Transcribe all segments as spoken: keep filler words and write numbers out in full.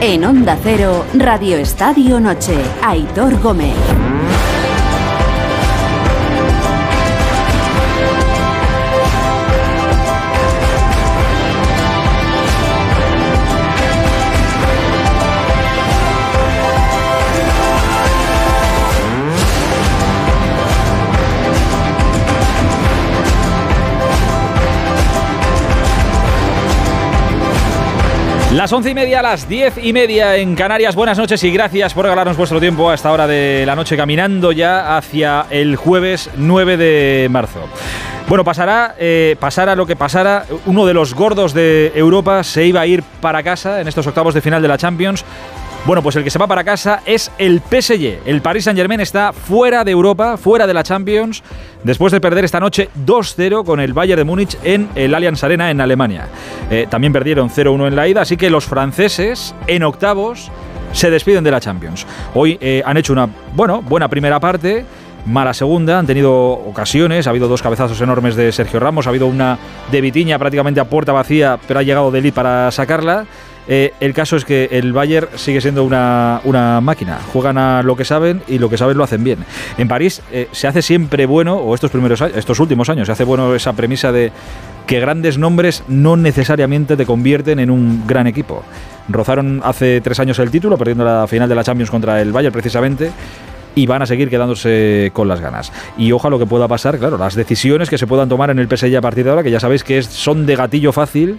En Onda Cero, Radio Estadio Noche, Aitor Gómez. Las once y media, las diez y media en Canarias. Buenas noches y gracias por regalarnos vuestro tiempo a esta hora de la noche, caminando ya hacia el jueves nueve de marzo. Bueno, pasará, eh, pasará lo que pasara, uno de los gordos de Europa se iba a ir para casa en estos octavos de final de la Champions. Bueno, pues el que se va para casa es el P S G. El Paris Saint-Germain está fuera de Europa, fuera de la Champions, después de perder esta noche dos cero con el Bayern de Múnich en el Allianz Arena en Alemania. Eh, también perdieron cero uno en la ida, así que los franceses en octavos se despiden de la Champions. Hoy eh, han hecho una bueno, buena primera parte, mala segunda, han tenido ocasiones, ha habido dos cabezazos enormes de Sergio Ramos, ha habido una de Vitinha prácticamente a puerta vacía, pero ha llegado De Ligt para sacarla. Eh, el caso es que el Bayern sigue siendo una, una máquina. Juegan a lo que saben y lo que saben lo hacen bien. En París eh, se hace siempre bueno, o estos primeros estos últimos años, se hace bueno esa premisa de que grandes nombres no necesariamente te convierten en un gran equipo. Rozaron hace tres años el título, perdiendo la final de la Champions contra el Bayern precisamente, y van a seguir quedándose con las ganas. Y ojalá lo que pueda pasar, claro, las decisiones que se puedan tomar en el P S G a partir de ahora, que ya sabéis que es, son de gatillo fácil.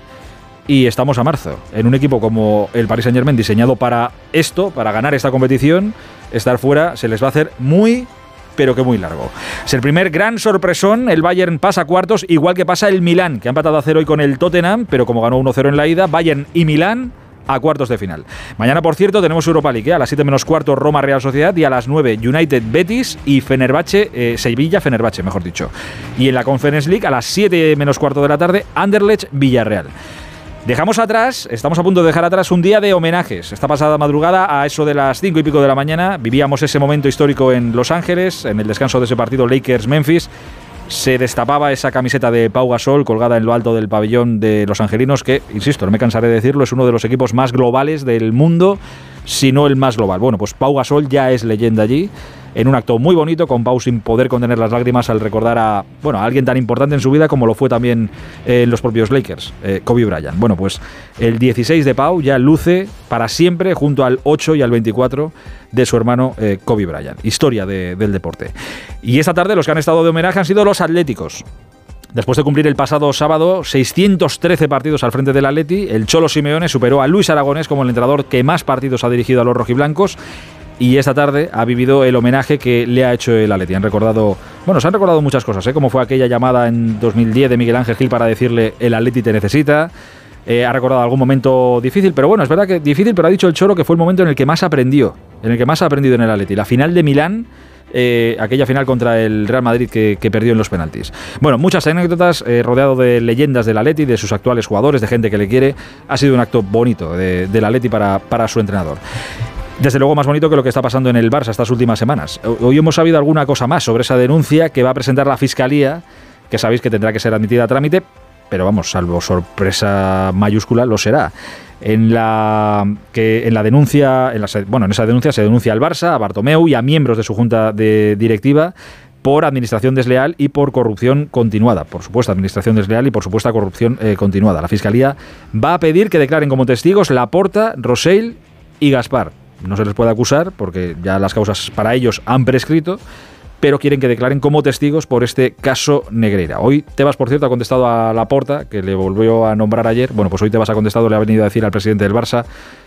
Y estamos a marzo. En un equipo como el Paris Saint-Germain, diseñado para esto, para ganar esta competición, estar fuera se les va a hacer muy, pero que muy largo. Es el primer gran sorpresón. El Bayern pasa a cuartos, igual que pasa el Milán, que ha empatado a cero hoy con el Tottenham, pero como ganó uno cero en la ida, Bayern y Milán a cuartos de final. Mañana, por cierto, tenemos Europa League, ¿eh? A las siete menos cuarto Roma Real Sociedad y a las nueve United Betis y Fenerbahce, eh, Sevilla Fenerbahce, mejor dicho. Y en la Conference League a las siete menos cuarto de la tarde Anderlecht Villarreal. Dejamos atrás, estamos a punto de dejar atrás un día de homenajes. Esta pasada madrugada, a eso de las cinco y pico de la mañana, vivíamos ese momento histórico en Los Ángeles, en el descanso de ese partido Lakers-Memphis. Se destapaba esa camiseta de Pau Gasol colgada en lo alto del pabellón de los angelinos, que, insisto, no me cansaré de decirlo, es uno de los equipos más globales del mundo, si no el más global. Bueno, pues Pau Gasol ya es leyenda allí, en un acto muy bonito, con Pau sin poder contener las lágrimas al recordar a, bueno, a alguien tan importante en su vida como lo fue también eh, los propios Lakers, eh, Kobe Bryant. Bueno, pues el dieciséis de Pau ya luce para siempre junto al ocho y al veinticuatro de su hermano eh, Kobe Bryant. Historia de, del deporte. Y esta tarde los que han estado de homenaje han sido los Atléticos. Después de cumplir el pasado sábado seiscientos trece partidos al frente del Atleti, el Cholo Simeone superó a Luis Aragonés como el entrenador que más partidos ha dirigido a los rojiblancos. Y esta tarde ha vivido el homenaje que le ha hecho el Atleti. Han recordado, bueno, se han recordado muchas cosas, ¿eh? Como fue aquella llamada en dos mil diez de Miguel Ángel Gil para decirle el Atleti te necesita. Eh, ha recordado algún momento difícil, pero bueno, es verdad que difícil, pero ha dicho el Cholo que fue el momento en el que más aprendió, en el que más ha aprendido en el Atleti. La final de Milán, eh, aquella final contra el Real Madrid que, que perdió en los penaltis. Bueno, muchas anécdotas, eh, rodeado de leyendas del Atleti, de sus actuales jugadores, de gente que le quiere. Ha sido un acto bonito de, del Atleti para, para su entrenador. Desde luego más bonito que lo que está pasando en el Barça estas últimas semanas. Hoy hemos sabido alguna cosa más sobre esa denuncia que va a presentar la Fiscalía, que sabéis que tendrá que ser admitida a trámite, pero vamos, salvo sorpresa mayúscula, lo será. En la que en la denuncia, en la, bueno, en esa denuncia se denuncia al Barça, a Bartomeu y a miembros de su junta de directiva por administración desleal y por corrupción continuada. Por supuesto, administración desleal y por supuesta corrupción eh, continuada. La Fiscalía va a pedir que declaren como testigos Laporta, Rosell y Gaspar. No se les puede acusar porque ya las causas para ellos han prescrito, pero quieren que declaren como testigos por este caso Negreira. Hoy Tebas, por cierto, ha contestado a Laporta, que le volvió a nombrar ayer. Bueno, pues hoy Tebas ha contestado, le ha venido a decir al presidente del Barça,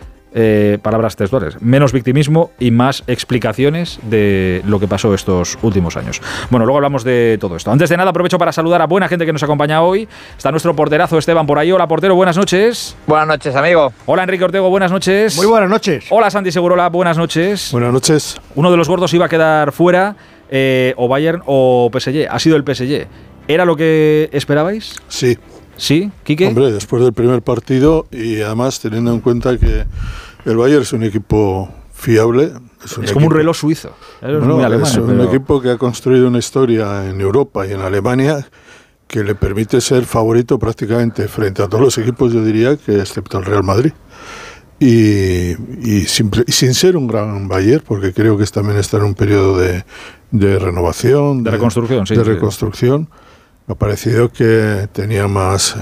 eh, palabras textuales, menos victimismo y más explicaciones de lo que pasó estos últimos años. Bueno, luego hablamos de todo esto. Antes de nada, aprovecho para saludar a buena gente que nos acompaña hoy. Está nuestro porterazo Esteban por ahí. Hola, portero, buenas noches. Buenas noches, amigo. Hola, Enrique Ortego, buenas noches. Muy buenas noches. Hola, Santi Segurola, buenas noches. Buenas noches. Uno de los gordos iba a quedar fuera, eh, o Bayern o P S G. Ha sido el P S G. ¿Era lo que esperabais? Sí. ¿Sí, Quique? Hombre, después del primer partido y además teniendo en cuenta que el Bayern es un equipo fiable. Es, un es como equipo, un reloj suizo. Es, bueno, muy alemán, es un pero... equipo que ha construido una historia en Europa y en Alemania que le permite ser favorito prácticamente frente a todos los equipos, yo diría que excepto el Real Madrid. Y, y, y, sin, y sin ser un gran Bayern, porque creo que también está en un periodo de, de renovación, de, de reconstrucción, sí, de sí. reconstrucción, me ha parecido que tenía más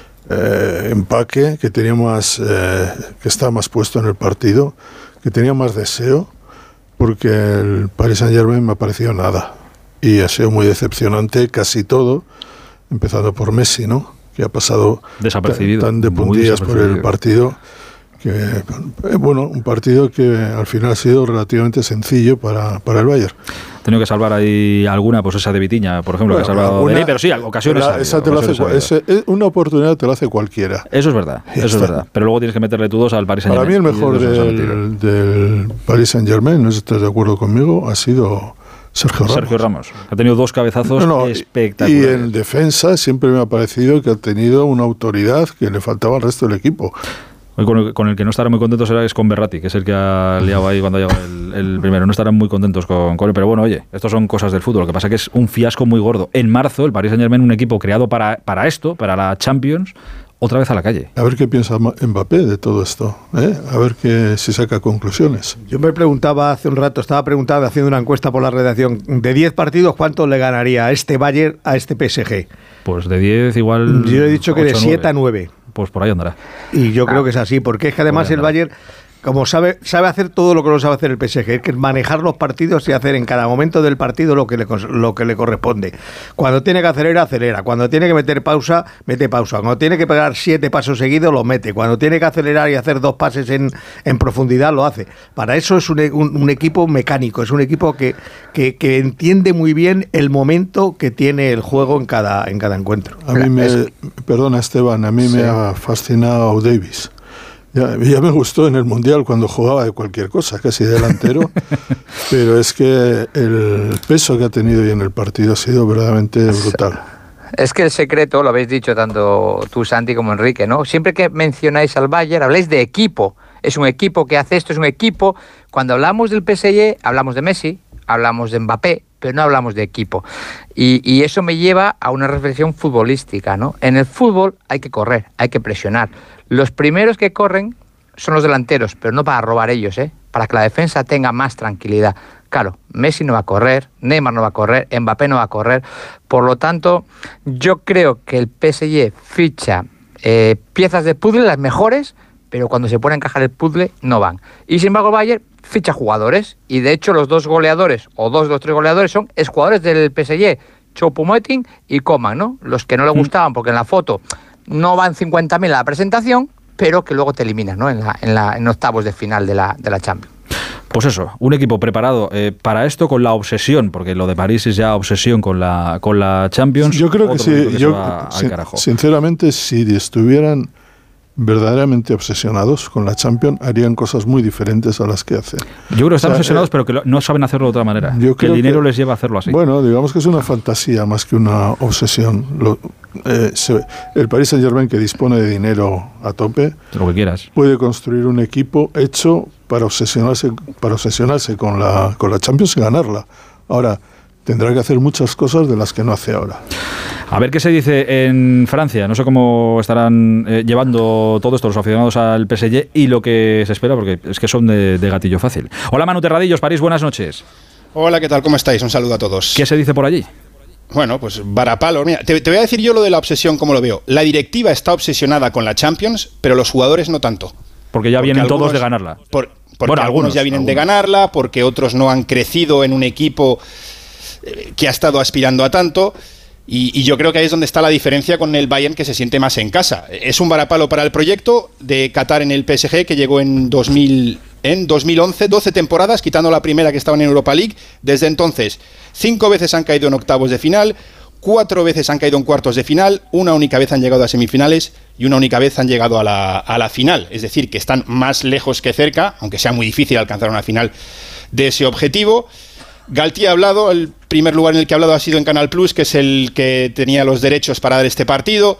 eh, empaque, que tenía más, eh, que estaba más puesto en el partido, que tenía más deseo, porque el Paris Saint-Germain me ha parecido nada y ha sido muy decepcionante casi todo, empezando por Messi, ¿no? Que ha pasado desapercibido, tan de puntillas por el partido, que bueno, un partido que al final ha sido relativamente sencillo para, para el Bayern. Ha tenido que salvar ahí alguna, pues esa de Vitiña, por ejemplo, bueno, que ha salvado una, de ahí, pero sí, ocasiones. La, esa te ocasiones lo hace, ese, una oportunidad te la hace cualquiera. Eso es verdad, eso es verdad. Pero luego tienes que meterle tú dos al Paris Saint-Germain. Para mí el mejor del, del Paris Saint-Germain, no sé si estás de acuerdo conmigo, ha sido Sergio Ramos. Sergio Ramos. Ha tenido dos cabezazos no, no, espectaculares. Y en defensa siempre me ha parecido que ha tenido una autoridad que le faltaba al resto del equipo. Hoy con el, con el que no estarán muy contentos será es con Berratti, que es el que ha liado ahí cuando ha llegado el, el primero. No estarán muy contentos con, con él, pero bueno, oye, estos son cosas del fútbol. Lo que pasa es que es un fiasco muy gordo. En marzo, el Paris Saint-Germain, un equipo creado para, para esto, para la Champions, otra vez a la calle. A ver qué piensa Mbappé de todo esto, ¿eh? A ver que si saca conclusiones. Yo me preguntaba hace un rato, estaba preguntando, haciendo una encuesta por la redacción, de diez partidos, ¿cuánto le ganaría a este Bayern a este P S G? Pues de diez igual... Yo he dicho que de siete a nueve. Pues por ahí andará. Y yo ah. creo que es así, porque es que además el Bayern, como sabe sabe hacer todo lo que no sabe hacer el P S G, que es manejar los partidos y hacer en cada momento del partido lo que le lo que le corresponde. Cuando tiene que acelerar, acelera. Cuando tiene que meter pausa, mete pausa. Cuando tiene que pegar siete pasos seguidos, lo mete. Cuando tiene que acelerar y hacer dos pases en, en profundidad, lo hace. Para eso es un, un, un equipo mecánico, es un equipo que, que, que entiende muy bien el momento que tiene el juego en cada, en cada encuentro. A mí me, es... perdona Esteban, a mí sí. me ha fascinado Davis. Ya, ya me gustó en el Mundial cuando jugaba de cualquier cosa, casi delantero, pero es que el peso que ha tenido hoy en el partido ha sido verdaderamente brutal. Es que el secreto, lo habéis dicho tanto tú, Santi, como Enrique, ¿no? Siempre que mencionáis al Bayern, habláis de equipo. Es un equipo que hace esto, es un equipo. Cuando hablamos del P S G, hablamos de Messi, hablamos de Mbappé, pero no hablamos de equipo. Y, y eso me lleva a una reflexión futbolística, ¿no? En el fútbol hay que correr, hay que presionar. Los primeros que corren son los delanteros, pero no para robar ellos, ¿eh? Para que la defensa tenga más tranquilidad. Claro, Messi no va a correr, Neymar no va a correr, Mbappé no va a correr. Por lo tanto, yo creo que el P S G ficha eh, piezas de puzzle, las mejores, pero cuando se pone a encajar el puzzle no van. Y sin embargo, Bayern ficha jugadores, y de hecho los dos goleadores, o dos de los tres goleadores, son exjugadores del P S G, Choupo-Moting y Coman, ¿no? Los que no le gustaban, porque en la foto no van cincuenta mil a la presentación, pero que luego te eliminan, ¿no? En, la, en, la, en octavos de final de la, de la Champions. Pues eso, un equipo preparado eh, para esto con la obsesión, porque lo de París es ya obsesión con la, con la Champions. Yo creo que sí, que yo, sin, sinceramente, si estuvieran verdaderamente obsesionados con la Champions, harían cosas muy diferentes a las que hacen. Yo creo que están o sea, obsesionados, eh, pero que no saben hacerlo de otra manera. Yo que el dinero que, les lleva a hacerlo así. Bueno, digamos que es una fantasía más que una obsesión. Lo, eh, se, el Paris Saint-Germain, que dispone de dinero a tope, lo que quieras, puede construir un equipo hecho para obsesionarse, para obsesionarse con la, con la Champions y ganarla. Ahora, tendrá que hacer muchas cosas de las que no hace ahora. A ver qué se dice en Francia. No sé cómo estarán eh, llevando todo esto los aficionados al P S G y lo que se espera, porque es que son de, de gatillo fácil. Hola, Manu Terradillos, París, buenas noches. Hola, ¿qué tal? ¿Cómo estáis? Un saludo a todos. ¿Qué se dice por allí? Bueno, pues varapalo. Mira, te, te voy a decir yo lo de la obsesión, como lo veo. La directiva está obsesionada con la Champions, pero los jugadores no tanto. Porque ya porque vienen algunos, todos de ganarla. Por, porque bueno, algunos, algunos ya vienen algunos. de ganarla, porque otros no han crecido en un equipo que ha estado aspirando a tanto. Y, y yo creo que ahí es donde está la diferencia con el Bayern, que se siente más en casa. Es un varapalo para el proyecto de Qatar en el P S G, que llegó en, dos mil, en dos mil once, doce temporadas, quitando la primera que estaban en Europa League. Desde entonces, cinco veces han caído en octavos de final, cuatro veces han caído en cuartos de final, una única vez han llegado a semifinales y una única vez han llegado a la, a la final. Es decir, que están más lejos que cerca, aunque sea muy difícil alcanzar una final de ese objetivo. Galtier ha hablado, el primer lugar en el que ha hablado ha sido en Canal Plus, que es el que tenía los derechos para dar este partido,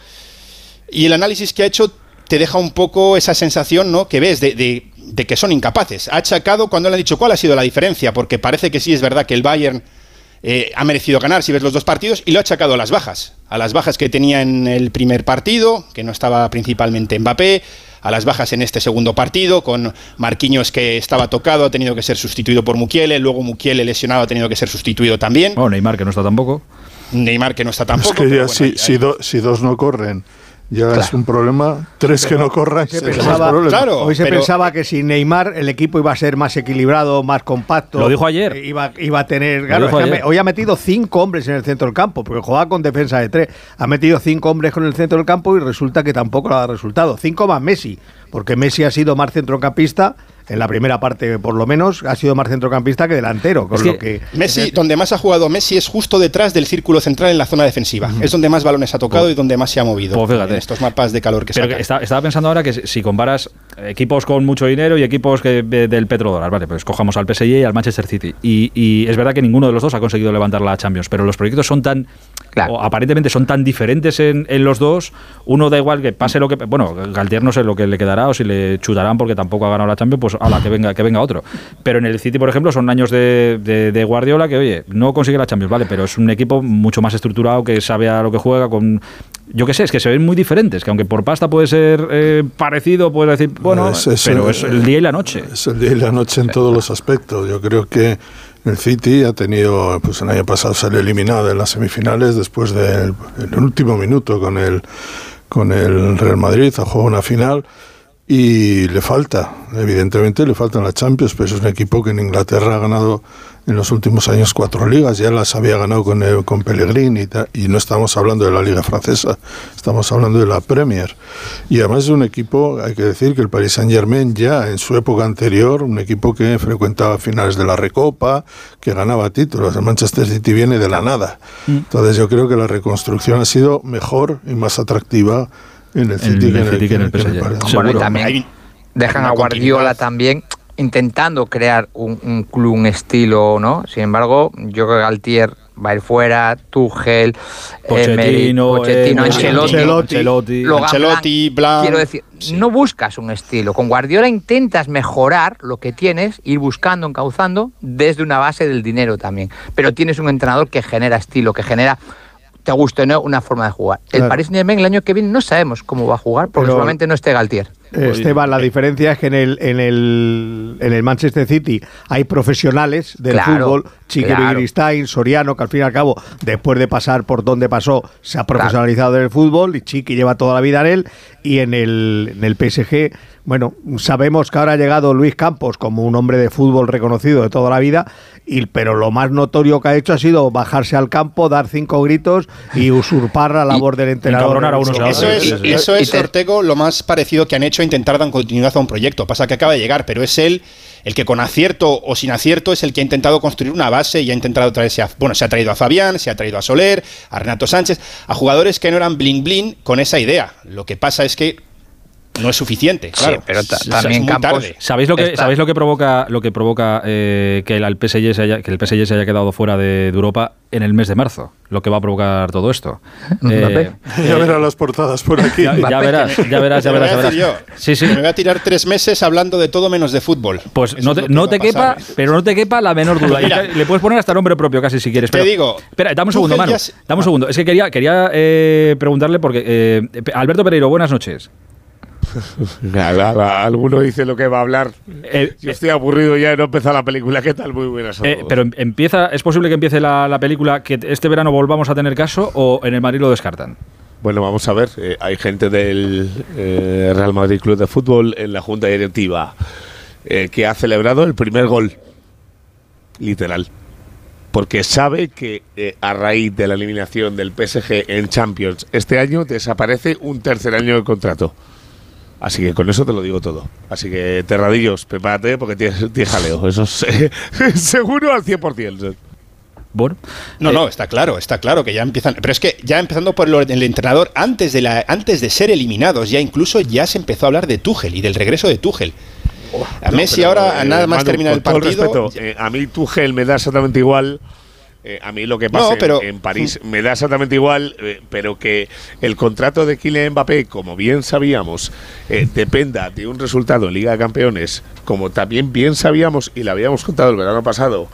y el análisis que ha hecho te deja un poco esa sensación, ¿no?, que ves de, de, de que son incapaces. Ha achacado cuando le han dicho cuál ha sido la diferencia, porque parece que sí es verdad que el Bayern eh, ha merecido ganar si ves los dos partidos y lo ha achacado a las bajas. A las bajas que tenía en el primer partido, que no estaba principalmente Mbappé, a las bajas en este segundo partido, con Marquinhos que estaba tocado, ha tenido que ser sustituido por Mukiele, luego Mukiele lesionado ha tenido que ser sustituido también. Oh, Neymar que no está tampoco. Neymar que no está tampoco. Es que ya bueno, si, ahí, si, ahí. do, si dos no corren, ya Claro. es un problema. Tres Pero que no corran, se es pensaba- más problema. Claro. Hoy se pero- pensaba que sin Neymar el equipo iba a ser más equilibrado, más compacto. Lo dijo ayer. Eh, Iba, iba a tener. Lo Claro, dijo es que ayer. hoy ha metido cinco hombres en el centro del campo, porque jugaba con defensa de tres. Ha metido cinco hombres con el centro del campo y resulta que tampoco le ha dado resultado. Cinco más Messi, porque Messi ha sido más centrocampista. En la primera parte, por lo menos, ha sido más centrocampista que delantero. Con Es que lo que Messi, donde más ha jugado Messi es justo detrás del círculo central en la zona defensiva. Es donde más balones ha tocado Pues- y donde más se ha movido. pues fíjate. En estos mapas de calor que Pero saca. que está- estaba pensando ahora que si si comparas equipos con mucho dinero y equipos que, de- del petrodólar, vale, pues cojamos al P S G y al Manchester City. Y, y es verdad que ninguno de los dos ha conseguido levantar la Champions, pero los proyectos son tan, Claro. o aparentemente son tan diferentes en, en los dos. Uno da igual que pase lo que, bueno, Galtier no sé lo que le quedará o si le chutarán porque tampoco ha ganado la Champions, pues a la que venga, que venga otro. Pero en el City, por ejemplo, son años de, de, de Guardiola que, oye, no consigue la Champions, vale, pero es un equipo mucho más estructurado que sabe a lo que juega con... Yo qué sé, es que se ven muy diferentes, que aunque por pasta puede ser eh, parecido, puedes decir, bueno, Es- es- pero es el día y la noche. Es el día y la noche en todos los aspectos. Yo creo que el City ha tenido, pues el año pasado salió eliminado en las semifinales después del el último minuto con el con el Real Madrid, ha jugado una final y le falta, evidentemente le faltan las Champions, pero es un equipo que en Inglaterra ha ganado en los últimos años cuatro ligas, ya las había ganado con, el, con Pellegrini y, ta- y no estamos hablando de la Liga Francesa, estamos hablando de la Premier. Y además es un equipo, hay que decir que el Paris Saint-Germain ya en su época anterior, un equipo que frecuentaba finales de la Recopa, que ganaba títulos, el Manchester City viene de la nada. Entonces yo creo que la reconstrucción ha sido mejor y más atractiva en el City En que el en el, City que en el que en el P S G. Paris. Seguro. Bueno, y también Hay dejan una a Guardiola continuidad. también intentando crear un, un club, un estilo, ¿no? Sin embargo, yo creo que Galtier va a ir fuera, Tuchel, Pochettino, Emery, Pochettino, eh, Ancelotti, Ancelotti. Logan Ancelotti, Blanc. Blanc, Quiero decir, sí. no buscas un estilo. Con Guardiola intentas mejorar lo que tienes, ir buscando, encauzando, desde una base del dinero también. Pero tienes un entrenador que genera estilo, que genera, te guste o no, una forma de jugar. El Claro. Paris Saint-Germain el año que viene no sabemos cómo va a jugar, porque Pero- seguramente no esté Galtier. Eh, Esteban, la diferencia es que en el, en el, en el Manchester City hay profesionales del Claro, fútbol, Chiqui claro. Begiristain, Soriano, que al fin y al cabo, después de pasar por donde pasó, se ha profesionalizado en el fútbol, y Chiqui lleva toda la vida en él, y en el, en el P S G, bueno, sabemos que ahora ha llegado Luis Campos como un hombre de fútbol reconocido de toda la vida, y, pero lo más notorio que ha hecho ha sido bajarse al campo, dar cinco gritos y usurpar la labor del entrenador. encabronar a unos a Eso otros. es, Y- eso y es te- Ortego, lo más parecido que han hecho a intentar dar continuidad a un proyecto. Pasa que acaba de llegar, pero es él el que con acierto o sin acierto es el que ha intentado construir una base y ha intentado traerse a, bueno, se ha traído a Fabián, se ha traído a Soler, a Renato Sánchez, a jugadores que no eran bling bling con esa idea. Lo que pasa es que no es suficiente, claro. Sí, pero ta- O sea, también es muy Campos- tarde. ¿Sabéis lo que Está- sabéis lo que provoca lo que provoca eh, que el P S G se haya, que el P S G se haya quedado fuera de, de Europa en el mes de marzo? Lo que va a provocar todo esto. Mbappé. Ya verás las portadas por aquí. Ya, ya verás, ya verás, ya Te lo verás, ya voy a decir verás. yo. Sí, sí. Me voy a tirar tres meses hablando de todo menos de fútbol. Pues Eso no es te, lo que no va te a quepa, pasar. pero no te quepa la menor duda. Mira. Le puedes poner hasta nombre propio casi si quieres. Te pero- digo, Espera, dame un segundo, Tuchel Manu. ya se- Dame un Ah. segundo. Es que quería, quería eh, preguntarle porque eh, Alberto Pereiro, buenas noches. Nada, nada, alguno dice lo que va a hablar. Eh, Yo estoy aburrido ya de no empezar la película. ¿Qué tal? Muy buenas a Eh, todos. pero em- empieza, ¿es posible que empiece la, la película que este verano volvamos a tener caso o en el Madrid lo descartan? Bueno, vamos a ver. eh, hay gente del eh, Real Madrid Club de Fútbol en la junta directiva eh, que ha celebrado el primer gol. Literal. Porque sabe que eh, a raíz de la eliminación del P S G en Champions este año desaparece un tercer año de contrato. Así que con eso te lo digo todo. Así que, Terradillos, prepárate porque tienes, tienes jaleo. Eso es eh, seguro al cien por ciento. Bueno, No, eh, no, está claro, está claro que ya empiezan. Pero es que ya empezando por lo- el entrenador, antes de, la, antes de ser eliminados, ya incluso ya se empezó a hablar de Tuchel y del regreso de Tuchel. A No, Messi pero, ahora, eh, nada más Manu, terminar el con todo partido. respeto, eh, a mí Tuchel me da exactamente igual. eh, a mí lo que pasa No, en- pero- en, París me da exactamente igual, eh, pero que el contrato de Kylian Mbappé, como bien sabíamos, eh, dependa de un resultado en Liga de Campeones, como también bien sabíamos y le habíamos contado el verano pasado,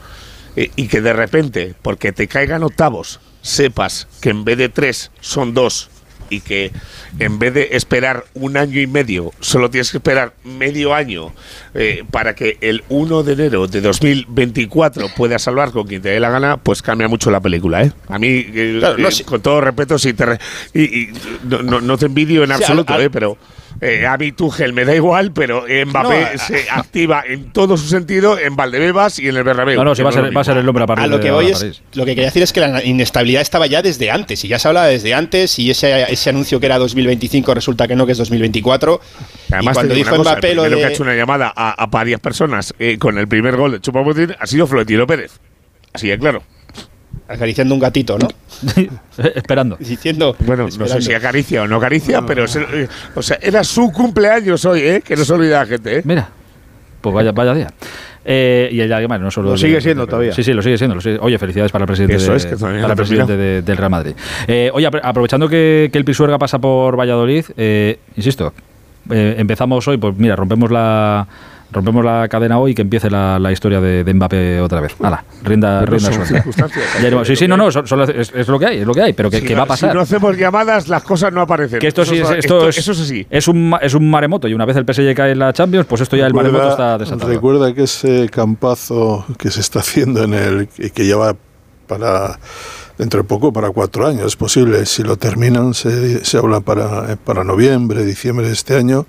eh, y que de repente, porque te caigan octavos, sepas que en vez de tres son dos y que en vez de esperar un año y medio, solo tienes que esperar medio año eh, para que el uno de enero de dos mil veinticuatro puedas hablar con quien te dé la gana, pues cambia mucho la película, ¿eh? A mí, eh, claro, no, eh, sí. con todo respeto, si te re y, y, no, no, no te envidio en Sí, absoluto, al, al, ¿eh? Pero eh, a mí Tuchel me da igual, pero Mbappé no, se activa en todo su sentido en Valdebebas y en el Bernabéu. No, no, sí, va a ser, va a ser el nombre a partir a lo de que voy París. es, lo que quería decir es que la inestabilidad estaba ya desde antes, y ya se hablaba desde antes, y ese, ese anuncio que era dos mil veinticinco resulta que no, que es dos mil veinticuatro. Además, y cuando dijo cosa, Mbappé lo de... que ha hecho una llamada a, a varias personas eh, con el primer gol de Choupo-Moting ha sido Florentino Pérez. Así de claro. Acariciando un gatito, ¿no? Esperando. Diciendo. Bueno, esperando. no sé si acaricia o no acaricia, pero es, eh, o sea, era su cumpleaños hoy, ¿eh? Que no se olvida la gente, ¿eh? Mira, pues vaya, vaya día. Eh, y el además no solo lo sigue siendo todavía. Sí, sí, lo sigue siendo. Lo sigue. Oye, felicidades para el presidente, Eso de, es, que todavía para no el presidente de, del Real Madrid. Eh, oye, aprovechando que, que el Pisuerga pasa por Valladolid, eh, insisto, eh, empezamos hoy, pues mira, rompemos la rompemos la cadena hoy y que empiece la, la historia de, de Mbappé otra vez. Hala, rienda, Pero rienda son suelta. circunstancias. Ya no, sí, sí, no, no, son, son, es, es lo que hay, es lo que hay, pero que, Si que no, va a pasar. Si no hacemos llamadas, las cosas no aparecen. Que esto sí, eso, es, esto, esto, es, eso es así. Es un, es un maremoto, y una vez el P S G cae en la Champions, pues esto ya el Recuerda- maremoto está desatado. Recuerda que ese campazo que se está haciendo en el que que lleva para dentro de poco para cuatro años, es posible. Si lo terminan, se, se habla para, para noviembre, diciembre de este año.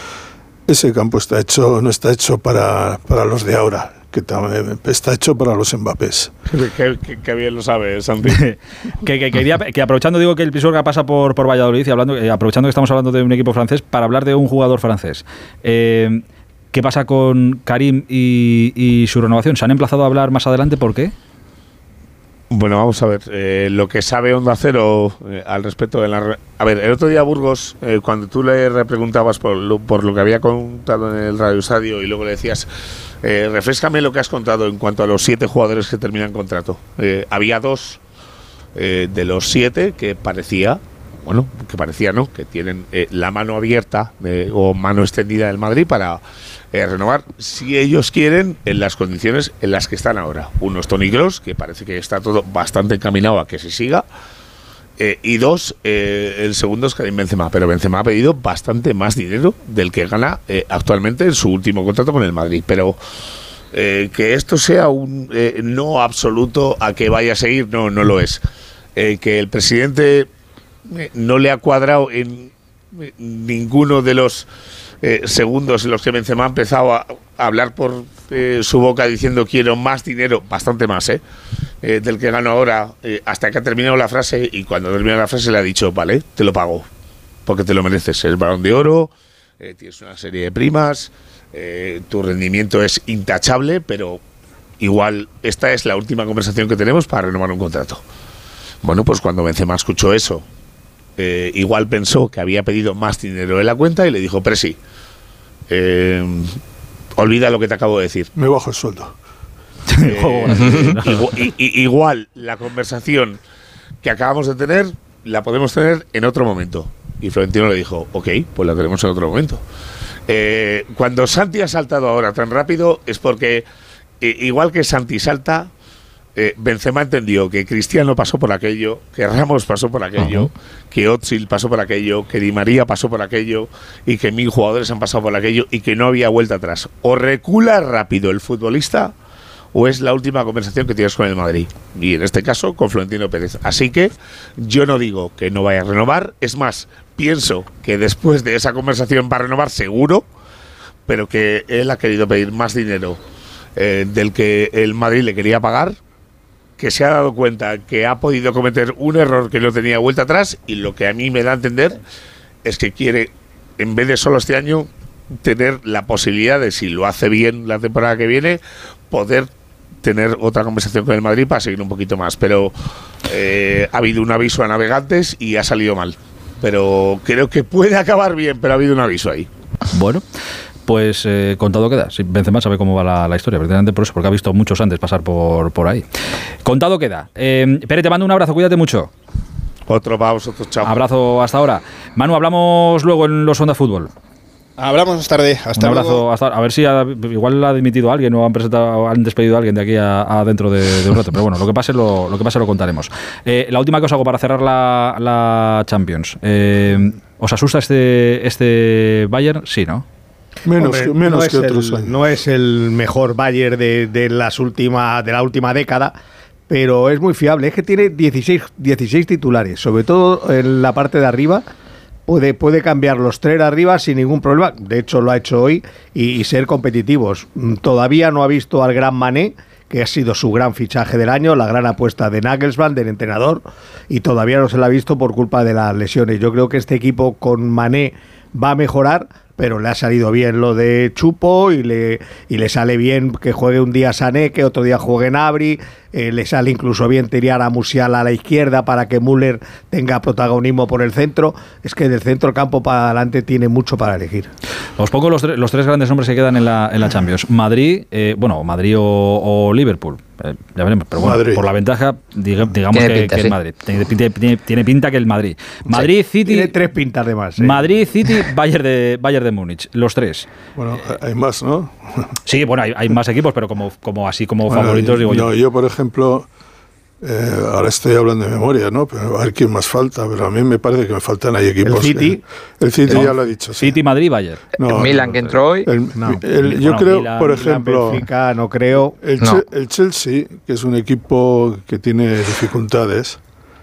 Ese campo está hecho, no está hecho para, para los de ahora, que también está hecho para los Mbappés. Qué, qué- qué bien lo sabes, Santi. que, que, quería- que aprovechando, digo que el Pisuerga pasa por, por Valladolid y hablando, eh, aprovechando que estamos hablando de un equipo francés, para hablar de un jugador francés. Eh, ¿Qué pasa con Karim y, y su renovación? ¿Se han emplazado a hablar más adelante? ¿Por qué? Bueno, vamos a ver. Eh, lo que sabe Onda Cero eh, al respecto de la... re- A ver, el otro día Burgos, eh, cuando tú le repreguntabas por lo, por lo que había contado en el Radio Estadio y luego le decías, eh, refréscame lo que has contado en cuanto a los siete jugadores que terminan contrato. Eh, había dos eh, de los siete que parecía, bueno, que parecía no, que tienen eh, la mano abierta eh, o mano extendida del Madrid para eh, renovar, si ellos quieren, en las condiciones en las que están ahora. Uno es Toni Kroos, que parece que está todo bastante encaminado a que se siga, eh, y dos, eh, el segundo es Karim Benzema, pero Benzema ha pedido bastante más dinero del que gana eh, actualmente en su último contrato con el Madrid, pero eh, que esto sea un eh, no absoluto a que vaya a seguir, no, no lo es. Eh, que el presidente eh, no le ha cuadrado en eh, ninguno de los eh, segundos en los que Benzema ha empezado a, a hablar por eh, su boca diciendo quiero más dinero, bastante más, ¿eh? Eh, del que gano ahora, eh, hasta que ha terminado la frase, y cuando termina la frase le ha dicho, vale, te lo pago, porque te lo mereces, eres Balón de Oro, eh, tienes una serie de primas, eh, tu rendimiento es intachable, pero igual esta es la última conversación que tenemos para renovar un contrato. Bueno, pues cuando Benzema escuchó eso, eh, igual pensó que había pedido más dinero de la cuenta y le dijo, Presi, eh, olvida lo que te acabo de decir. Me bajo el sueldo. Eh, igual, i- i- igual la conversación que acabamos de tener la podemos tener en otro momento. Y Florentino le dijo, ok, pues la tenemos en otro momento. Eh, cuando Santi ha saltado ahora tan rápido es porque, eh, igual que Santi salta, eh, Benzema entendió que Cristiano pasó por aquello, que Ramos pasó por aquello, uh-huh. que Özil pasó por aquello, que Di María pasó por aquello y que mil jugadores han pasado por aquello y que no había vuelta atrás. O recula rápido el futbolista o es la última conversación que tienes con el Madrid. Y en este caso, con Florentino Pérez. Así que yo no digo que no vaya a renovar. Es más, pienso que después de esa conversación va a renovar seguro, pero que él ha querido pedir más dinero eh, del que el Madrid le quería pagar, que se ha dado cuenta que ha podido cometer un error que no tenía vuelta atrás, y lo que a mí me da a entender es que quiere, en vez de solo este año, tener la posibilidad de, si lo hace bien la temporada que viene, poder tener otra conversación con el Madrid para seguir un poquito más. Pero eh, ha habido un aviso a navegantes y ha salido mal. Pero creo que puede acabar bien, pero ha habido un aviso ahí. Bueno, pues eh, contado queda. Sí, Benzema sabe cómo va la, la historia, precisamente por eso, porque ha visto muchos antes pasar por, por ahí. Contado queda. Eh, Pere, te mando un abrazo, cuídate mucho. Otro para vosotros, chao. Abrazo hasta ahora. Manu, hablamos luego en los Onda Fútbol. Hablamos más tarde. Hasta Un abrazo. luego. Hasta, a ver si ha, igual ha dimitido alguien o han presentado, han despedido a alguien de aquí a, a dentro de, de un rato. Pero bueno, lo que pase lo, lo que pase lo contaremos. Eh, la última cosa hago para cerrar la, la Champions. Eh, ¿Os asusta este, este Bayern? Sí, ¿no? Menos, Hombre, que, menos no que es otros el, años. no es el mejor Bayern de, de, las última, de la última década, pero es muy fiable. Es que tiene dieciséis, dieciséis titulares, sobre todo en la parte de arriba. Puede, puede cambiar los tres arriba sin ningún problema. De hecho, lo ha hecho hoy y, y ser competitivos. Todavía no ha visto al gran Mané, que ha sido su gran fichaje del año, la gran apuesta de Nagelsmann, del entrenador, y todavía no se la ha visto por culpa de las lesiones. Yo creo que este equipo con Mané va a mejorar, pero le ha salido bien lo de Chupo y le, y le sale bien que juegue un día Sané, que otro día juegue Gnabry, eh, le sale incluso bien tirar a Musiala a la izquierda para que Müller tenga protagonismo por el centro. Es que del centro del campo para adelante tiene mucho para elegir. Os pongo los, los tres grandes nombres que quedan en la, en la Champions. Madrid, eh, bueno, Madrid o, o Liverpool. Eh, ya veremos, pero bueno, Madrid. por la ventaja, diga, digamos Tiene que, pinta, que sí. el Madrid. Tiene, tiene, tiene pinta que el Madrid. Madrid, Sí. City. Tiene tres pintas de más. ¿eh? Madrid, City, Bayern de, Bayern de Múnich. Los tres. Bueno, hay más, ¿no? Sí, bueno, hay, hay más equipos, pero como, como así como Bueno, favoritos, digo no, yo. yo, por ejemplo, eh, ahora estoy hablando de memoria, ¿no? Pero a ver quién más falta. Pero a mí me parece que me faltan ahí equipos. El City. que- el City No, ya lo he dicho. sí. City, Madrid, Bayern. No, el Milan que entró hoy. el- No. el- yo Bueno, creo, Milan, por Milan, ejemplo, Benfica, no creo. el, No. Che- el Chelsea, que es un equipo que tiene dificultades,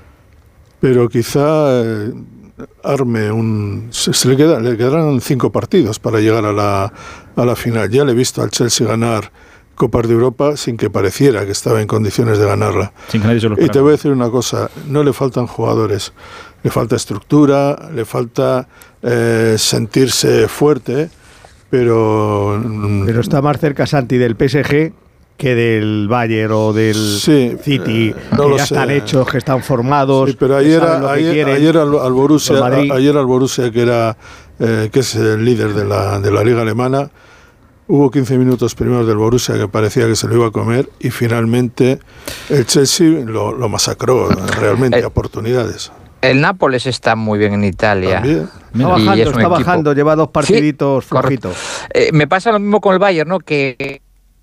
pero quizá eh, arme un... Se, se le, queda, le quedarán cinco partidos para llegar a la, a la final. Ya le he visto al Chelsea ganar Copas de Europa sin que pareciera que estaba en condiciones de ganarla. Sin que nadie se lo Y te esperara. voy a decir una cosa, no le faltan jugadores, le falta estructura, le falta eh, sentirse fuerte, pero... mm, Pero está más cerca Santi del P S G que del Bayern o del Sí, City, eh, no que lo ya sé. están hechos, que están formados. Sí, pero que ayer, saben lo que ayer, quieren. ayer al, al Borussia, Los Madrid. a- ayer al Borussia que era eh, que es el líder de la, de la liga alemana, hubo quince minutos primeros del Borussia que parecía que se lo iba a comer y finalmente el Chelsea lo, lo masacró realmente Eh, a oportunidades. El Nápoles está muy bien en Italia. También. Está Mira. Y bajando, es un está equipo- bajando, lleva dos partiditos Sí, correcto. flojitos. Eh, me pasa lo mismo con el Bayern, ¿no? Que,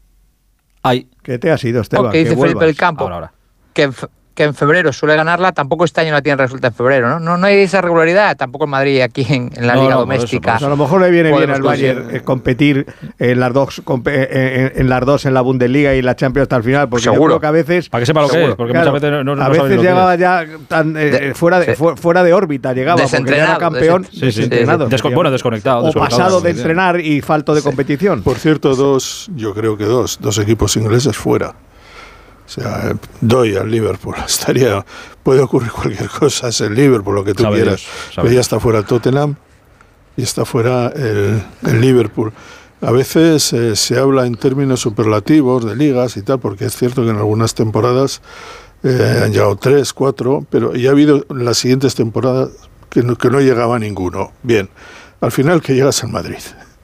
Ay, ¿Qué te ha sido, Esteban? que dice Que Felipe vuelvas. del Campo, ahora, ahora. que en, fe- que en febrero suele ganarla, tampoco este año la tiene resuelta en febrero, ¿no? No, no hay esa regularidad, tampoco en Madrid aquí en, en la No, liga no, por eso, doméstica. Pues a lo mejor le viene bien Podemos al Bayern conseguir. eh, competir en las dos compe- eh, en, en las dos en la Bundesliga y la Champions hasta el final, porque yo Seguro. creo que a veces Para que sepa lo que Seguro. es, porque claro, muchas veces no, no a no saben veces lo que llegaba es. ya tan, eh, De- fuera de sí. fu- fuera de órbita, llegaba porque ya era Desentrenado, campeón, Sí, sí. desentrenado, Desco- efectivamente. bueno, desconectado. o desconectado pasado de de la entrenar y falto de competición. Por cierto, dos, yo creo que dos, dos equipos ingleses fuera. O sea, doy al Liverpool. Estaría, puede ocurrir cualquier cosa, es el Liverpool, lo que tú Sabe quieras. Dios, sabe Pero ya Dios. está fuera el Tottenham y está fuera el, el Liverpool. A veces eh, se habla en términos superlativos de ligas y tal, porque es cierto que en algunas temporadas eh, han llegado tres, cuatro, pero ya ha habido en las siguientes temporadas que no, que no llegaba ninguno. Bien, al final que llegas al Madrid.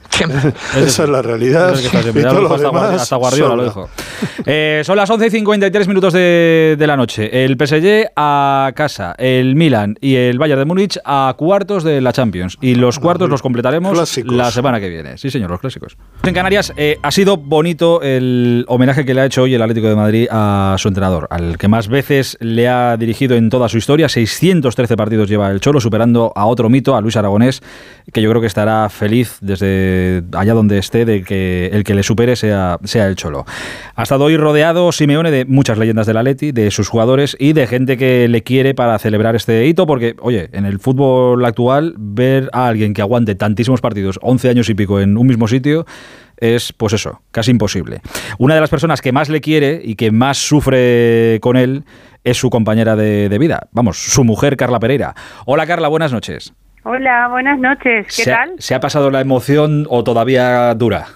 Esa es la realidad. Es el que está Y siempre. Ya todo lo lo dijo hasta, Guardi- demás hasta Guardiola lo sobra. dijo. Eh, son las once y cincuenta y tres minutos de, de la noche. El P S G a casa, el Milan y el Bayern de Múnich a cuartos de la Champions. Y los cuartos los completaremos Clásicos. la semana que viene. Sí, señor, los clásicos. En Canarias eh, ha sido bonito el homenaje que le ha hecho hoy el Atlético de Madrid a su entrenador, al que más veces le ha dirigido en toda su historia. seiscientos trece partidos lleva el Cholo, superando a otro mito, a Luis Aragonés, que yo creo que estará feliz desde allá donde esté de que el que le supere sea, sea el Cholo. Ha estado hoy rodeado Simeone de muchas leyendas del Atleti, de sus jugadores y de gente que le quiere para celebrar este hito, porque, oye, en el fútbol actual, ver a alguien que aguante tantísimos partidos, once años y pico en un mismo sitio, es, pues eso, casi imposible. Una de las personas que más le quiere y que más sufre con él es su compañera de, de vida, vamos, su mujer Carla Pereira. Hola Carla, buenas noches. Hola, buenas noches. ¿Qué ¿Se ha- tal? ¿Se ha pasado la emoción o todavía dura?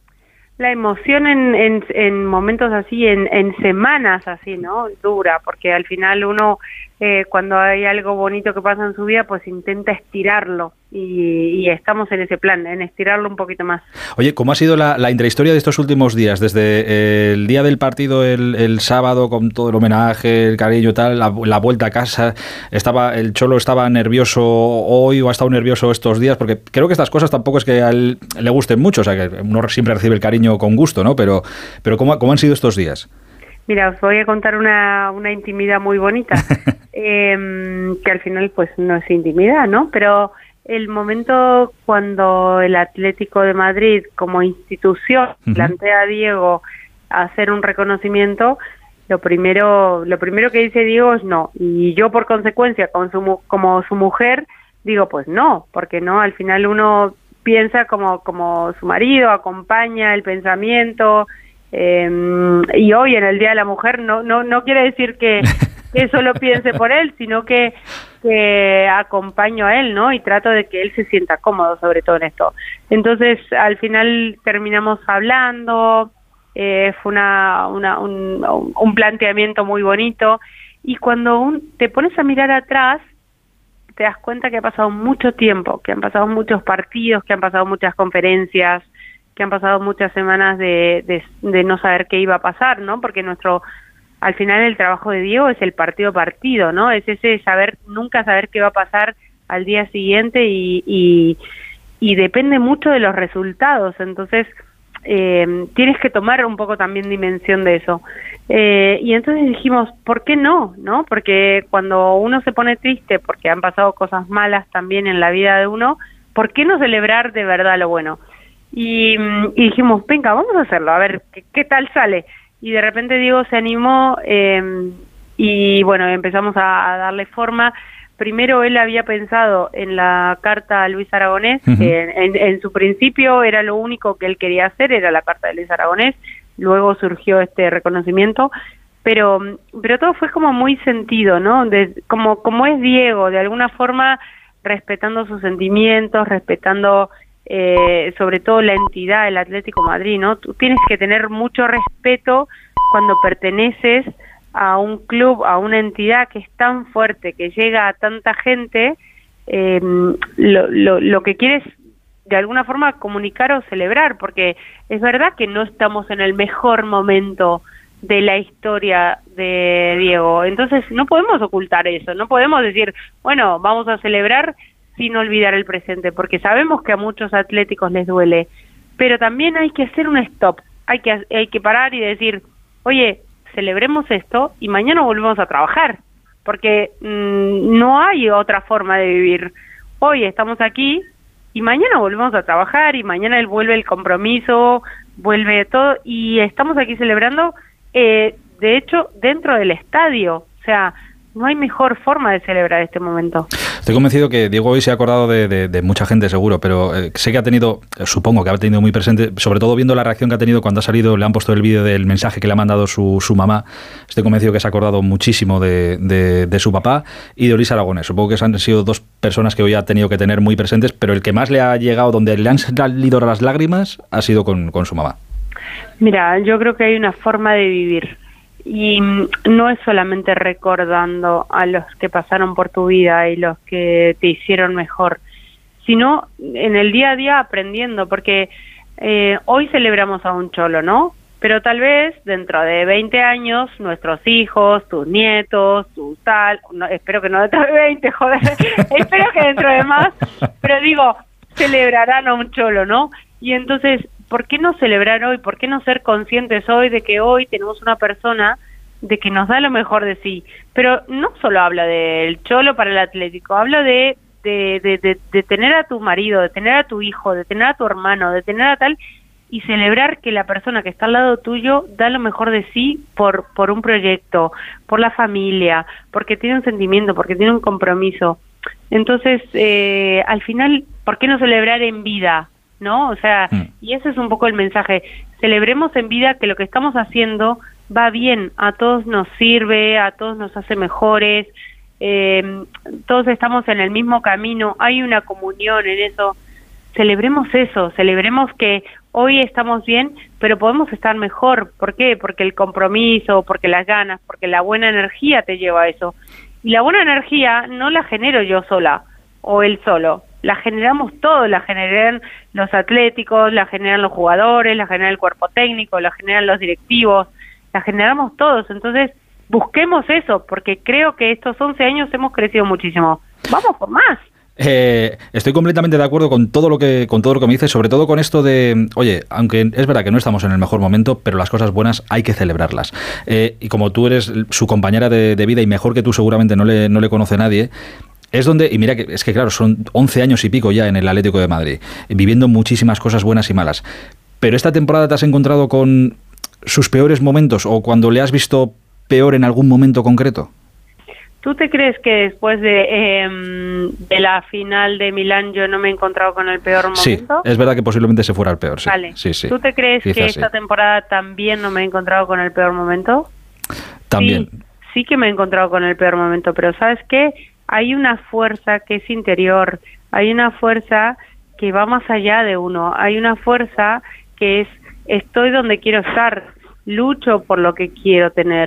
La emoción en, en, en momentos así, en, en semanas así, ¿no? Dura, porque al final uno eh, cuando hay algo bonito que pasa en su vida, pues intenta estirarlo. Y, y estamos en ese plan, en estirarlo un poquito más. Oye, ¿cómo ha sido la, la intrahistoria de estos últimos días? Desde eh, el día del partido, el, el sábado, con todo el homenaje, el cariño y tal, la, la vuelta a casa, estaba el Cholo estaba nervioso hoy o ha estado nervioso estos días, porque creo que estas cosas tampoco es que a él le gusten mucho, o sea, que uno siempre recibe el cariño con gusto, ¿no? Pero, pero ¿cómo, cómo han sido estos días? Mira, os voy a contar una, una intimidad muy bonita, eh, que al final pues no es intimidad, ¿no? Pero el momento cuando el Atlético de Madrid como institución uh-huh. plantea a Diego hacer un reconocimiento, lo primero lo primero que dice Diego es no, y yo por consecuencia con su, como su mujer digo pues no, porque no, al final uno piensa como, como su marido, acompaña el pensamiento. Eh, y hoy en el Día de la Mujer no no no quiere decir que, que solo piense por él, sino que, que acompaño a él, ¿no? Y trato de que él se sienta cómodo, sobre todo en esto. Entonces, al final terminamos hablando, eh, fue una, una un, un planteamiento muy bonito, y cuando un, te pones a mirar atrás, te das cuenta que ha pasado mucho tiempo, que han pasado muchos partidos, que han pasado muchas conferencias, que han pasado muchas semanas de, de, de no saber qué iba a pasar, ¿no? Porque nuestro, al final el trabajo de Diego es el partido a partido, ¿no? Es ese saber, nunca saber qué va a pasar al día siguiente y, y, y depende mucho de los resultados. Entonces, eh, tienes que tomar un poco también dimensión de eso. Eh, y entonces dijimos, ¿por qué no? ¿No? Porque cuando uno se pone triste, porque han pasado cosas malas también en la vida de uno, ¿por qué no celebrar de verdad lo bueno? Y, y dijimos, venga, vamos a hacerlo, a ver qué, qué tal sale. Y de repente Diego se animó eh, y bueno, empezamos a, a darle forma. Primero él había pensado en la carta a Luis Aragonés, uh-huh. que en, en, en su principio era lo único que él quería hacer, era la carta de Luis Aragonés. Luego surgió este reconocimiento, pero pero todo fue como muy sentido, ¿no? De, como como es Diego, de alguna forma respetando sus sentimientos, respetando Eh, sobre todo la entidad del Atlético de Madrid, ¿no? Tú tienes que tener mucho respeto cuando perteneces a un club, a una entidad que es tan fuerte, que llega a tanta gente. eh, lo, lo, lo que quieres de alguna forma comunicar o celebrar, porque es verdad que no estamos en el mejor momento de la historia de Diego, entonces no podemos ocultar eso, no podemos decir, bueno, vamos a celebrar sin olvidar el presente, porque sabemos que a muchos atléticos les duele, pero también hay que hacer un stop, hay que hay que parar y decir, oye, celebremos esto y mañana volvemos a trabajar, porque mmm, no hay otra forma de vivir. Hoy estamos aquí y mañana volvemos a trabajar y mañana él vuelve el compromiso, vuelve todo, y estamos aquí celebrando, eh, de hecho, dentro del estadio, o sea, no hay mejor forma de celebrar este momento. Estoy convencido que Diego hoy se ha acordado de, de, de mucha gente, seguro, pero eh, sé que ha tenido, eh, supongo que ha tenido muy presente, sobre todo viendo la reacción que ha tenido cuando ha salido, le han puesto el vídeo del mensaje que le ha mandado su, su mamá. Estoy convencido que se ha acordado muchísimo de, de, de su papá y de Luis Aragonés. Supongo que han sido dos personas que hoy ha tenido que tener muy presentes, pero el que más le ha llegado, donde le han salido las lágrimas, ha sido con, con su mamá. Mira, yo creo que hay una forma de vivir. Y no es solamente recordando a los que pasaron por tu vida y los que te hicieron mejor, sino en el día a día aprendiendo, porque eh, hoy celebramos a un cholo, ¿no? Pero tal vez dentro de veinte años, nuestros hijos, tus nietos, tu tal, no, espero que no dentro de veinte, joder, espero que dentro de más, pero digo, celebrarán a un cholo, ¿no? Y entonces, ¿por qué no celebrar hoy? ¿Por qué no ser conscientes hoy de que hoy tenemos una persona de que nos da lo mejor de sí? Pero no solo hablo del cholo para el Atlético, hablo de, de, de, de, de tener a tu marido, de tener a tu hijo, de tener a tu hermano, de tener a tal, y celebrar que la persona que está al lado tuyo da lo mejor de sí por, por un proyecto, por la familia, porque tiene un sentimiento, porque tiene un compromiso. Entonces, eh, al final, ¿por qué no celebrar en vida? ¿No? O sea, mm. y ese es un poco el mensaje. Celebremos en vida que lo que estamos haciendo va bien, a todos nos sirve, a todos nos hace mejores, eh, todos estamos en el mismo camino, hay una comunión en eso. Celebremos eso, celebremos que hoy estamos bien, pero podemos estar mejor. ¿Por qué? Porque el compromiso, porque las ganas, porque la buena energía te lleva a eso. Y la buena energía no la genero yo sola o él solo, la generamos todos, la generan los atléticos, la generan los jugadores, la genera el cuerpo técnico, la generan los directivos, la generamos todos. Entonces, busquemos eso, porque creo que estos once años hemos crecido muchísimo. Vamos por más. Eh, estoy completamente de acuerdo con todo lo que con todo lo que me dices, sobre todo con esto de, oye, aunque es verdad que no estamos en el mejor momento, pero las cosas buenas hay que celebrarlas. Eh, y como tú eres su compañera de, de vida y mejor que tú seguramente no le, no le conoce nadie, es donde, y mira que es que claro, son once años y pico ya en el Atlético de Madrid, viviendo muchísimas cosas buenas y malas. Pero esta temporada te has encontrado con sus peores momentos o cuando le has visto peor en algún momento concreto. ¿Tú te crees que después de, eh, de la final de Milán yo no me he encontrado con el peor momento? Sí, es verdad que posiblemente se fuera el peor, sí. Vale. Sí, sí. ¿Tú te crees Quizás que sí. esta temporada también no me he encontrado con el peor momento? También. Sí, sí que me he encontrado con el peor momento, pero ¿sabes qué? Hay una fuerza que es interior, hay una fuerza que va más allá de uno, hay una fuerza que es estoy donde quiero estar, lucho por lo que quiero tener.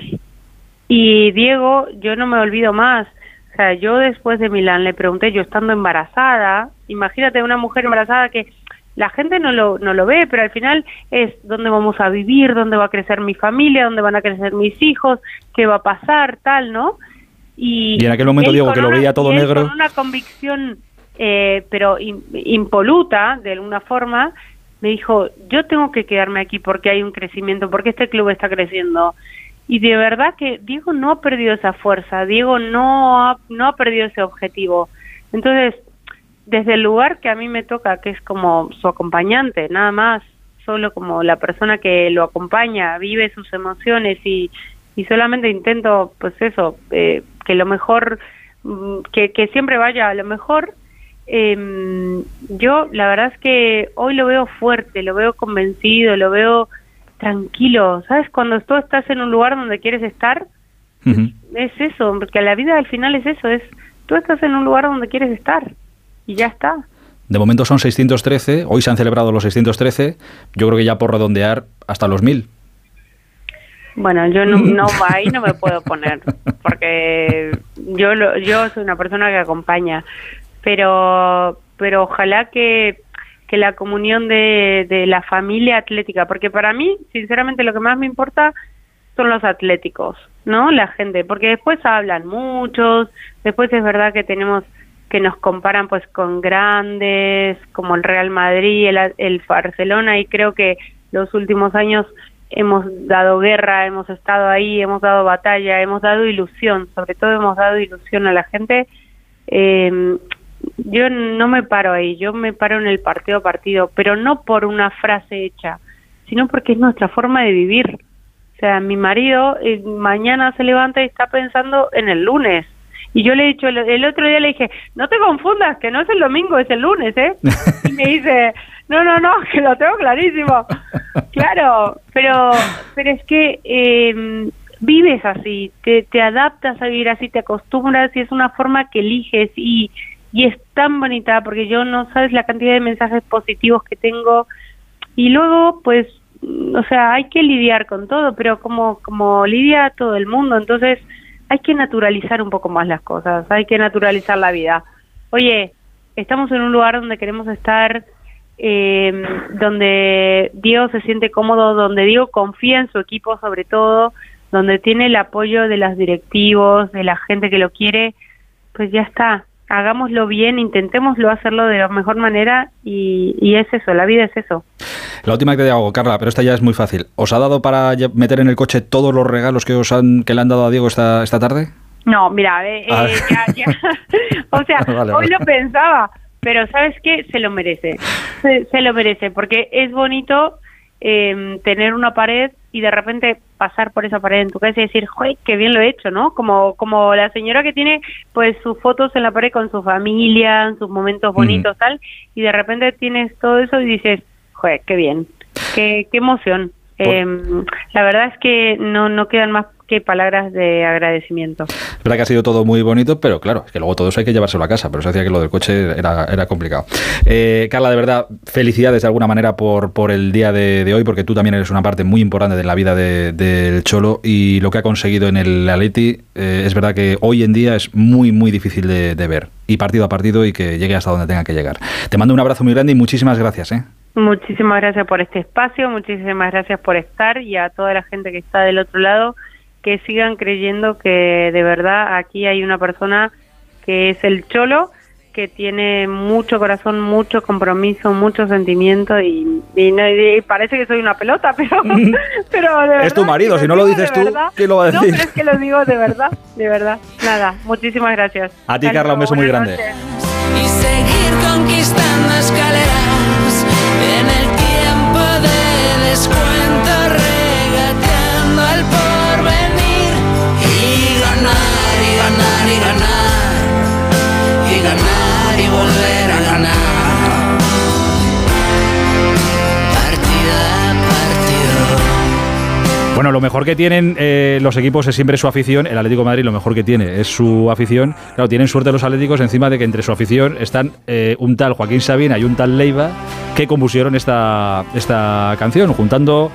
Y Diego, yo no me olvido más, o sea, yo después de Milán le pregunté, yo estando embarazada, imagínate una mujer embarazada que la gente no lo, no lo ve, pero al final es dónde vamos a vivir, dónde va a crecer mi familia, dónde van a crecer mis hijos, qué va a pasar, tal, ¿no? Y, y en aquel momento, Diego, que lo una, veía todo negro. Con una convicción, eh, pero in, impoluta, de alguna forma, me dijo, yo tengo que quedarme aquí porque hay un crecimiento, porque este club está creciendo. Y de verdad que Diego no ha perdido esa fuerza, Diego no ha, no ha perdido ese objetivo. Entonces, desde el lugar que a mí me toca, que es como su acompañante, nada más, solo como la persona que lo acompaña, vive sus emociones y, y solamente intento, pues eso, eh, que lo mejor, que, que siempre vaya a lo mejor. Eh, yo la verdad es que hoy lo veo fuerte, lo veo convencido, lo veo tranquilo, ¿sabes? Cuando tú estás en un lugar donde quieres estar, uh-huh. es eso, porque la vida al final es eso, es tú estás en un lugar donde quieres estar y ya está. De momento son seiscientos trece, hoy se han celebrado los seiscientos trece, yo creo que ya por redondear hasta los mil. Bueno, yo no, no ahí no me puedo poner, porque yo lo, yo soy una persona que acompaña, pero pero ojalá que que la comunión de, de la familia atlética, porque para mí, sinceramente, lo que más me importa son los atléticos, ¿no? La gente, porque después hablan muchos, después es verdad que tenemos, que nos comparan pues con grandes, como el Real Madrid, el, el Barcelona, y creo que los últimos años hemos dado guerra, hemos estado ahí, hemos dado batalla, hemos dado ilusión, sobre todo hemos dado ilusión a la gente. eh, Yo no me paro ahí, yo me paro en el partido a partido, pero no por una frase hecha, sino porque es nuestra forma de vivir. O sea, mi marido eh, mañana se levanta y está pensando en el lunes. Y yo le he dicho, el, el otro día le dije, no te confundas, que no es el domingo, es el lunes, ¿eh? Y me dice, no, no, no, que lo tengo clarísimo. Claro, pero, pero es que eh, vives así, te, te adaptas a vivir así, te acostumbras y es una forma que eliges y... Y es tan bonita porque yo no sabes la cantidad de mensajes positivos que tengo. Y luego, pues, o sea, hay que lidiar con todo, pero como, como lidia todo el mundo. Entonces, hay que naturalizar un poco más las cosas, hay que naturalizar la vida. Oye, estamos en un lugar donde queremos estar, eh, donde Diego se siente cómodo, donde Diego confía en su equipo sobre todo, donde tiene el apoyo de los directivos, de la gente que lo quiere, pues ya está. Hagámoslo bien, intentémoslo hacerlo de la mejor manera y, y es eso, la vida es eso. La última que te hago, Carla, pero esta ya es muy fácil. ¿Os ha dado para meter en el coche todos los regalos que os han que le han dado a Diego esta, esta tarde? No, mira, eh, eh, ya, ya. O sea, vale, hoy vale. Lo pensaba, pero ¿sabes qué? Se lo merece, se, se lo merece, porque es bonito eh, tener una pared y de repente pasar por esa pared en tu casa y decir, ¡joder, qué bien lo he hecho!, ¿no? Como como la señora que tiene pues sus fotos en la pared con su familia, en sus momentos bonitos, mm. tal, y de repente tienes todo eso y dices, ¡joder, qué bien! ¡Qué, qué emoción! Eh, la verdad es que no no quedan más qué palabras de agradecimiento. Es verdad que ha sido todo muy bonito, pero claro, es que luego todo eso hay que llevárselo a casa, pero se decía que lo del coche era, era complicado. Eh, Carla, de verdad, felicidades de alguna manera por, por el día de, de hoy, porque tú también eres una parte muy importante de la vida de, del Cholo, y lo que ha conseguido en el Atleti, eh, es verdad que hoy en día es muy, muy difícil de, de ver, y partido a partido, y que llegue hasta donde tenga que llegar. Te mando un abrazo muy grande y muchísimas gracias, ¿eh? Muchísimas gracias por este espacio, muchísimas gracias por estar, y a toda la gente que está del otro lado, que sigan creyendo que de verdad aquí hay una persona que es el Cholo, que tiene mucho corazón, mucho compromiso, mucho sentimiento, y, y, no, y parece que soy una pelota, pero, pero de verdad, es tu marido, si no lo dices tú, verdad, ¿quién lo va a decir? No, pero es que lo digo de verdad, de verdad. Nada, muchísimas gracias. A ti, Carla, un beso muy grande. Y seguir conquistando escaleras en el tiempo de descuento, regateando al porvenir, y ganar, y ganar, y ganar, y ganar, y volver a ganar, partido a partido. Bueno, lo mejor que tienen eh, los equipos es siempre su afición. El Atlético de Madrid lo mejor que tiene es su afición. Claro, tienen suerte los atléticos encima de que entre su afición están eh, un tal Joaquín Sabina y un tal Leiva, que compusieron esta, esta canción, juntando,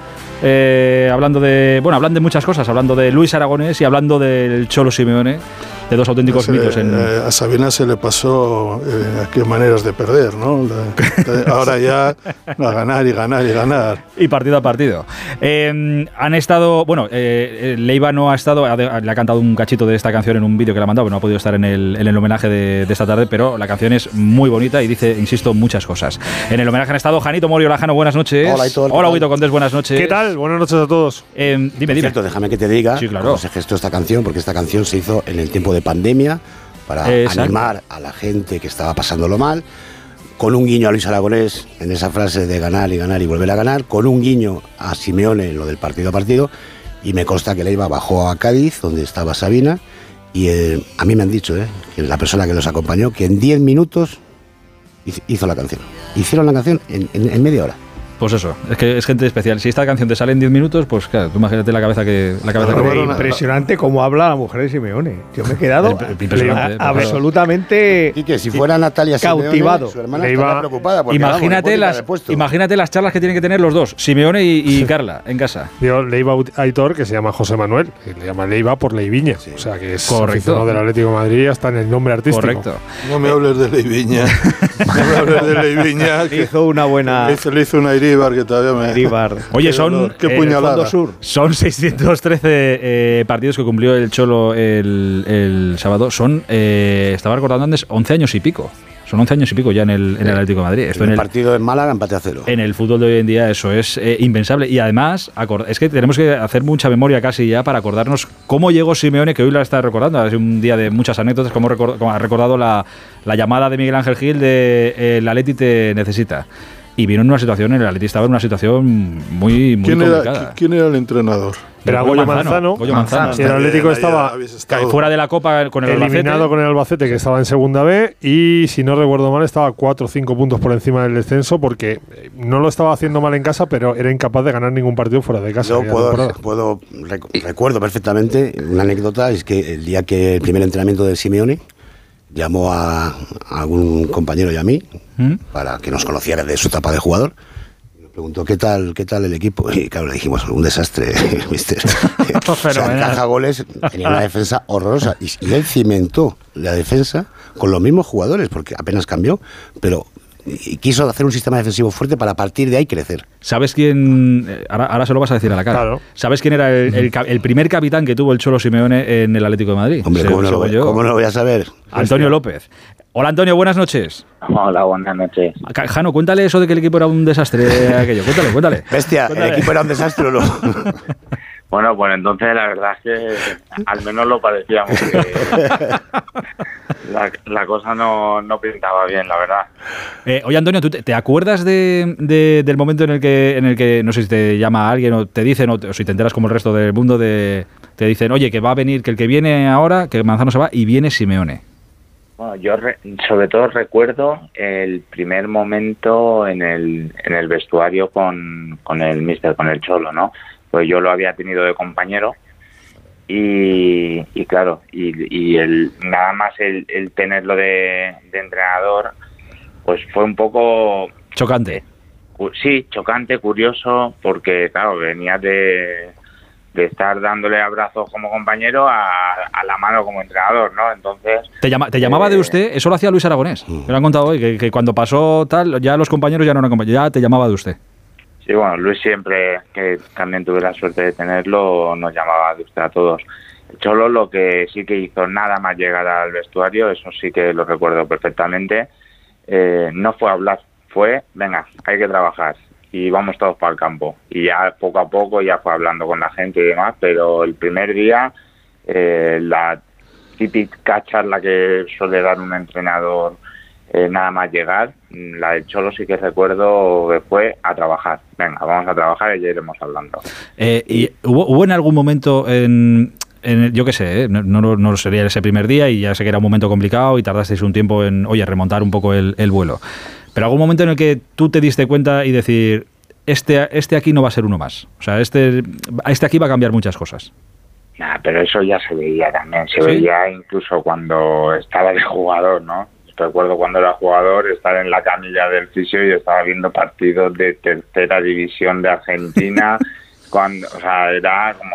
eh, hablando de, bueno, hablan de muchas cosas, hablando de Luis Aragonés y hablando del Cholo Simeone, de dos auténticos se mitos. Le, En... eh, a Sabina se le pasó eh, qué maneras de perder, ¿no? La, ahora ya a ganar y ganar y ganar. Y partido a partido. Eh, han estado, bueno, eh, Leiva no ha estado, ha, le ha cantado un cachito de esta canción en un vídeo que le ha mandado, pero no ha podido estar en el, en el homenaje de, de esta tarde, pero la canción es muy bonita y dice, insisto, muchas cosas. En el homenaje han estado Janito Morio Lajano, buenas noches. Hola, Hitor. Hola, Huito Condés, buenas noches. ¿Qué tal? Buenas noches a todos. Eh, dime, Por dime. cierto, déjame que te diga sí, claro. cómo se gestó esta canción, porque esta canción se hizo en el tiempo de pandemia para Exacto. animar a la gente que estaba pasándolo mal, con un guiño a Luis Aragonés en esa frase de ganar y ganar y volver a ganar, con un guiño a Simeone en lo del partido a partido, y me consta que Leiva bajó a Cádiz, donde estaba Sabina, y eh, a mí me han dicho, eh, que la persona que los acompañó, que en diez minutos hizo la canción. Hicieron la canción en, en, en media hora. Pues eso, es que es gente especial. Si esta canción te sale en diez minutos, pues claro, tú imagínate la cabeza que la cabeza no, que no, impresionante cómo habla la mujer de Simeone. Yo me he quedado impresionante, a, absolutamente y que si fuera Natalia Simeone, cautivado. Su hermana estaría preocupada porque, imagínate, vamos, las, imagínate las charlas que tienen que tener los dos, Simeone y, y Carla, en casa. Yo, Leiva Aitor, que se llama José Manuel, que le llama Leiva por Leiviña, sí. O sea que es correcto del Atlético de Madrid hasta en el nombre artístico. Correcto. No me hables de Leiviña. No me hables de Leiviña. Que hizo una buena. Le hizo, le hizo una Iríbar que todavía me. Iríbar. Oye, son. Qué puñalada. Eh, sur. Son seiscientos trece eh, partidos que cumplió el Cholo el, el sábado. Son, eh, estaba recordando antes, once años y pico. Son once años y pico ya en el, en el Atlético de Madrid. Esto en el, en el partido en Málaga, empate a cero. En el fútbol de hoy en día eso es eh, impensable. Y además, es que tenemos que hacer mucha memoria casi ya para acordarnos cómo llegó Simeone, que hoy la está recordando. Ha sido un día de muchas anécdotas, como, record, como ha recordado la, la llamada de Miguel Ángel Gil de eh, el Atleti te necesita. Y vino en una situación, el Atleti estaba en una situación muy, muy ¿Quién complicada. Era, ¿Quién era el entrenador? Era Goyo Manzano. Goyo Manzano. Y el Atlético estaba fuera de la Copa con el eliminado Albacete. con el Albacete, que estaba en segunda B, y si no recuerdo mal estaba cuatro o cinco puntos por encima del descenso, porque no lo estaba haciendo mal en casa, pero era incapaz de ganar ningún partido fuera de casa. Yo puedo, puedo rec recuerdo perfectamente una anécdota, es que el día que el primer entrenamiento de Simeone llamó a, a algún compañero y a mí ¿Mm? para que nos conociera de su etapa de jugador. Nos preguntó qué tal, qué tal el equipo. Y claro, le dijimos, un desastre, mister. O sea, encaja goles, tenía una defensa horrorosa. Y, y él cimentó la defensa con los mismos jugadores, porque apenas cambió, pero y quiso hacer un sistema defensivo fuerte para a partir de ahí crecer. ¿Sabes quién? Ahora, ahora se lo vas a decir a la cara. Claro. ¿Sabes quién era el, el, el primer capitán que tuvo el Cholo Simeone en el Atlético de Madrid? Hombre, ¿cómo no, lo voy, ¿cómo no lo voy a saber? Antonio López. Hola Antonio, buenas noches. Hola, buenas noches. Jano, cuéntale eso de que el equipo era un desastre aquello. Cuéntale, cuéntale. Bestia, cuéntale. ¿El equipo era un desastre o no? Bueno, pues entonces la verdad es que al menos lo parecíamos. Que la, la cosa no, no pintaba bien, la verdad. Eh, oye Antonio, ¿tú te, te acuerdas de, de, del momento en el que en el que no sé si te llama alguien o te dicen o, o si te enteras como el resto del mundo de te dicen, oye, que va a venir, que el que viene ahora, que Manzano se va y viene Simeone? Bueno, yo re, sobre todo recuerdo el primer momento en el en el vestuario con, con el míster, con el Cholo, ¿no? Pues yo lo había tenido de compañero y, y claro, y, y el nada más el, el tenerlo de, de entrenador, pues fue un poco... Chocante. Eh, cu- sí, chocante, curioso, porque claro, venía de, de estar dándole abrazos como compañero a, a la mano como entrenador, ¿no? Entonces... ¿Te, llama, te llamaba eh, de usted? Eso lo hacía Luis Aragonés. Me lo han contado hoy, que, que cuando pasó tal, ya los compañeros ya no eran compañeros, ya te llamaba de usted. Sí, bueno, Luis siempre, que también tuve la suerte de tenerlo, nos llamaba de usted a todos. El Cholo lo que sí que hizo nada más llegar al vestuario, eso sí que lo recuerdo perfectamente, eh, no fue a hablar, fue, venga, hay que trabajar y vamos todos para el campo. Y ya poco a poco ya fue hablando con la gente y demás, pero el primer día, eh, la típica charla que suele dar un entrenador eh, nada más llegar, la del Cholo sí que recuerdo que fue a trabajar. Venga, vamos a trabajar y ya iremos hablando. Eh, ¿Y hubo, hubo en algún momento en... En, yo qué sé, ¿eh? no, no, no sería ese primer día y ya sé que era un momento complicado y tardasteis un tiempo en, oye, remontar un poco el, el vuelo. Pero algún momento en el que tú te diste cuenta y decir, este, este aquí no va a ser uno más. O sea, este, este aquí va a cambiar muchas cosas. Nah, pero eso ya se veía también. Se ¿Sí? veía incluso cuando estaba de jugador, ¿no? Recuerdo cuando era jugador estar en la camilla del fisio y estaba viendo partidos de tercera división de Argentina. cuando, o sea, era como...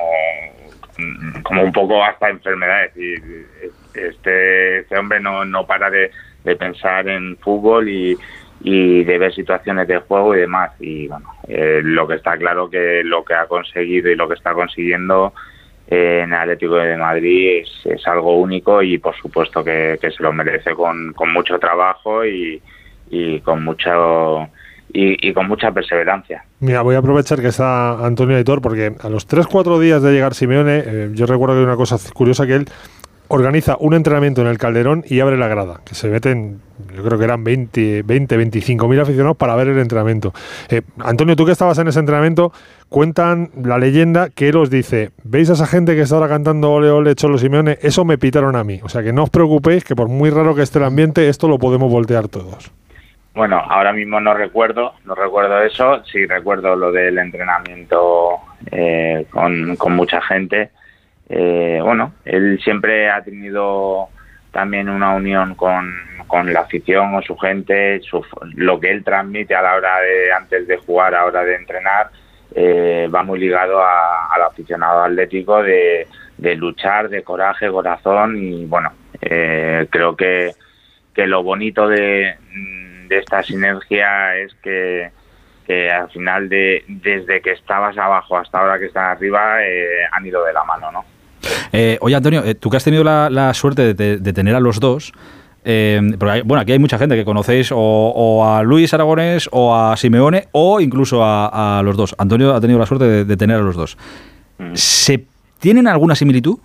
como un poco hasta enfermedad, es decir, este, este hombre no, no para de, de pensar en fútbol y, y de ver situaciones de juego y demás, y bueno, eh, lo que está claro que lo que ha conseguido y lo que está consiguiendo eh, en Atlético de Madrid es, es algo único y por supuesto que, que se lo merece con, con mucho trabajo y, y con mucho... Y, y con mucha perseverancia. Mira, voy a aprovechar que está Antonio Aitor, porque a los tres cuatro días de llegar Simeone, eh, yo recuerdo que hay una cosa curiosa, que él organiza un entrenamiento en el Calderón y abre la grada, que se meten, yo creo que eran veinte, veinticinco mil aficionados para ver el entrenamiento. Eh, Antonio, tú que estabas en ese entrenamiento, cuentan la leyenda que él os dice, ¿veis a esa gente que está ahora cantando ole ole Cholo Simeone? Eso me pitaron a mí. O sea, que no os preocupéis, que por muy raro que esté el ambiente, esto lo podemos voltear todos. Bueno, ahora mismo no recuerdo, no recuerdo eso, sí recuerdo lo del entrenamiento eh, con, con mucha gente. Eh, bueno, él siempre ha tenido también una unión con, con la afición, con su gente, su, lo que él transmite a la hora de, antes de jugar, a la hora de entrenar, eh, va muy ligado a, al aficionado atlético de, de luchar, de coraje, corazón y bueno, eh, creo que, que lo bonito de... de esta sinergia es que, que al final de desde que estabas abajo hasta ahora que estás arriba eh, han ido de la mano, ¿no? Eh, oye, Antonio, eh, tú que has tenido la, la suerte de, de tener a los dos, eh, porque hay, bueno, aquí hay mucha gente que conocéis o, o a Luis Aragonés o a Simeone o incluso a, a los dos. Antonio ha tenido la suerte de, de tener a los dos. Mm. ¿Se tienen alguna similitud?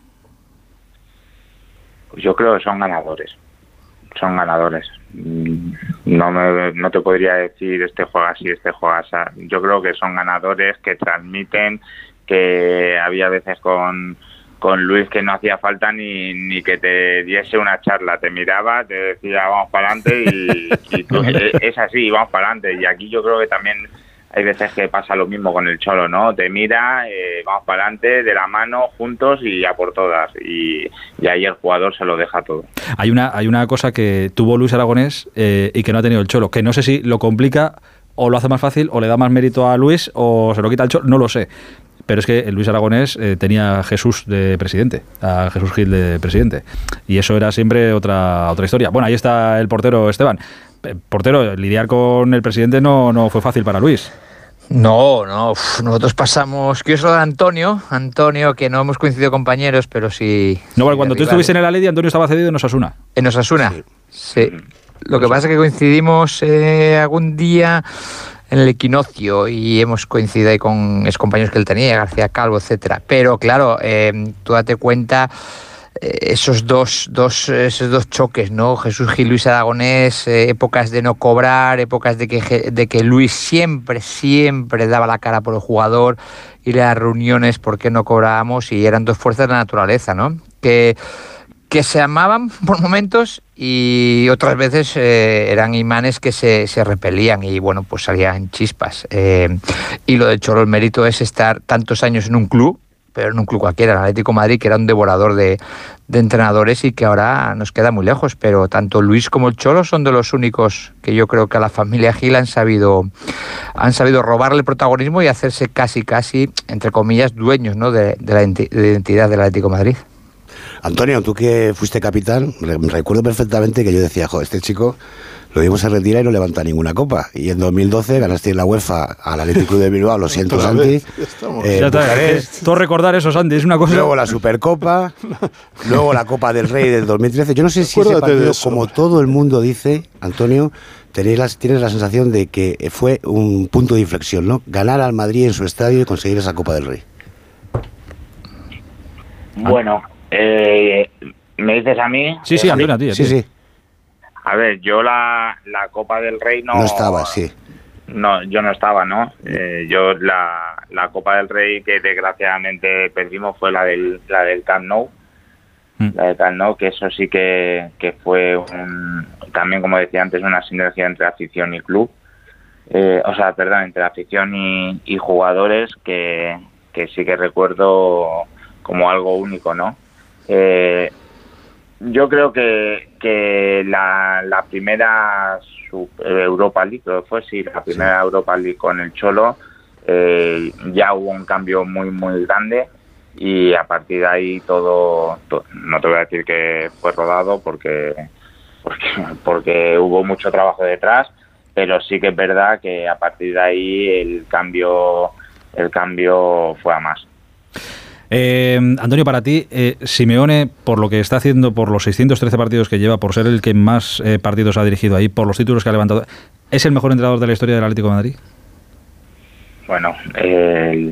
Pues yo creo que son ganadores. Son ganadores. No me, no te podría decir este juega así, este juega así. Yo creo que son ganadores que transmiten, que había veces con, con Luis que no hacía falta ni, ni que te diese una charla, te miraba, te decía vamos para adelante y, y tú, es así, vamos para adelante. Y aquí yo creo que también hay veces que pasa lo mismo con el Cholo, ¿no? Te mira, eh, vamos para adelante, de la mano, juntos y a por todas. Y, y ahí el jugador se lo deja todo. Hay una, hay una cosa que tuvo Luis Aragonés eh, y que no ha tenido el Cholo, que no sé si lo complica o lo hace más fácil o le da más mérito a Luis o se lo quita al Cholo, no lo sé. Pero es que Luis Aragonés eh, tenía a Jesús de presidente, a Jesús Gil de presidente. Y eso era siempre otra, otra historia. Bueno, ahí está el portero Esteban. Portero, lidiar con el presidente no, no fue fácil para Luis. No, no, uf, nosotros pasamos... Quiero saludar a Antonio, Antonio, que no hemos coincidido compañeros, pero sí... No, bueno, cuando tú estuviste en el Atleti, Antonio estaba cedido en Osasuna. ¿En Osasuna? Sí. sí. Lo que pasa es que coincidimos eh, algún día en el equinoccio y hemos coincidido ahí con excompañeros que él tenía, García Calvo, etcétera. Pero claro, eh, tú date cuenta... esos dos, dos, esos dos choques, ¿no? Jesús Gil, Luis Aragonés, eh, épocas de no cobrar, épocas de que, de que Luis siempre, siempre daba la cara por el jugador, ir a las reuniones porque no cobrábamos y eran dos fuerzas de la naturaleza, ¿no? Que, que se amaban por momentos y otras veces eh, eran imanes que se, se repelían y bueno, pues salían chispas. Eh, y lo de Cholo, el mérito es estar tantos años en un club, pero en un club cualquiera, el Atlético de Madrid, que era un devorador de, de entrenadores y que ahora nos queda muy lejos, pero tanto Luis como el Cholo son de los únicos que yo creo que a la familia Gil han sabido, han sabido robarle protagonismo y hacerse casi, casi, entre comillas, dueños, ¿no?, de, de la identidad del Atlético de Madrid. Antonio, tú que fuiste capitán, recuerdo perfectamente que yo decía, joder, este chico lo vimos a retirar y no levanta ninguna copa. Y en dos mil doce ganaste en la UEFA al Atlético de Bilbao, lo siento, Santi. Eh, ya está, es, todo recordar eso, Santi, es una cosa... Luego la Supercopa, luego la Copa del Rey del dos mil trece. Yo no sé si ese partido, como todo el mundo dice, Antonio, tenéis la, tienes la sensación de que fue un punto de inflexión, ¿no? Ganar al Madrid en su estadio y conseguir esa Copa del Rey. Bueno, eh, ¿me dices a mí? Sí, sí, Antonio, a ti. A ti. Sí, sí. A ver, yo la, la Copa del Rey no... No estaba, sí. No, yo no estaba, ¿no? Eh, yo la, la Copa del Rey que desgraciadamente perdimos fue la del, la del Camp Nou. Mm. La del Camp Nou, que eso sí que, que fue un, también, como decía antes, una sinergia entre afición y club. Eh, o sea, perdón, entre afición y, y jugadores que, que sí que recuerdo como algo único, ¿no? Eh, Yo creo que, que la, la primera Europa League, creo que fue, sí, la primera sí. Europa League con el Cholo, eh, ya hubo un cambio muy, muy grande y a partir de ahí todo, todo, no te voy a decir que fue rodado porque, porque, porque hubo mucho trabajo detrás, pero sí que es verdad que a partir de ahí el cambio, el cambio fue a más. Eh, Antonio, para ti, eh, Simeone, por lo que está haciendo, por los seiscientos trece partidos que lleva, por ser el que más eh, partidos ha dirigido ahí, por los títulos que ha levantado, ¿es el mejor entrenador de la historia del Atlético de Madrid? Bueno, eh,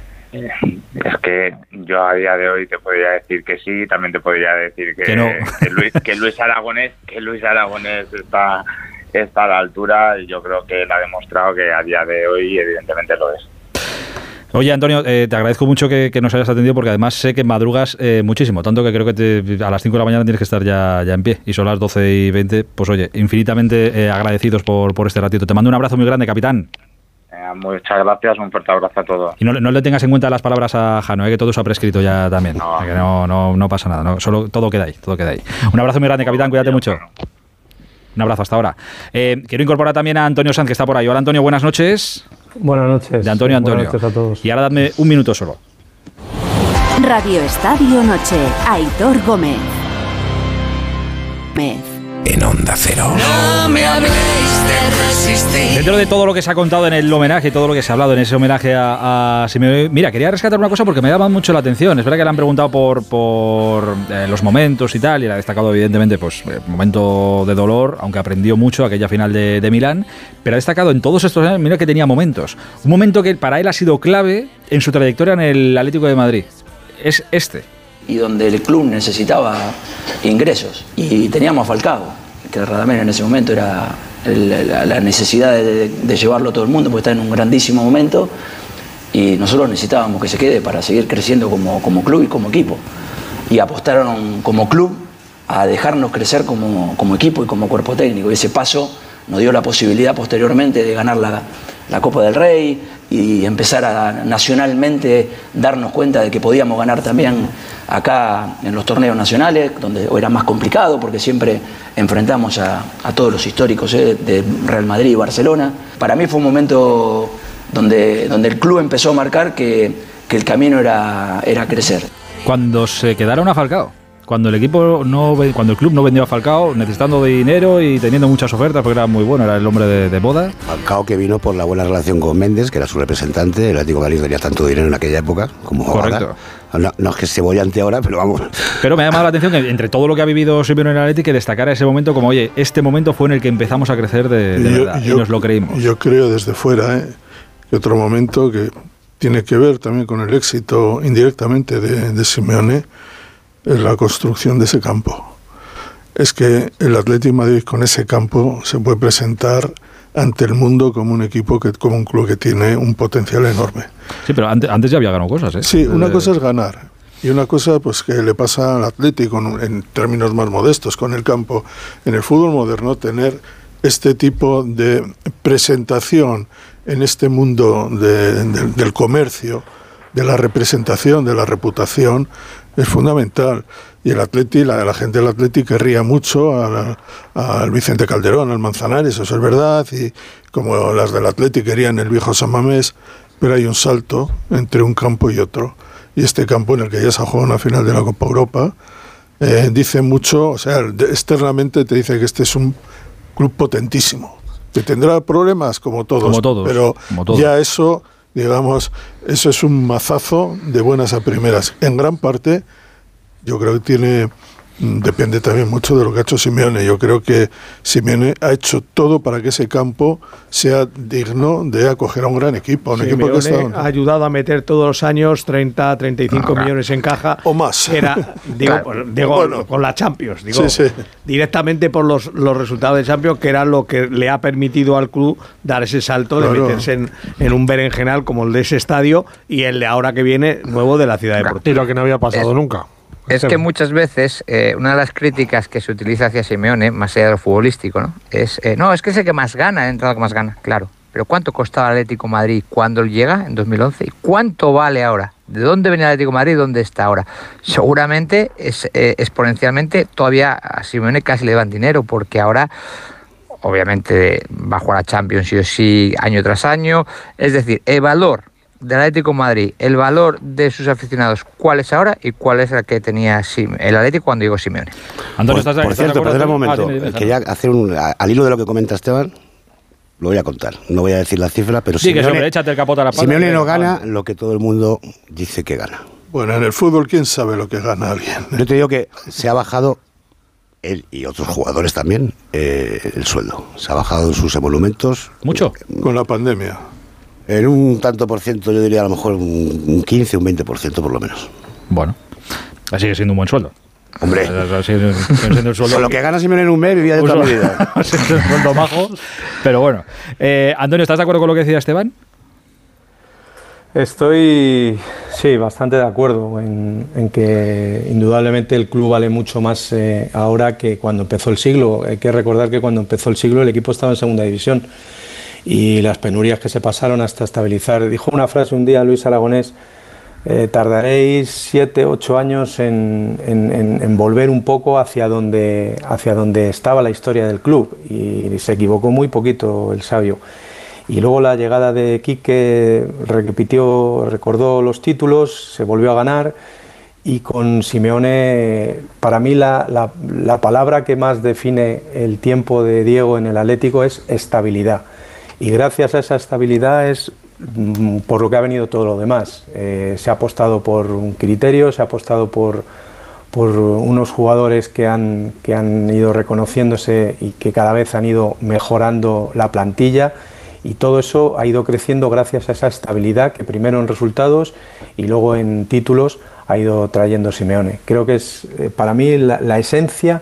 es que yo a día de hoy te podría decir que sí, también te podría decir que, que, no. que, Luis, que Luis Aragonés, que Luis Aragonés está, está a la altura y yo creo que él ha demostrado que a día de hoy evidentemente lo es. Oye, Antonio, eh, te agradezco mucho que, que nos hayas atendido porque además sé que madrugas eh, muchísimo, tanto que creo que te, a las cinco de la mañana tienes que estar ya, ya en pie y son las doce y veinte. Pues oye, infinitamente eh, agradecidos por, por este ratito. Te mando un abrazo muy grande, capitán. Eh, muchas gracias, un fuerte abrazo a todos. Y no, no le tengas en cuenta las palabras a Jano, eh, que todo se ha prescrito ya también. No, que no, no, no pasa nada, no, solo todo queda ahí, todo queda ahí. Un abrazo muy grande, capitán, cuídate mucho. Un abrazo hasta ahora. Eh, quiero incorporar también a Antonio Sanz, que está por ahí. Hola, Antonio, buenas noches. Buenas noches. De Antonio a Antonio. Buenas noches a todos. Y ahora dadme un minuto solo. Radio Estadio Noche, Aitor Gómez. Gómez. En Onda Cero. No me habléis de resistir. Dentro de todo lo que se ha contado en el homenaje, todo lo que se ha hablado en ese homenaje a, a Simeone, mira, quería rescatar una cosa porque me daba mucho la atención. Es verdad que le han preguntado por, por eh, los momentos y tal, y le ha destacado evidentemente pues el momento de dolor, aunque aprendió mucho aquella final de, de Milán, pero ha destacado en todos estos años, mira que tenía momentos. Un momento que para él ha sido clave en su trayectoria en el Atlético de Madrid. Es este. Y donde el club necesitaba ingresos. Y teníamos a Falcao, que Radamel en ese momento era el, la, la necesidad de, de llevarlo a todo el mundo, porque está en un grandísimo momento. Y nosotros necesitábamos que se quede para seguir creciendo como, como club y como equipo. Y apostaron como club a dejarnos crecer como, como equipo y como cuerpo técnico. Y ese paso nos dio la posibilidad posteriormente de ganar la, la Copa del Rey y empezar a nacionalmente darnos cuenta de que podíamos ganar también acá en los torneos nacionales, donde era más complicado porque siempre enfrentamos a, a todos los históricos ¿eh? de Real Madrid y Barcelona. Para mí fue un momento donde, donde el club empezó a marcar que, que el camino era, era crecer. Cuando se quedaron a Falcao, cuando el equipo no, cuando el club no vendió a Falcao, necesitando dinero y teniendo muchas ofertas porque era muy bueno, era el hombre de, de moda. Falcao, que vino por la buena relación con Méndez, que era su representante. El Atlético de Madrid tenía tanto dinero en aquella época como Correcto. ahora. No, no es que se bollante ahora, pero vamos. Pero me ha llamado la atención que entre todo lo que ha vivido Simeone en el Atlético, que destacara ese momento como, oye, este momento fue en el que empezamos a crecer de, de yo, verdad, yo, y nos lo creímos. Yo creo desde fuera, ¿eh? que otro momento que tiene que ver también con el éxito indirectamente de, de Simeone es la construcción de ese campo. Es que el Atlético de Madrid con ese campo se puede presentar ante el mundo como un equipo, que como un club que tiene un potencial enorme. Sí, pero antes, antes ya había ganado cosas, ¿eh? Sí, una cosa es ganar y una cosa pues que le pasa al Atlético en términos más modestos con el campo. En el fútbol moderno tener este tipo de presentación en este mundo de, de, del comercio de la representación, de la reputación, es fundamental. Y el Atleti, la, la gente del Atleti querría mucho al, al Vicente Calderón, al Manzanares, eso es verdad, y como las del Atleti querían el viejo San Mamés, pero hay un salto entre un campo y otro. Y este campo en el que ya se ha jugado una final de la Copa Europa, eh, dice mucho, o sea, externamente te dice que este es un club potentísimo, que tendrá problemas como todos, como todos pero como todos. Ya eso, digamos, eso es un mazazo de buenas a primeras. En gran parte, yo creo que tiene, depende también mucho de lo que ha hecho Simeone. Yo creo que Simeone ha hecho todo para que ese campo sea digno de acoger a un gran equipo. Un equipo que está, ha ayudado a meter todos los años treinta, treinta y cinco ah, millones en caja. O más. Era, digo, claro. digo bueno. con la Champions. Digo, sí, sí. Directamente por los, los resultados de Champions, que era lo que le ha permitido al club dar ese salto claro. de meterse en, en un berenjenal como el de ese estadio y el de ahora que viene nuevo de la Ciudad Deportiva. Y lo que no había pasado es, nunca. Es que muchas veces eh, una de las críticas que se utiliza hacia Simeone, más allá de lo futbolístico, ¿no? Es, eh, no, es que es el que más gana, el que más gana, claro. Pero ¿cuánto costaba el Atlético de Madrid cuando él llega, en dos mil once? ¿Y cuánto vale ahora? ¿De dónde venía el Atlético de Madrid y dónde está ahora? Seguramente, es, eh, exponencialmente, todavía a Simeone casi le dan dinero, porque ahora, obviamente, va a jugar a Champions sí o sí, año tras año. Es decir, el valor del Atlético de Madrid, el valor de sus aficionados, ¿cuál es ahora y cuál es el que tenía el Atlético cuando llegó Simeone? Antonio, ¿estás, por, por ¿estás cierto, perdón un momento, ah, dime, dime, quería hacer un, al hilo de lo que comenta Esteban, lo voy a contar, no voy a decir la cifra, pero sí, Simeone, que sobre, échate el capote a la pata, Simeone no gana lo que todo el mundo dice que gana. Bueno, en el fútbol, ¿quién sabe lo que gana alguien? Yo te digo que se ha bajado, él y otros jugadores también, eh, el sueldo. Se ha bajado en sus emolumentos. ¿Mucho? Con la pandemia. En un tanto por ciento, yo diría a lo mejor un quince, un veinte por ciento por lo menos. Bueno, sigue siendo un buen sueldo. Hombre, sigue siendo el sueldo. Con lo que gana Simeone en un mes, vivía de toda mi vida. Es un sueldo majo, pero bueno. Eh, Antonio, ¿estás de acuerdo con lo que decía Esteban? Estoy, sí, bastante de acuerdo en, en que indudablemente el club vale mucho más eh, ahora que cuando empezó el siglo. Hay que recordar que cuando empezó el siglo el equipo estaba en segunda división. Y las penurias que se pasaron hasta estabilizar. Dijo una frase un día Luis Aragonés, eh, tardaréis siete, ocho años en, en, en, en volver un poco hacia donde, hacia donde estaba la historia del club. Y se equivocó muy poquito el sabio. Y luego la llegada de Quique repitió, recordó los títulos, se volvió a ganar. Y con Simeone, para mí la, la, la palabra que más define el tiempo de Diego en el Atlético es estabilidad. Y gracias a esa estabilidad es por lo que ha venido todo lo demás. Eh, se ha apostado por un criterio, se ha apostado por, por unos jugadores que han, que han ido reconociéndose y que cada vez han ido mejorando la plantilla, y todo eso ha ido creciendo gracias a esa estabilidad que primero en resultados y luego en títulos ha ido trayendo Simeone. Creo que es eh, para mí la, la esencia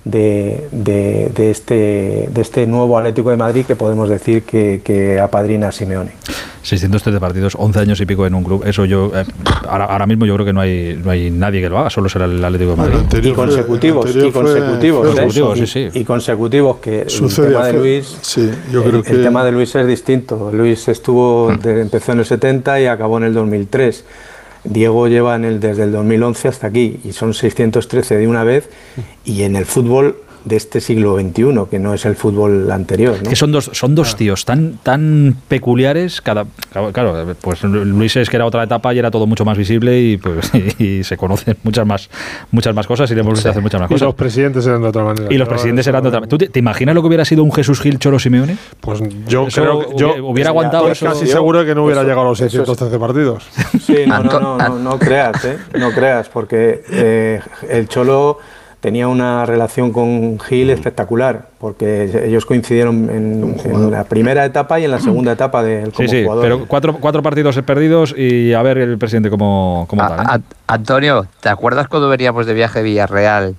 De, de, de, este, de este nuevo Atlético de Madrid que podemos decir que, que apadrina a Simeone. seiscientos trece partidos, once años y pico en un club. Eso yo, eh, ahora, ahora mismo yo creo que no hay no hay nadie que lo haga, solo será el Atlético de Madrid. Y consecutivos, y consecutivos, fue, consecutivos, ¿eh? sí, sí. Y consecutivos que Sucede el tema de Luis, sí, yo creo el, que... el tema de Luis es distinto. Luis estuvo, de, empezó en el setenta y acabó en el dos mil tres. Diego lleva en el, desde el dos mil once hasta aquí, y son seiscientos trece de una vez, y en el fútbol de este siglo veintiuno, que no es el fútbol anterior, ¿no? Que son dos, son dos tíos tan, tan peculiares, cada, claro, pues Luis es que era otra etapa y era todo mucho más visible y, pues, y, y se conocen muchas más, muchas más cosas y le hemos visto hacer muchas más cosas. Y los presidentes eran de otra manera. Y los presidentes eran de otra manera. ¿Tú te, te imaginas lo que hubiera sido un Jesús Gil Cholo Simeone? Pues yo eso creo que yo hubiera aguantado eso. Casi seguro de que no hubiera eso, llegado a los seiscientos trece partidos. Sí, no, no, no, no, no creas, ¿eh? No creas, porque eh, el Cholo tenía una relación con Gil espectacular, porque ellos coincidieron en, en la primera etapa y en la segunda etapa de como sí, sí, jugador. Pero cuatro, cuatro partidos perdidos y a ver el presidente cómo, cómo va. ¿eh? A, Antonio, ¿te acuerdas cuando veníamos de viaje a Villarreal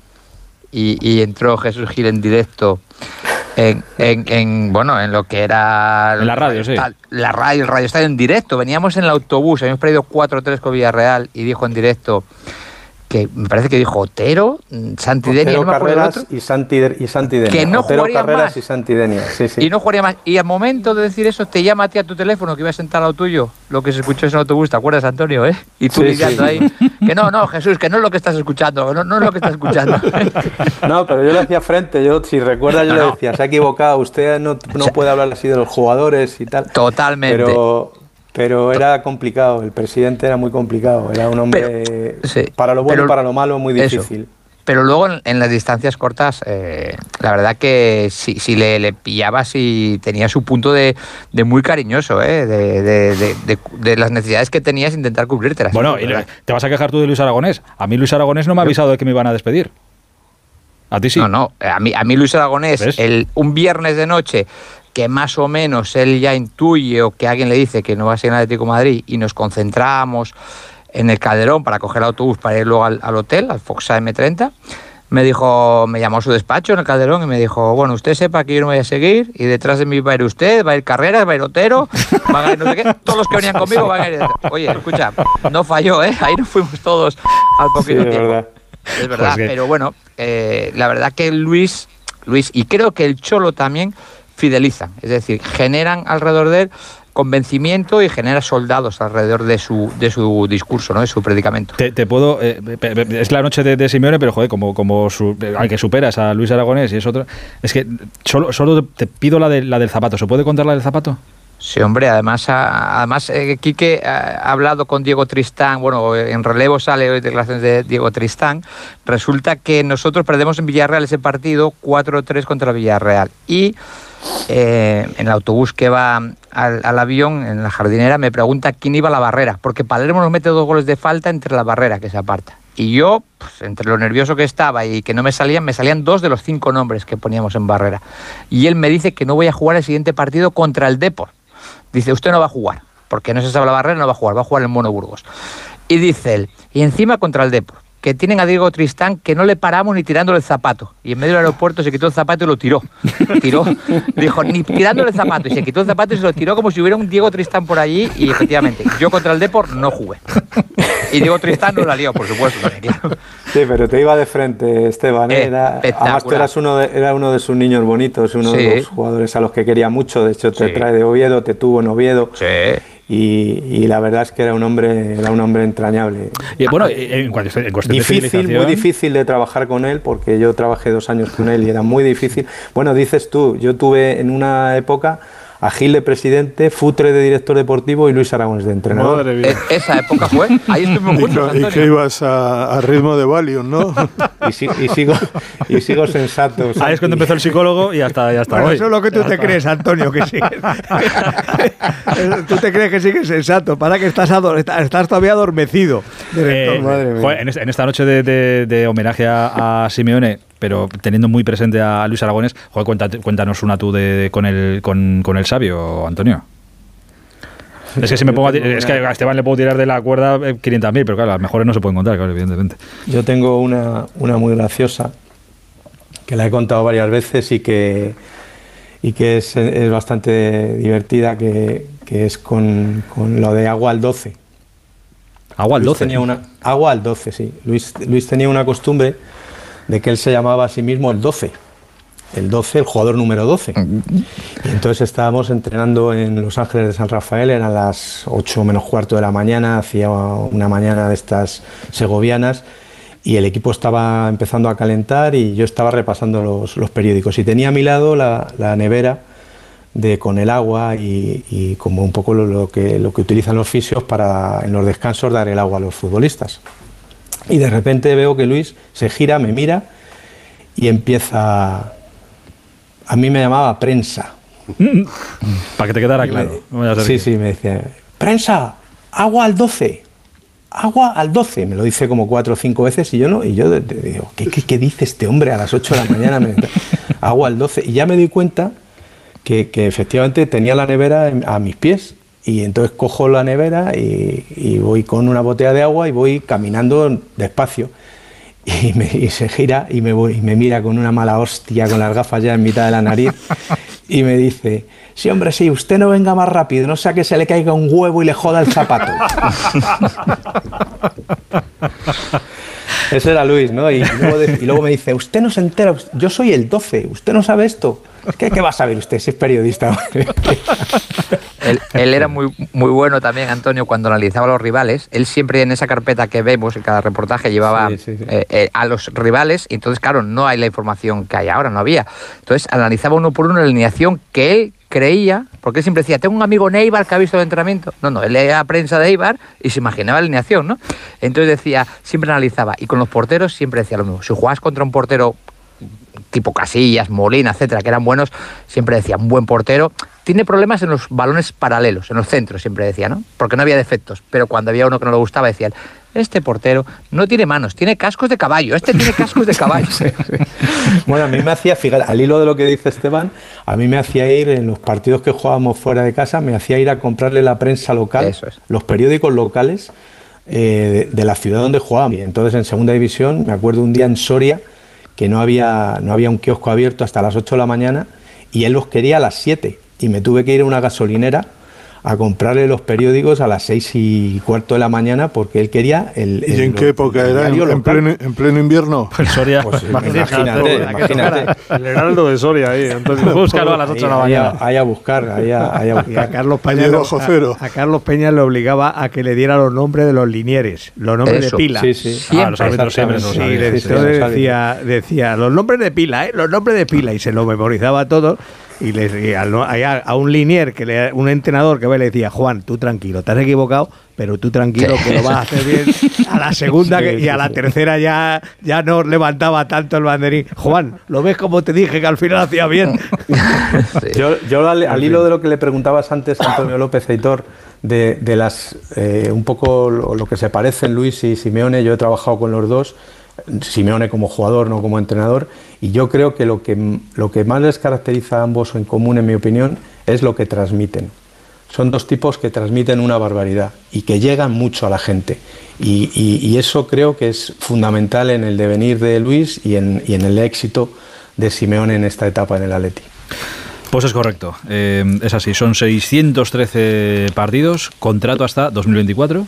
y, y entró Jesús Gil en directo? En, en, en bueno en lo que era en la radio, sí. La radio, el radio estaba en directo. Veníamos en el autobús, habíamos perdido cuatro tres con Villarreal y dijo en directo que me parece que dijo Otero, Santidenia, Otero, no Carreras y, Santi, y Santidenia. Que no Otero, jugaría Carreras más. y Santidenia, sí, sí. Y no jugaría más. Y al momento de decir eso, te llama a ti a tu teléfono, que iba a sentar al tuyo, lo que se escuchó en el autobús, ¿te acuerdas, Antonio? ¿Eh? Y tú sí, lidiando sí. ahí. Que no, no, Jesús, que no es lo que estás escuchando, no, no es lo que estás escuchando. No, pero yo le hacía frente, yo, si recuerdas, yo no, le decía, se ha equivocado, usted no, no puede hablar así de los jugadores y tal. Totalmente. Pero... Pero era complicado, el presidente era muy complicado, era un hombre pero, sí, para lo bueno pero, y para lo malo muy difícil. Eso. Pero luego en, en las distancias cortas, eh, la verdad que si, si le, le pillabas y tenía su punto de, de muy cariñoso, eh, de, de, de, de, de las necesidades que tenías intentar cubrirtelas. Bueno, y te vas a quejar tú de Luis Aragonés. A mí Luis Aragonés no me ha avisado de que me iban a despedir. ¿A ti sí? No, no, a mí, a mí Luis Aragonés, el, un viernes de noche, que más o menos él ya intuye o que alguien le dice que no va a ser en Atlético de Madrid y nos concentramos en el Calderón para coger el autobús para ir luego al, al hotel, al Fox A M treinta, me dijo, me llamó a su despacho en el Calderón y me dijo, bueno, usted sepa que yo no voy a seguir y detrás de mí va a ir usted, va a ir Carreras, va a ir Otero, van a ir no sé qué, todos los que venían conmigo van a ir. Oye, escucha, no falló, ¿eh? Ahí nos fuimos todos al poquito sí, tiempo. Verdad. Es verdad, pues pero bueno, eh, la verdad que Luis, Luis, y creo que el Cholo también fidelizan, es decir, generan alrededor de él convencimiento y genera soldados alrededor de su de su discurso, ¿no? De su predicamento. Te, te puedo eh, es la noche de, de Simeone, pero joder, como como su, aunque superas a Luis Aragonés y es otro, es que solo solo te pido la de la del zapato. ¿Se puede contar la del zapato? Sí, hombre, además, a, además eh, Quique ha hablado con Diego Tristán, bueno, en relevo sale hoy declaraciones de Diego Tristán, resulta que nosotros perdemos en Villarreal ese partido cuatro tres contra Villarreal y eh, en el autobús que va al, al avión, en la jardinera, me pregunta quién iba a la barrera, porque Palermo nos mete dos goles de falta entre la barrera que se aparta. Y yo, pues, entre lo nervioso que estaba y que no me salían, me salían dos de los cinco nombres que poníamos en barrera. Y él me dice que no voy a jugar el siguiente partido contra el Depor. Dice, usted no va a jugar, porque no se sabe la barrera, no va a jugar, va a jugar el Mono Burgos. Y dice él, y encima contra el Depor, que tienen a Diego Tristán que no le paramos ni tirándole el zapato. Y en medio del aeropuerto se quitó el zapato y lo tiró. Tiró, dijo, ni tirándole el zapato. Y se quitó el zapato y se lo tiró como si hubiera un Diego Tristán por allí. Y efectivamente, yo contra el Depor no jugué. Y Diego Tristán no la lió, por supuesto, claro. Sí, pero te iba de frente, Esteban. ¿eh? Era, además, tú eras uno de, era uno de sus niños bonitos, uno sí. de los jugadores a los que quería mucho. De hecho, te sí. trae de Oviedo, te tuvo en Oviedo. Sí. Y, y la verdad es que era un hombre era un hombre entrañable. Y bueno, en cuestión, en cuestión difícil, de muy difícil de trabajar con él, porque yo trabajé dos años con él y era muy difícil. Bueno, dices tú, yo tuve en una época a Gil de presidente, Futre de director deportivo y Luis Aragonés de entrenador. Madre mía. E- esa época fue, ahí estuvimos juntos, Antonio. Y que ibas a, a ritmo de Valium, ¿no? Y, si, y, sigo, y sigo sensato. Ahí es cuando empezó el psicólogo y hasta, y hasta bueno, hoy. Eso es lo que tú ya te está. crees, Antonio, que sigues. Tú te crees que sigues sensato, para que estás, ador- estás todavía adormecido. Eh, Madre joder, en, este, en esta noche de, de, de homenaje a, a Simeone, pero teniendo muy presente a Luis Aragonés, joder, cuéntate, cuéntanos una tú de, con, el, con, con el sabio, Antonio. Es que si me pongo a, es que a Esteban le puedo tirar de la cuerda quinientas mil, pero claro, las mejores no se pueden contar, claro, evidentemente. Yo tengo una, una muy graciosa, que la he contado varias veces y que, y que es, es bastante divertida, que, que es con, con lo de agua al doce. ¿Agua al Luis doce? Tenía una, agua al doce, sí. Luis, Luis tenía una costumbre de que él se llamaba a sí mismo el doce. El doce, el jugador número doce. Y entonces estábamos entrenando en Los Ángeles de San Rafael, eran las ocho menos cuarto de la mañana, hacía una mañana de estas segovianas, y el equipo estaba empezando a calentar y yo estaba repasando los, los periódicos. Y tenía a mi lado la, la nevera de, con el agua y, y como un poco lo, lo, que, lo que utilizan los fisios para en los descansos dar el agua a los futbolistas. Y de repente veo que Luis se gira, me mira y empieza... A mí me llamaba prensa. Para que te quedara claro. Me, sí, sí, me decía, prensa, agua al doce, agua al doce. Me lo dice como cuatro o cinco veces y yo no, y yo de, de, digo, ¿qué, qué, ¿qué dice este hombre a las ocho de la mañana? Me, agua al doce. Y ya me di cuenta que, que efectivamente tenía la nevera a mis pies. Y entonces cojo la nevera y, y voy con una botella de agua y voy caminando despacio. Y, me, y se gira y me, voy, y me mira con una mala hostia, con las gafas ya en mitad de la nariz, y me dice, sí, hombre, sí, usted no venga más rápido, no sea que se le caiga un huevo y le joda el zapato. Ese era Luis, ¿no? Y luego, de, y luego me dice, usted no se entera, yo soy el doce, usted no sabe esto. ¿Qué, qué va a saber usted si es periodista? él, él era muy, muy bueno también, Antonio, cuando analizaba a los rivales. Él siempre en esa carpeta que vemos en cada reportaje llevaba sí, sí, sí. Eh, eh, a los rivales. Y entonces, claro, no hay la información que hay ahora, no había. Entonces analizaba uno por uno la alineación que él creía, porque él siempre decía, tengo un amigo en Eibar que ha visto el entrenamiento. No, no, él leía prensa de Eibar y se imaginaba la alineación, ¿no? Entonces decía, siempre analizaba. Y con los porteros siempre decía lo mismo. Si jugabas contra un portero tipo Casillas, Molina, etcétera, que eran buenos, siempre decía, un buen portero tiene problemas en los balones paralelos, en los centros, siempre decía, ¿no? Porque no había defectos, pero cuando había uno que no le gustaba decían, este portero no tiene manos, tiene cascos de caballo, este tiene cascos de caballo. Sí, sí. Bueno, a mí me hacía, fíjate, al hilo de lo que dice Esteban, a mí me hacía ir, en los partidos que jugábamos fuera de casa, me hacía ir a comprarle la prensa local, Eso es. los periódicos locales eh, de, de la ciudad donde jugábamos. Y entonces en segunda división, me acuerdo un día en Soria, que no había, no había un kiosco abierto hasta las ocho de la mañana y él los quería a las siete y me tuve que ir a una gasolinera a comprarle los periódicos a las seis y cuarto de la mañana porque él quería el... el ¿Y en qué época era? ¿En, en, pleno, ¿En pleno invierno? Pues Soria, pues, imagínate, imagínate. El heraldo de Soria ahí. Entonces, búscalo a las ocho de la mañana. Ahí a buscar, ahí a, ahí a buscar. Y a Carlos Peña, lo, a, a Carlos Peña le obligaba a que le diera los nombres de los linieres, los nombres Eso. de pila. Sí, sí. Ah, los árbitros siempre Sí, los sí, sabían. sí, sí, decía, decía, los nombres de pila, ¿eh? Los nombres de pila, y se lo memorizaba todo. Y le y a, a, a un linier, que le, un entrenador que le decía, Juan, tú tranquilo, te has equivocado, pero tú tranquilo que lo vas a hacer bien. A la segunda sí, que, y a la tercera ya, ya no levantaba tanto el banderín. Juan, ¿lo ves como te dije que al final hacía bien? Sí. Yo, yo al, al hilo de lo que le preguntabas antes a Antonio López Aitor, de, de las eh, un poco lo, lo que se parecen Luis y Simeone, yo he trabajado con los dos, Simeone como jugador, no como entrenador, y yo creo que lo que, lo que más les caracteriza a ambos en común, en mi opinión, es lo que transmiten. Son dos tipos que transmiten una barbaridad y que llegan mucho a la gente. Y, y, y eso creo que es fundamental en el devenir de Luis y en, y en el éxito de Simeone en esta etapa en el Atleti. Pues es correcto, eh, es así, son seiscientos trece partidos, contrato hasta dos mil veinticuatro,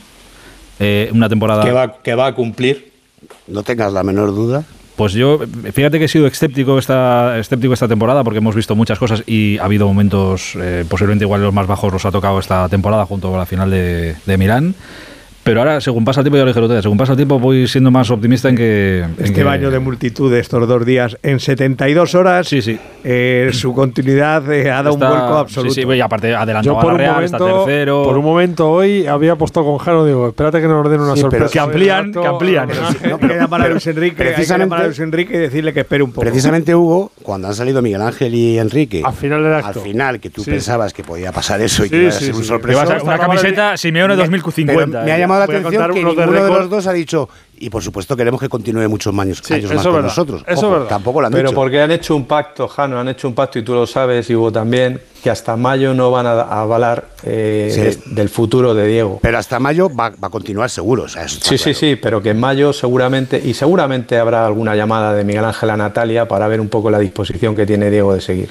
eh, una temporada... Que va, que va a cumplir. No tengas la menor duda. Pues yo, fíjate que he sido escéptico esta, escéptico esta temporada porque hemos visto muchas cosas y ha habido momentos, eh, posiblemente igual los más bajos los ha tocado esta temporada junto con la final de, de Milán. Pero ahora, según pasa el tiempo, ya lo dije el otro día, según pasa el tiempo voy siendo más optimista en que... En este que... baño de multitud de estos dos días, en setenta y dos horas, sí, sí. Eh, su continuidad eh, ha dado está, un vuelco absoluto. Sí, sí, y aparte adelantó Yo a la Real, momento, está tercero... Por un momento hoy había apostado con Jano, digo, espérate que nos ordene una sí, sorpresa. Que amplían, que amplían. No, que llamar a Luis Enrique, hay que llamar a Luis Enrique y decirle que espere un poco. Precisamente, Hugo, cuando han salido Miguel Ángel y Enrique, al final del acto, al final, que tú sí. pensabas que podía pasar eso y sí, que iba a sí, ser sí, un sí. sorpresa. Una camiseta Simeone dos mil cincuenta. Me ha llamado la atención que ninguno de los dos ha dicho, y por supuesto queremos que continúe muchos años, sí, años más con verdad. nosotros. Eso Ojo, verdad. Tampoco lo han Pero dicho. porque han hecho un pacto, Jano, han hecho un pacto, y tú lo sabes, y Hugo también, que hasta mayo no van a, a avalar eh, sí. de, del futuro de Diego. Pero hasta mayo va, va a continuar seguro. O sea, eso sí, claro. sí, sí, pero que en mayo seguramente, y seguramente habrá alguna llamada de Miguel Ángel a Natalia para ver un poco la disposición que tiene Diego de seguir.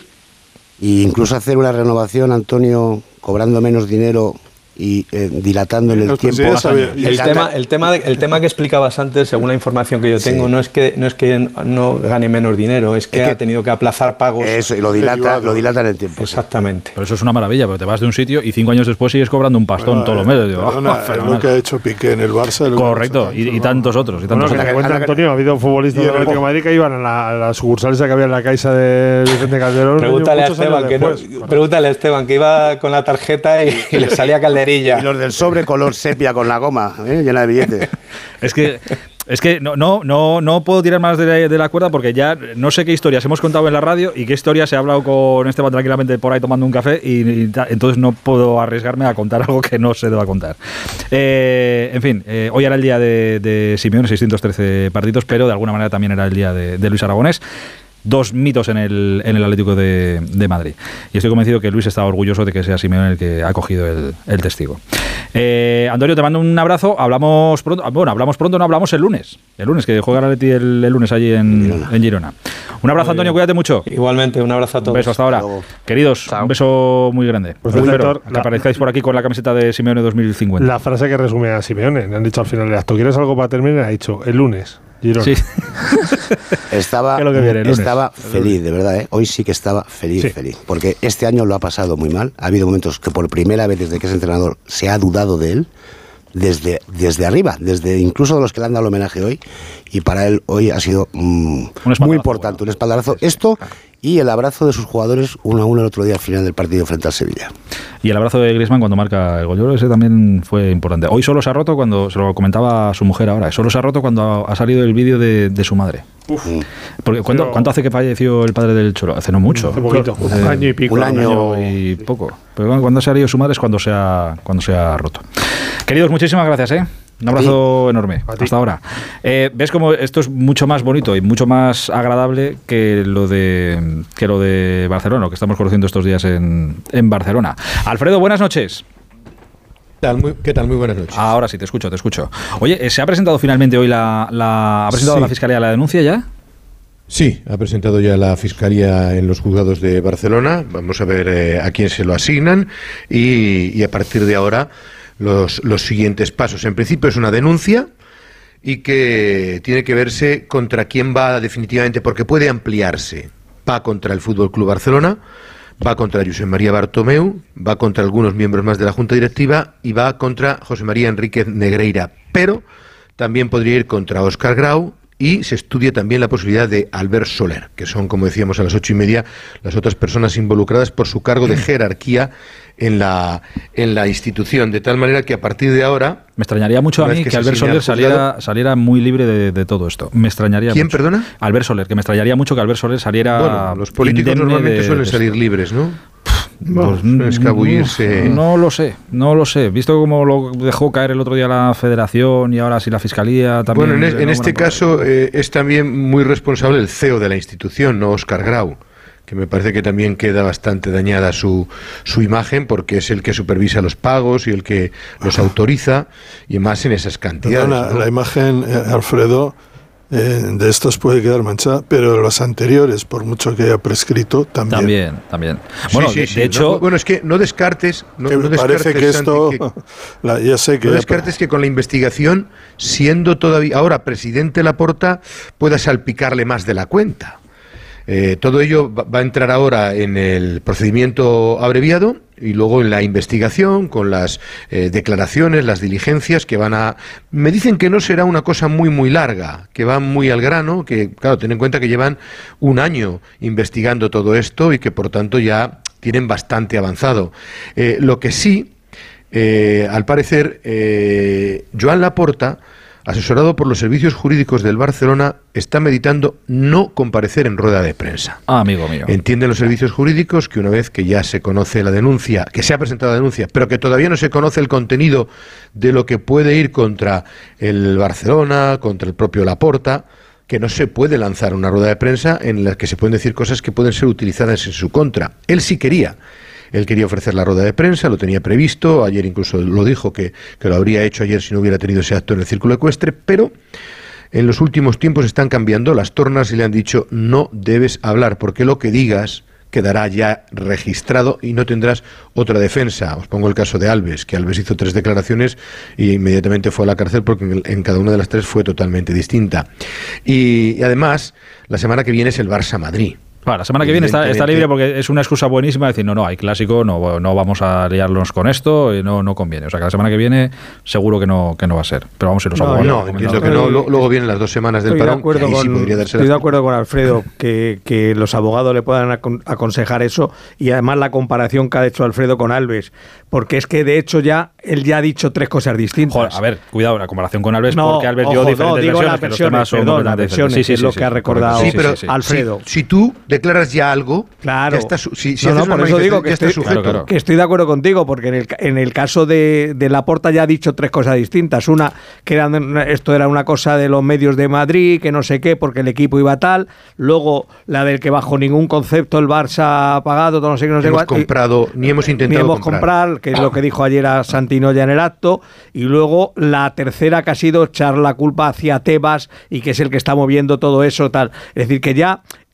Y incluso hacer una renovación, Antonio, cobrando menos dinero y eh, dilatando en el Los tiempo. El tema, el, tema de, el tema que explicabas antes, según la información que yo tengo, sí. no es que no es que no gane menos dinero, es que, es que ha tenido que aplazar pagos. Eso, y lo dilata, lo dilata en el tiempo. Exactamente. Pero eso es una maravilla, pero te vas de un sitio y cinco años después sigues cobrando un pastón bueno, todos los meses. Digo, perdona, oh, es lo que ha hecho Piqué en el Barça. Correcto, y, y tantos otros. Y tantos bueno, otros. que te cuenta, Antonio, ha habido futbolistas del Atlético de Madrid que iban a la, a la sucursal esa que había en la Caixa de Vicente Calderón. Pregúntale a Esteban, que no, pregúntale a Esteban, que iba con la tarjeta y, y le salía calderilla. Y los del sobre color sepia con la goma, ¿eh? Llena de billetes. Es que es que no no no no puedo tirar más de la, de la cuerda porque ya no sé qué historias hemos contado en la radio y qué historias he hablado con Esteban tranquilamente por ahí tomando un café y, y entonces no puedo arriesgarme a contar algo que no se deba contar. Eh, en fin, eh, hoy era el día de, de Simeone, seiscientos trece partidos, pero de alguna manera también era el día de, de Luis Aragonés. Dos mitos en el, en el Atlético de, de Madrid. Y estoy convencido que Luis está orgulloso de que sea Simeone el que ha cogido el, el testigo. Eh, Antonio, te mando un abrazo. Hablamos pronto. Bueno, hablamos pronto, no hablamos el lunes. El lunes, que juega el Atleti el, el lunes allí en Girona. en Girona. Un abrazo, Antonio, cuídate mucho. Igualmente, un abrazo a todos. Un beso hasta ahora. Queridos, Chao. Un beso muy grande. Pues espero que aparezcáis por aquí con la camiseta de Simeone dos mil cincuenta. La frase que resume a Simeone, le han dicho al final del acto, ¿quieres algo para terminar? Ha dicho, el lunes. Girona. Sí. Estaba, lo que viene, el lunes. estaba feliz, de verdad, ¿eh? Hoy sí que estaba feliz, Sí. feliz. Porque este año lo ha pasado muy mal. Ha habido momentos que por primera vez desde que es entrenador se ha dudado de él. Desde, desde arriba, desde incluso de los que le han dado el homenaje hoy, y para él hoy ha sido mm, muy importante, bueno. un espaldarazo. Esto y el abrazo de sus jugadores uno a uno el otro día al final del partido frente al Sevilla. Y el abrazo de Griezmann cuando marca el gol, yo creo que ese también fue importante. Hoy solo se ha roto cuando, se lo comentaba a su mujer ahora, solo se ha roto cuando ha salido el vídeo de, de su madre. Uf. Porque ¿cuánto, Pero- ¿cuánto hace que falleció el padre del Cholo? Hace no mucho. Hace poquito, un Hace año y pico. Un Un año, año. y poco. Pero cuando- cuando se ha salido su madre es cuando se ha, cuando se ha roto. Queridos, muchísimas gracias, ¿eh? Un abrazo enorme. Hasta ahora. Eh, ¿Ves cómo esto es mucho más bonito y mucho más agradable que lo de que lo de Barcelona, lo que estamos conociendo estos días en, en Barcelona? Alfredo, buenas noches. ¿Qué tal? Muy, ¿Qué tal? Muy buenas noches. Ahora sí, te escucho, te escucho. Oye, ¿se ha presentado finalmente hoy la... la ¿Ha presentado Sí. la Fiscalía la denuncia ya? Sí, ha presentado ya la Fiscalía en los juzgados de Barcelona. Vamos a ver eh, a quién se lo asignan y, y a partir de ahora los, los siguientes pasos. En principio es una denuncia y que tiene que verse contra quién va definitivamente, porque puede ampliarse. Va contra el Fútbol Club Barcelona, va contra Josep María Bartomeu, va contra algunos miembros más de la Junta Directiva y va contra José María Enríquez Negreira. Pero también podría ir contra Óscar Grau. Y se estudia también la posibilidad de Albert Soler, que son, como decíamos, a las ocho y media las otras personas involucradas por su cargo de jerarquía en la, en la institución. De tal manera que a partir de ahora... Me extrañaría mucho a una mí vez que, que se Albert asigne Soler al saliera, juzgado- saliera muy libre de, de todo esto. Me extrañaría ¿Quién, mucho. perdona? Albert Soler, que me extrañaría mucho que Albert Soler saliera. Bueno, los políticos indemne normalmente de- suelen de salir esto. libres, ¿no? Pues, Bueno, escabullirse. No lo sé, no lo sé. Visto cómo lo dejó caer el otro día la Federación y ahora sí la Fiscalía también. Bueno, en, es- se en nombra este por- caso eh, es también muy responsable el C E O de la institución, no Óscar Grau, que me parece que también queda bastante dañada su, su imagen, porque es el que supervisa los pagos y el que los autoriza, y más en esas cantidades. Perdona, ¿no? la imagen, eh, Alfredo, eh, de estos puede quedar manchada, pero las anteriores, por mucho que haya prescrito, también. También, también. Sí, Bueno, sí, de, sí, de no, hecho, bueno, es que no descartes, no, Que no me parece descartes, que esto, Santi, que- la- ya sé que no descartes que con la investigación, siendo todavía ahora presidente Laporta, pueda salpicarle más de la cuenta. Eh, todo ello va, va a entrar ahora en el procedimiento abreviado y luego en la investigación, con las eh, declaraciones, las diligencias que van a... Me dicen que no será una cosa muy, muy larga, que van muy al grano, que, claro, ten en cuenta que llevan un año investigando todo esto y que, por tanto, ya tienen bastante avanzado. Eh, lo que sí, eh, al parecer, eh, Joan Laporta, asesorado por los servicios jurídicos del Barcelona, está meditando no comparecer en rueda de prensa. ah, amigo mío. Entienden los servicios jurídicos que una vez que ya se conoce la denuncia, que se ha presentado la denuncia, pero que todavía no se conoce el contenido de lo que puede ir contra el Barcelona, contra el propio Laporta, que no se puede lanzar una rueda de prensa en la que se pueden decir cosas que pueden ser utilizadas en su contra. Él sí quería. Él quería ofrecer la rueda de prensa, lo tenía previsto, ayer incluso lo dijo que, que lo habría hecho ayer si no hubiera tenido ese acto en el Círculo Ecuestre, pero en los últimos tiempos están cambiando las tornas y le han dicho no debes hablar, porque lo que digas quedará ya registrado y no tendrás otra defensa. Os pongo el caso de Alves, que Alves hizo tres declaraciones y inmediatamente fue a la cárcel porque en, en cada una de las tres fue totalmente distinta. Y, y además, la semana que viene es el Barça-Madrid. Bueno, la semana que viene está, está Evidentemente- libre porque es una excusa buenísima decir, no, no, hay clásico, no, no vamos a liarnos con esto, y no, no conviene. O sea, que la semana que viene seguro que no, que no va a ser. Pero vamos a ir los No, abogados. no, entiendo que no. Lo- Luego vienen las dos semanas del Estoy de parón, acuerdo que ahí sí con, podría darse estoy la- de acuerdo con Alfredo que, que los abogados le puedan acon- aconsejar eso, y además la comparación que ha hecho Alfredo con Alves, porque es que de hecho ya él ya ha dicho tres cosas distintas. Joder, a ver, cuidado, la comparación con Alves, No, porque Alves ojo, dio no, diferentes digo versiones, las que los versiones, temas son perdón, las completamente versiones, diferentes. que es lo que ha recordado Sí, pero Alfredo. Si, si tú declaras ya algo, Claro. ya está su- si, si No, no, haces una por eso digo que manifestación, ya estoy, está sujeto. que estoy de acuerdo contigo, porque en el, en el caso de, de Laporta ya ha dicho tres cosas distintas. Una, que eran, esto era una cosa de los medios de Madrid, que no sé qué, porque el equipo iba tal. Luego, la del que bajo ningún concepto el Barça ha pagado, no sé qué, no sé hemos cuál. comprado, ni hemos intentado Ni hemos comprar. comprar, que es lo que dijo ayer a Santinoya en el acto. Y luego, la tercera que ha sido echar la culpa hacia Tebas y que es el que está moviendo todo eso, tal. Es decir, que ya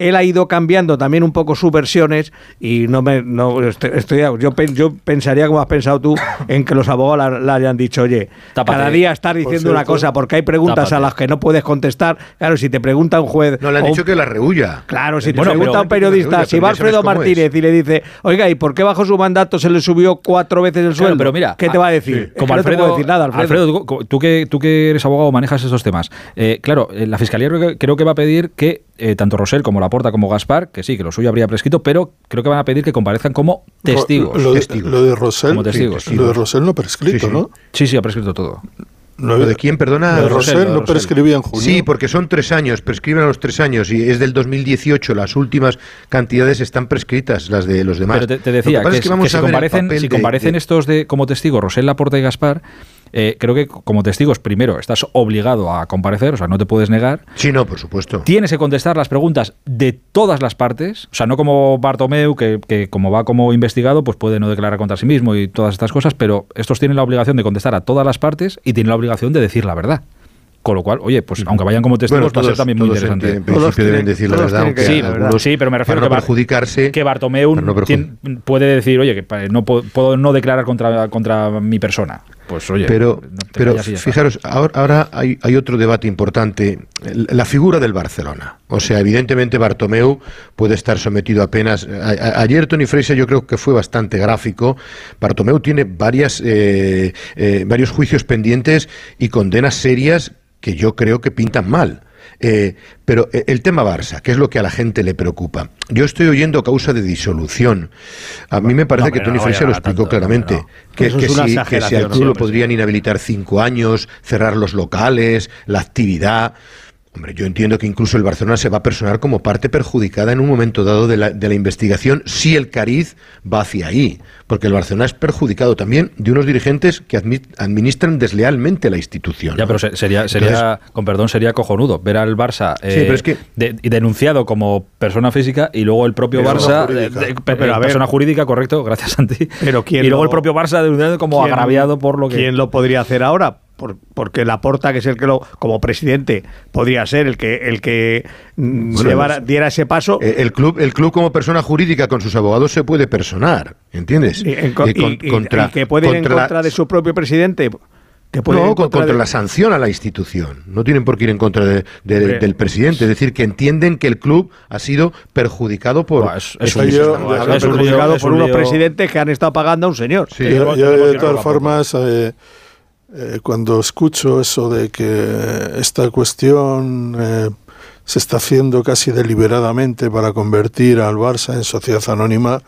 él ha ido cambiando también un poco sus versiones y no me no estoy, estoy yo, yo pensaría, como has pensado tú, en que los abogados le hayan dicho, oye, tápate, cada día estar diciendo cierto, una cosa porque hay preguntas tápate. a las que no puedes contestar. Claro, si te pregunta un juez... No, le han dicho un, que la rehuya. Claro, si te bueno, pregunta pero, un periodista, rehuya, si va Alfredo Martínez y le dice, oiga, ¿y por qué bajo su mandato se le subió cuatro veces el sueldo? Claro, pero mira, ¿qué te va a decir? Sí, como es que Alfredo, no te puedo decir nada, Alfredo. Alfredo tú, tú, que, tú que eres abogado manejas estos temas. Eh, claro, la Fiscalía creo que, creo que va a pedir que eh, tanto Rosell como Laporta como Gaspar, que sí, que lo suyo habría prescrito, pero creo que van a pedir que comparezcan como testigos. Lo, lo, testigos, lo de Rosell, como testigos. Sí, lo de Rosell no prescrito, sí, sí. ¿no? Sí, sí, ha prescrito todo. ¿Lo de quién, perdona? Lo de Rosell no prescribía en junio. Sí, porque son tres años, prescriben a los tres años y es del dos mil dieciocho, las últimas cantidades están prescritas, las de los demás. Pero te, te decía que, que, es, que, vamos que si comparecen, si comparecen de, estos de, como testigos, Rosell, Laporta y Gaspar, eh, creo que como testigos, primero, estás obligado a comparecer, o sea, no te puedes negar. Sí, no, por supuesto. Tienes que contestar las preguntas de todas las partes, o sea, no como Bartomeu, que, que como va como investigado, pues puede no declarar contra sí mismo y todas estas cosas, pero estos tienen la obligación de contestar a todas las partes y tienen la obligación de decir la verdad. Con lo cual, oye, pues aunque vayan como testigos, bueno, todos, va a ser también muy interesante. En, en principio deben decir la verdad, aunque sí, algunos, sí, pero me refiero para no que, perjudicarse, que Bartomeu no tiene, puede decir, oye, que no puedo, puedo no declarar contra, contra mi persona. Pues oye, pero, no pero fijaros, ahora, ahora hay, hay otro debate importante, la figura del Barcelona. O sea, evidentemente Bartomeu puede estar sometido apenas... A, a, ayer Toni Freixas yo creo que fue bastante gráfico. Bartomeu tiene varias, eh, eh, varios juicios pendientes y condenas serias que yo creo que pintan mal. Eh, pero el tema Barça, que es lo que a la gente le preocupa. Yo estoy oyendo causa de disolución. A mí me parece no, que Toni no Freixas lo explicó tanto, claramente. No, no. Que, que, si, que si al club lo podrían inhabilitar cinco años, cerrar los locales, la actividad... Hombre, yo entiendo que incluso el Barcelona se va a personar como parte perjudicada en un momento dado de la, de la investigación si el cariz va hacia ahí, porque el Barcelona es perjudicado también de unos dirigentes que admi administran deslealmente la institución. Ya, ¿no? Pero sería, sería Entonces, con perdón, sería cojonudo ver al Barça eh, sí, pero es que, de, denunciado como persona física y luego el propio Barça, de, de, pero, a ver, persona jurídica, correcto, gracias Santi, pero ¿quién y luego lo, el propio Barça denunciado como agraviado por lo que... ¿Quién lo podría hacer ahora? Por, porque Laporta, que es el que lo, como presidente, podría ser el que el que bueno, llevara, diera ese paso. El club, el club como persona jurídica con sus abogados se puede personar, ¿entiendes? Y, en, y, con, y, contra, y que puede ir en contra la, de su propio presidente. Que puede no, ir contra, contra de... la sanción a la institución. No tienen por qué ir en contra de, de, de, del presidente. Es decir, que entienden que el club ha sido perjudicado por... Bueno, es, es, un, yo, es, es perjudicado por unos presidentes que han estado pagando a un señor. Sí, yo, yo de todas formas... Eh, Eh, cuando escucho eso de que esta cuestión eh, se está haciendo casi deliberadamente para convertir al Barça en sociedad anónima,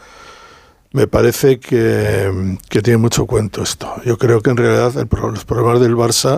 me parece que, que tiene mucho cuento esto. Yo creo que en realidad el, los problemas del Barça,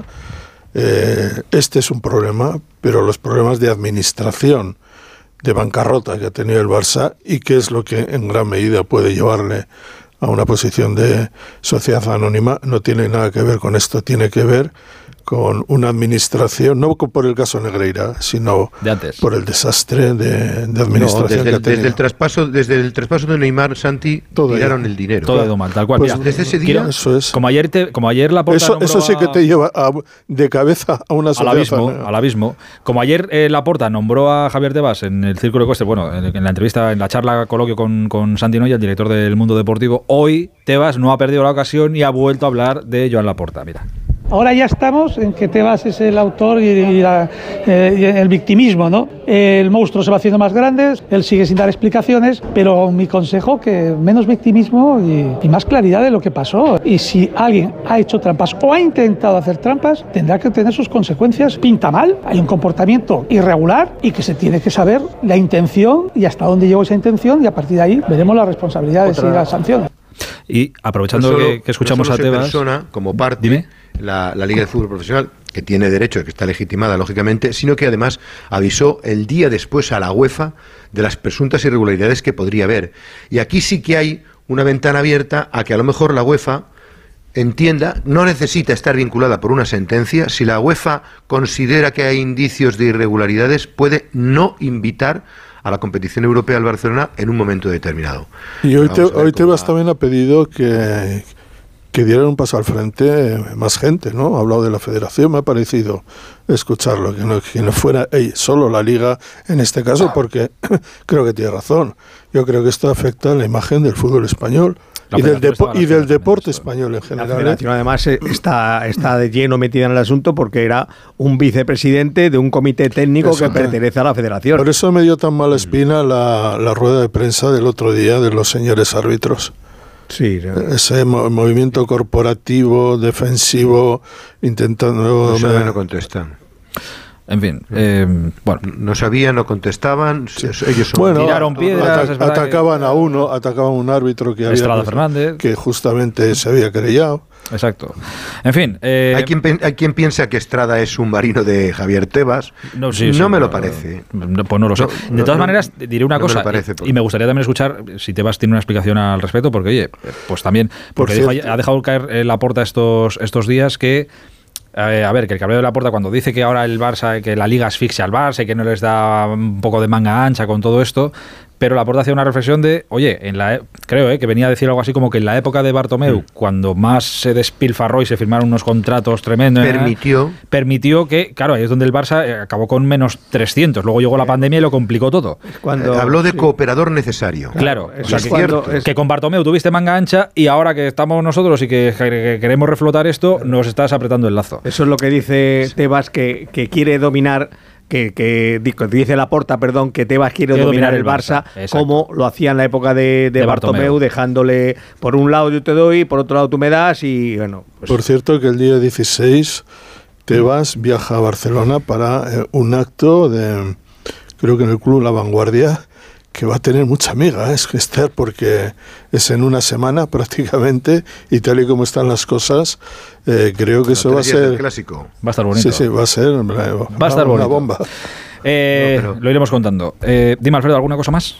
eh, este es un problema, pero los problemas de administración, de bancarrota que ha tenido el Barça y que es lo que en gran medida puede llevarle a una posición de sociedad anónima, no tiene nada que ver con esto, tiene que ver con una administración, no por el caso Negreira, sino de antes. Por el desastre de, de administración no, desde, que el, ha tenido. Desde el traspaso, desde el traspaso de Neymar, Santi, todo tiraron ello. el dinero. Todo claro. mal, tal cual. Pues Mira, desde ese día, eso es. Como ayer, te, como ayer la Eso, eso sí que te lleva a, de cabeza a una sociedad al abismo, anónima. Al abismo. Como ayer eh, Laporta nombró a Javier Tebas en el Círculo Ecuestre, bueno, en, en la entrevista, en la charla coloquio con, con Santi Noya, el director del Mundo Deportivo, hoy Tebas no ha perdido la ocasión y ha vuelto a hablar de Joan Laporta. Mira. Ahora ya estamos en que Tebas es el autor y, y, la, eh, y el victimismo, ¿no? El monstruo se va haciendo más grande, él sigue sin dar explicaciones, pero mi consejo que menos victimismo y, y más claridad de lo que pasó. Y si alguien ha hecho trampas o ha intentado hacer trampas, tendrá que tener sus consecuencias. Pinta mal, hay un comportamiento irregular y que se tiene que saber la intención y hasta dónde llegó esa intención y a partir de ahí veremos las responsabilidades Otra. y las sanciones. Y aprovechando no solo, que, que escuchamos no solo a Tebas... persona, como parte, Dime. La, la Liga de Fútbol Profesional, que tiene derecho, que está legitimada, lógicamente, sino que además avisó el día después a la UEFA de las presuntas irregularidades que podría haber. Y aquí sí que hay una ventana abierta a que a lo mejor la UEFA entienda, no necesita estar vinculada por una sentencia, si la UEFA considera que hay indicios de irregularidades, puede no invitar a la competición europea al Barcelona en un momento determinado. Y hoy, te, hoy Tebas también ha pedido que... que dieran un paso al frente más gente, ¿no? Ha hablado de la federación, me ha parecido escucharlo, que no, que no fuera ey, solo la liga en este caso, porque creo que tiene razón. Yo creo que esto afecta a la imagen del fútbol español y del, depo y del deporte español en general. La federación además está, está de lleno metida en el asunto porque era un vicepresidente de un comité técnico Eso, que pertenece a la federación. Por eso me dio tan mala espina la, la rueda de prensa del otro día de los señores árbitros. Sí, ese mo movimiento corporativo, defensivo, intentando... No saben, no contestan. En fin, eh, bueno. No sabían, no contestaban, sí. ellos son bueno, tiraron piedras, ata atacaban que... a uno, atacaban a un árbitro que Estrada había Fernández, que justamente se había querellado. Exacto. En fin, eh... hay quien hay quien piensa que Estrada es un marino de Javier Tebas. No, sí, no sí, me no, lo parece. No, pues no lo sé. No, de todas no, maneras, diré una no cosa me parece, y, y me gustaría también escuchar si Tebas tiene una explicación al respecto, porque oye, pues también porque Por dijo, ha dejado caer eh, Laporta estos estos días que Eh, a ver, que el cabreo de Laporta cuando dice que ahora el Barça, que la Liga asfixia al Barça y que no les da un poco de manga ancha con todo esto, pero Laporta hacía una reflexión de, oye, en la, creo eh, que venía a decir algo así como que en la época de Bartomeu, mm. cuando más se despilfarró y se firmaron unos contratos tremendos, permitió eh, permitió que, claro, ahí es donde el Barça acabó con menos trescientos, luego llegó la pandemia y lo complicó todo. Cuando eh, habló de sí. cooperador necesario. Claro, claro o sea, es que, cierto. Que, que con Bartomeu tuviste manga ancha y ahora que estamos nosotros y que, que queremos reflotar esto, nos estás apretando el lazo. Eso es lo que dice Tebas, que, que quiere dominar... Que, que dice Laporta, perdón, que Tebas quiere Quiero dominar, dominar el Barça, Barça como lo hacía en la época de, de, de Bartomeu, Bartomeu, dejándole por un lado yo te doy, por otro lado tú me das y bueno. Pues. Por cierto que el día dieciséis Tebas viaja a Barcelona para eh, un acto de, creo que en el Club La Vanguardia, que va a tener mucha amiga, ¿eh? Esther, porque es en una semana prácticamente y tal y como están las cosas, eh, creo que eso va a ser clásico. Va a estar bonito. Sí, sí, va a ser va, va a estar una bonito. bomba. Eh, no, pero... Lo iremos contando. Eh, dime, Alfredo, ¿alguna cosa más?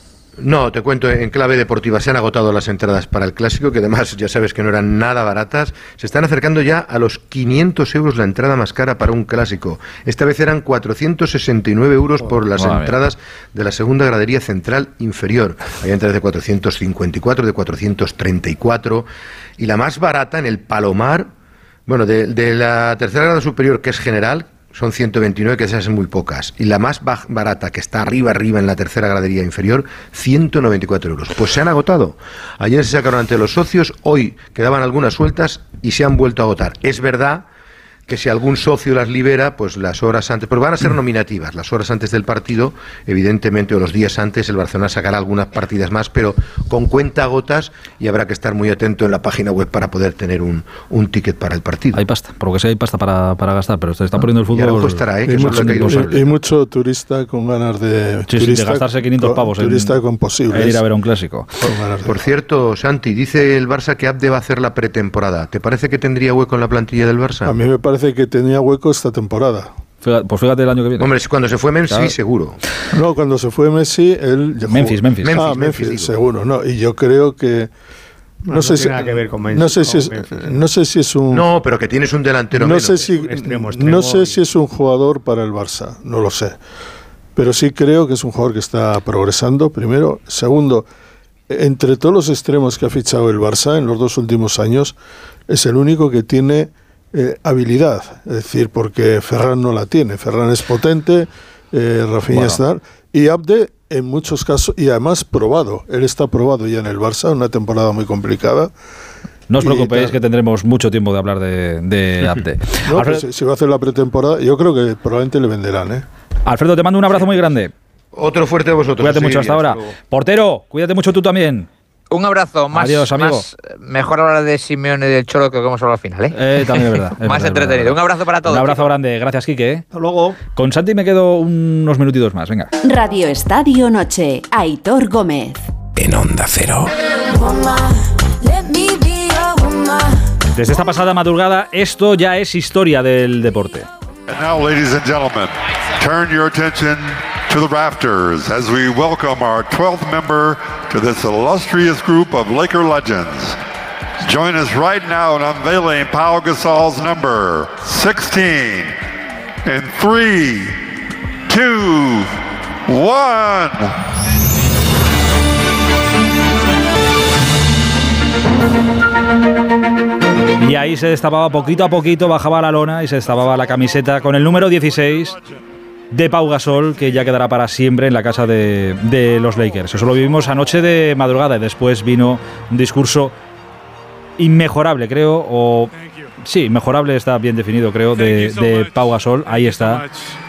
No, te cuento, en clave deportiva se han agotado las entradas para el Clásico, que además ya sabes que no eran nada baratas. Se están acercando ya a los quinientos euros la entrada más cara para un Clásico. Esta vez eran cuatrocientos sesenta y nueve euros por las oh, entradas de la segunda gradería central inferior. Hay entradas de cuatrocientos cincuenta y cuatro, de cuatrocientos treinta y cuatro. Y la más barata en el Palomar, bueno, de, de la tercera grada superior, que es general, son ciento veintinueve, que esas son muy pocas. Y la más barata, que está arriba, arriba en la tercera gradería inferior, ciento noventa y cuatro euros. Pues se han agotado. Ayer se sacaron ante los socios, hoy quedaban algunas sueltas y se han vuelto a agotar. Es verdad que si algún socio las libera, pues las horas antes, pero van a ser nominativas, las horas antes del partido, evidentemente, o los días antes, el Barcelona sacará algunas partidas más, pero con cuentagotas, y habrá que estar muy atento en la página web para poder tener un, un ticket para el partido. Hay pasta, por lo que sea hay pasta para, para gastar, pero se está poniendo el fútbol... Y, costará, ¿eh? y, mucho, y, y mucho turista con ganas de... Sí, turista, de gastarse quinientos pavos con, turista en, con posibles. En ir a ver un clásico. Por cierto, Santi, dice el Barça que Abde va a hacer la pretemporada. ¿Te parece que tendría hueco en la plantilla del Barça? A mí me parece que tenía hueco esta temporada. Pues fíjate el año que viene. Hombre, cuando se fue Messi, claro. seguro. No, cuando se fue Messi, él... Memphis, Memphis. Ah, Memphis, Memphis, Memphis seguro. No, y yo creo que... No, no sé no si nada que ver con Memphis, no sé si es, Memphis, ¿eh? no sé si es un no, pero que tienes un delantero no menos. sé si extremo, extremo no sé y... si es un jugador para el Barça, no lo sé, pero sí creo que es un jugador que está progresando. Primero, segundo, entre todos los extremos que ha fichado el Barça en los dos últimos años, es el único que tiene eh, habilidad, es decir, porque Ferran no la tiene. Ferran es potente, eh, Rafinha bueno. está, y Abde en muchos casos, y además probado, él está probado ya en el Barça, una temporada muy complicada. No os preocupéis que tendremos mucho tiempo de hablar de, de Abde. No, Alfredo, pues, si va a hacer la pretemporada, yo creo que probablemente le venderán, ¿eh? Alfredo, te mando un abrazo muy grande. Otro fuerte a vosotros. Cuídate sí, mucho hasta ahora. Portero, cuídate mucho tú también. Un abrazo. Más, Adiós, amigo. Más, mejor hablar de Simeone y del Cholo que hemos hablado al final, ¿eh? eh también es verdad. Es más verdad, entretenido. Verdad. Un abrazo para todos. Un abrazo chicos. grande. Gracias, Quique. Hasta luego. Con Santi me quedo unos minutitos más. Venga. Radio Estadio Noche. Aitor Gómez. En Onda Cero. Desde esta pasada madrugada, esto ya es historia del deporte. And now, ladies and gentlemen, turn your attention to the rafters as we welcome our twelfth member to this illustrious group of Laker legends. Join us right now in unveiling Pau Gasol's number sixteen in three, two, one. Y ahí se destapaba poquito a poquito, bajaba la lona y se destapaba la camiseta con el número dieciséis de Pau Gasol, que ya quedará para siempre en la casa de, de los Lakers. Eso lo vivimos anoche de madrugada y después vino un discurso inmejorable, creo, o sí, mejorable está bien definido, creo, de, de Pau Gasol. Ahí está.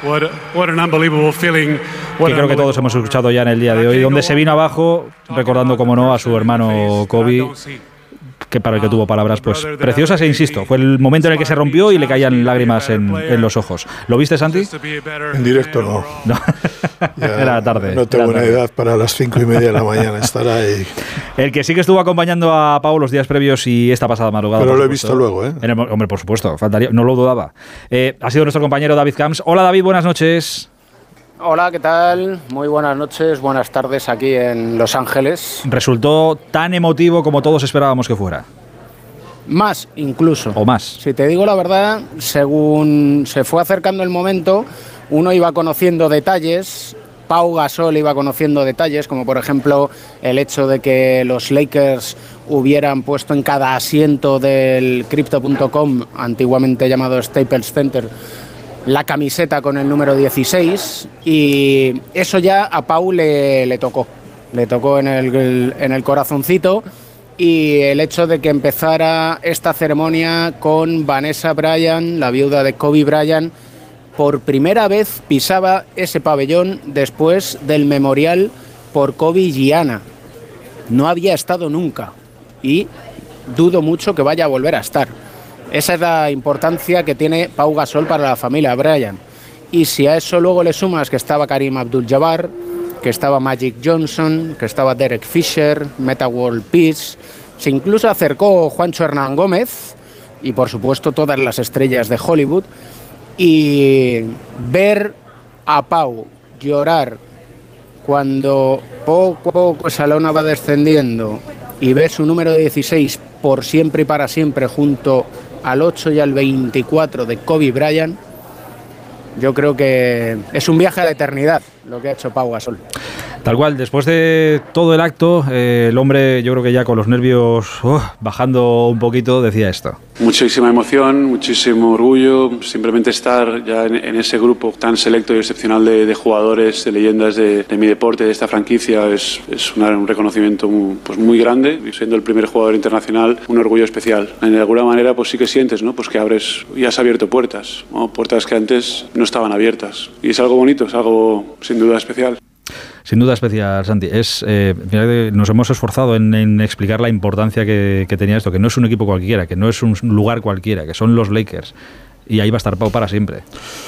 Que creo que todos hemos escuchado ya en el día de hoy, donde se vino abajo recordando, como no, a su hermano Kobe, que para el que tuvo palabras pues preciosas, e insisto, fue el momento en el que se rompió y le caían lágrimas en, en los ojos. ¿Lo viste, Santi? En directo no. No. Era tarde. No tengo era tarde. una edad para las cinco y media de la mañana estar ahí. El que sí que estuvo acompañando a Pau los días previos y esta pasada madrugada. Pero lo he visto luego, ¿eh? En el, hombre, por supuesto, faltaría, no lo dudaba. Eh, ha sido nuestro compañero David Camps. Hola, David, buenas noches. Hola, ¿qué tal? Muy buenas noches, buenas tardes aquí en Los Ángeles. ¿Resultó tan emotivo como todos esperábamos que fuera? Más, incluso. ¿O más? Si te digo la verdad, según se fue acercando el momento, uno iba conociendo detalles. Pau Gasol iba conociendo detalles, como por ejemplo el hecho de que los Lakers hubieran puesto en cada asiento del Crypto punto com, antiguamente llamado Staples Center, la camiseta con el número dieciséis, y eso ya a Pau le, le tocó, le tocó en el, en el corazoncito, y el hecho de que empezara esta ceremonia con Vanessa Bryant, la viuda de Kobe Bryant, por primera vez pisaba ese pabellón después del memorial por Kobe y Gianna. No había estado nunca y dudo mucho que vaya a volver a estar. Esa es la importancia que tiene Pau Gasol para la familia Bryant. Y si a eso luego le sumas que estaba Karim Abdul-Jabbar, que estaba Magic Johnson, que estaba Derek Fisher, Metta World Peace, se incluso acercó Juancho Hernán Gómez y por supuesto todas las estrellas de Hollywood, y ver a Pau llorar cuando poco a poco esa lona va descendiendo y ve su número dieciséis por siempre y para siempre junto al ocho y al veinticuatro de Kobe Bryant, yo creo que es un viaje a la eternidad lo que ha hecho Pau Gasol. Tal cual, después de todo el acto, eh, el hombre, yo creo que ya con los nervios uh, bajando un poquito, decía esto. Muchísima emoción, muchísimo orgullo, simplemente estar ya en, en ese grupo tan selecto y excepcional de, de jugadores, de leyendas de, de mi deporte, de esta franquicia, es, es una, un reconocimiento muy, pues muy grande, y siendo el primer jugador internacional, un orgullo especial. De alguna manera, pues sí que sientes, ¿no? Pues que abres y has abierto puertas, ¿no? Puertas que antes no estaban abiertas, y es algo bonito, es algo sin duda especial. Sin duda especial, Santi. Es, eh, nos hemos esforzado en, en explicar la importancia que, que tenía esto, que no es un equipo cualquiera, que no es un lugar cualquiera, que son los Lakers. Y ahí va a estar Pau para siempre.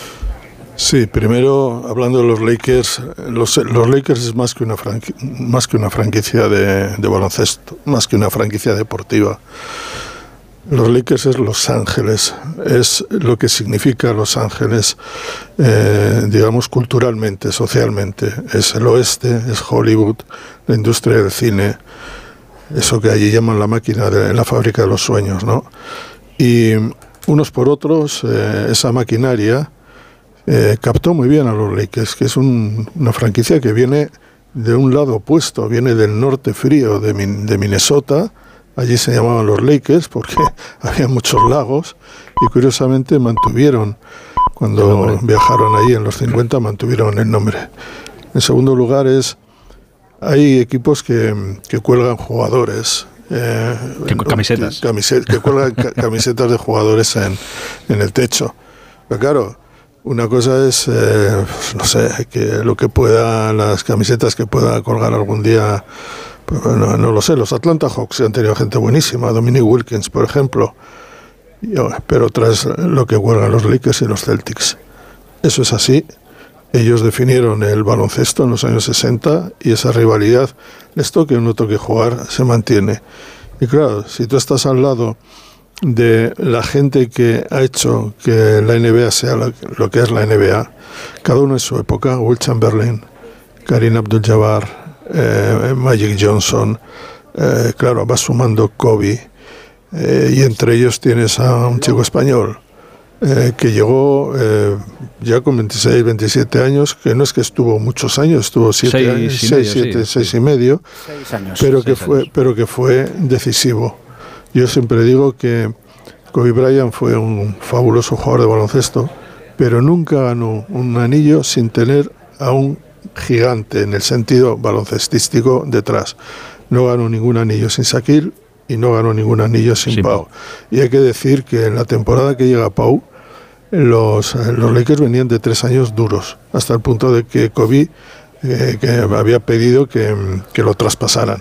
Sí, primero, hablando de los Lakers, los, los Lakers es más que una, franqui, más que una franquicia de, de baloncesto, más que una franquicia deportiva. Los Lakers es Los Ángeles, es lo que significa Los Ángeles, eh, digamos, culturalmente, socialmente. Es el oeste, es Hollywood, la industria del cine, eso que allí llaman la máquina de la fábrica de los sueños, ¿no? Y unos por otros, eh, esa maquinaria eh, captó muy bien a los Lakers, que es un, una franquicia que viene de un lado opuesto, viene del norte frío de, de Minnesota. Allí se llamaban los Lakers porque había muchos lagos y curiosamente mantuvieron, cuando viajaron allí en los cincuenta, mantuvieron el nombre. En segundo lugar es, hay equipos que, que cuelgan jugadores. Eh, camisetas. Camiset, que cuelgan ca camisetas de jugadores en, en el techo. Pero claro, una cosa es, eh, no sé, que lo que pueda, las camisetas que pueda colgar algún día. No, no lo sé, los Atlanta Hawks han tenido gente buenísima, Dominic Wilkins, por ejemplo, Yo, pero tras lo que huelgan los Lakers y los Celtics. Eso es así. Ellos definieron el baloncesto en los años sesenta y esa rivalidad, les toque o no toque jugar, se mantiene. Y claro, si tú estás al lado de la gente que ha hecho que la N B A sea lo, lo que es la N B A, cada uno en su época, Will Chamberlain, Karim Abdul-Jabbar, Eh, Magic Johnson, eh, claro, va sumando Kobe, eh, y entre ellos tienes a un chico español, eh, que llegó eh, ya con veintiséis, veintisiete años, que no es que estuvo muchos años, estuvo siete seis años, y seis, medio, siete, sí, seis sí. y medio, Seis años, pero que seis fue, años. pero que fue decisivo. Yo siempre digo que Kobe Bryant fue un fabuloso jugador de baloncesto, pero nunca ganó un anillo sin tener a un gigante en el sentido baloncestístico detrás. No ganó ningún anillo sin Shaquille y no ganó ningún anillo sin, sin Pau. Pau. Y hay que decir que en la temporada que llega Pau, los, los Lakers venían de tres años duros, hasta el punto de que Kobe eh, que había pedido que, que lo traspasaran.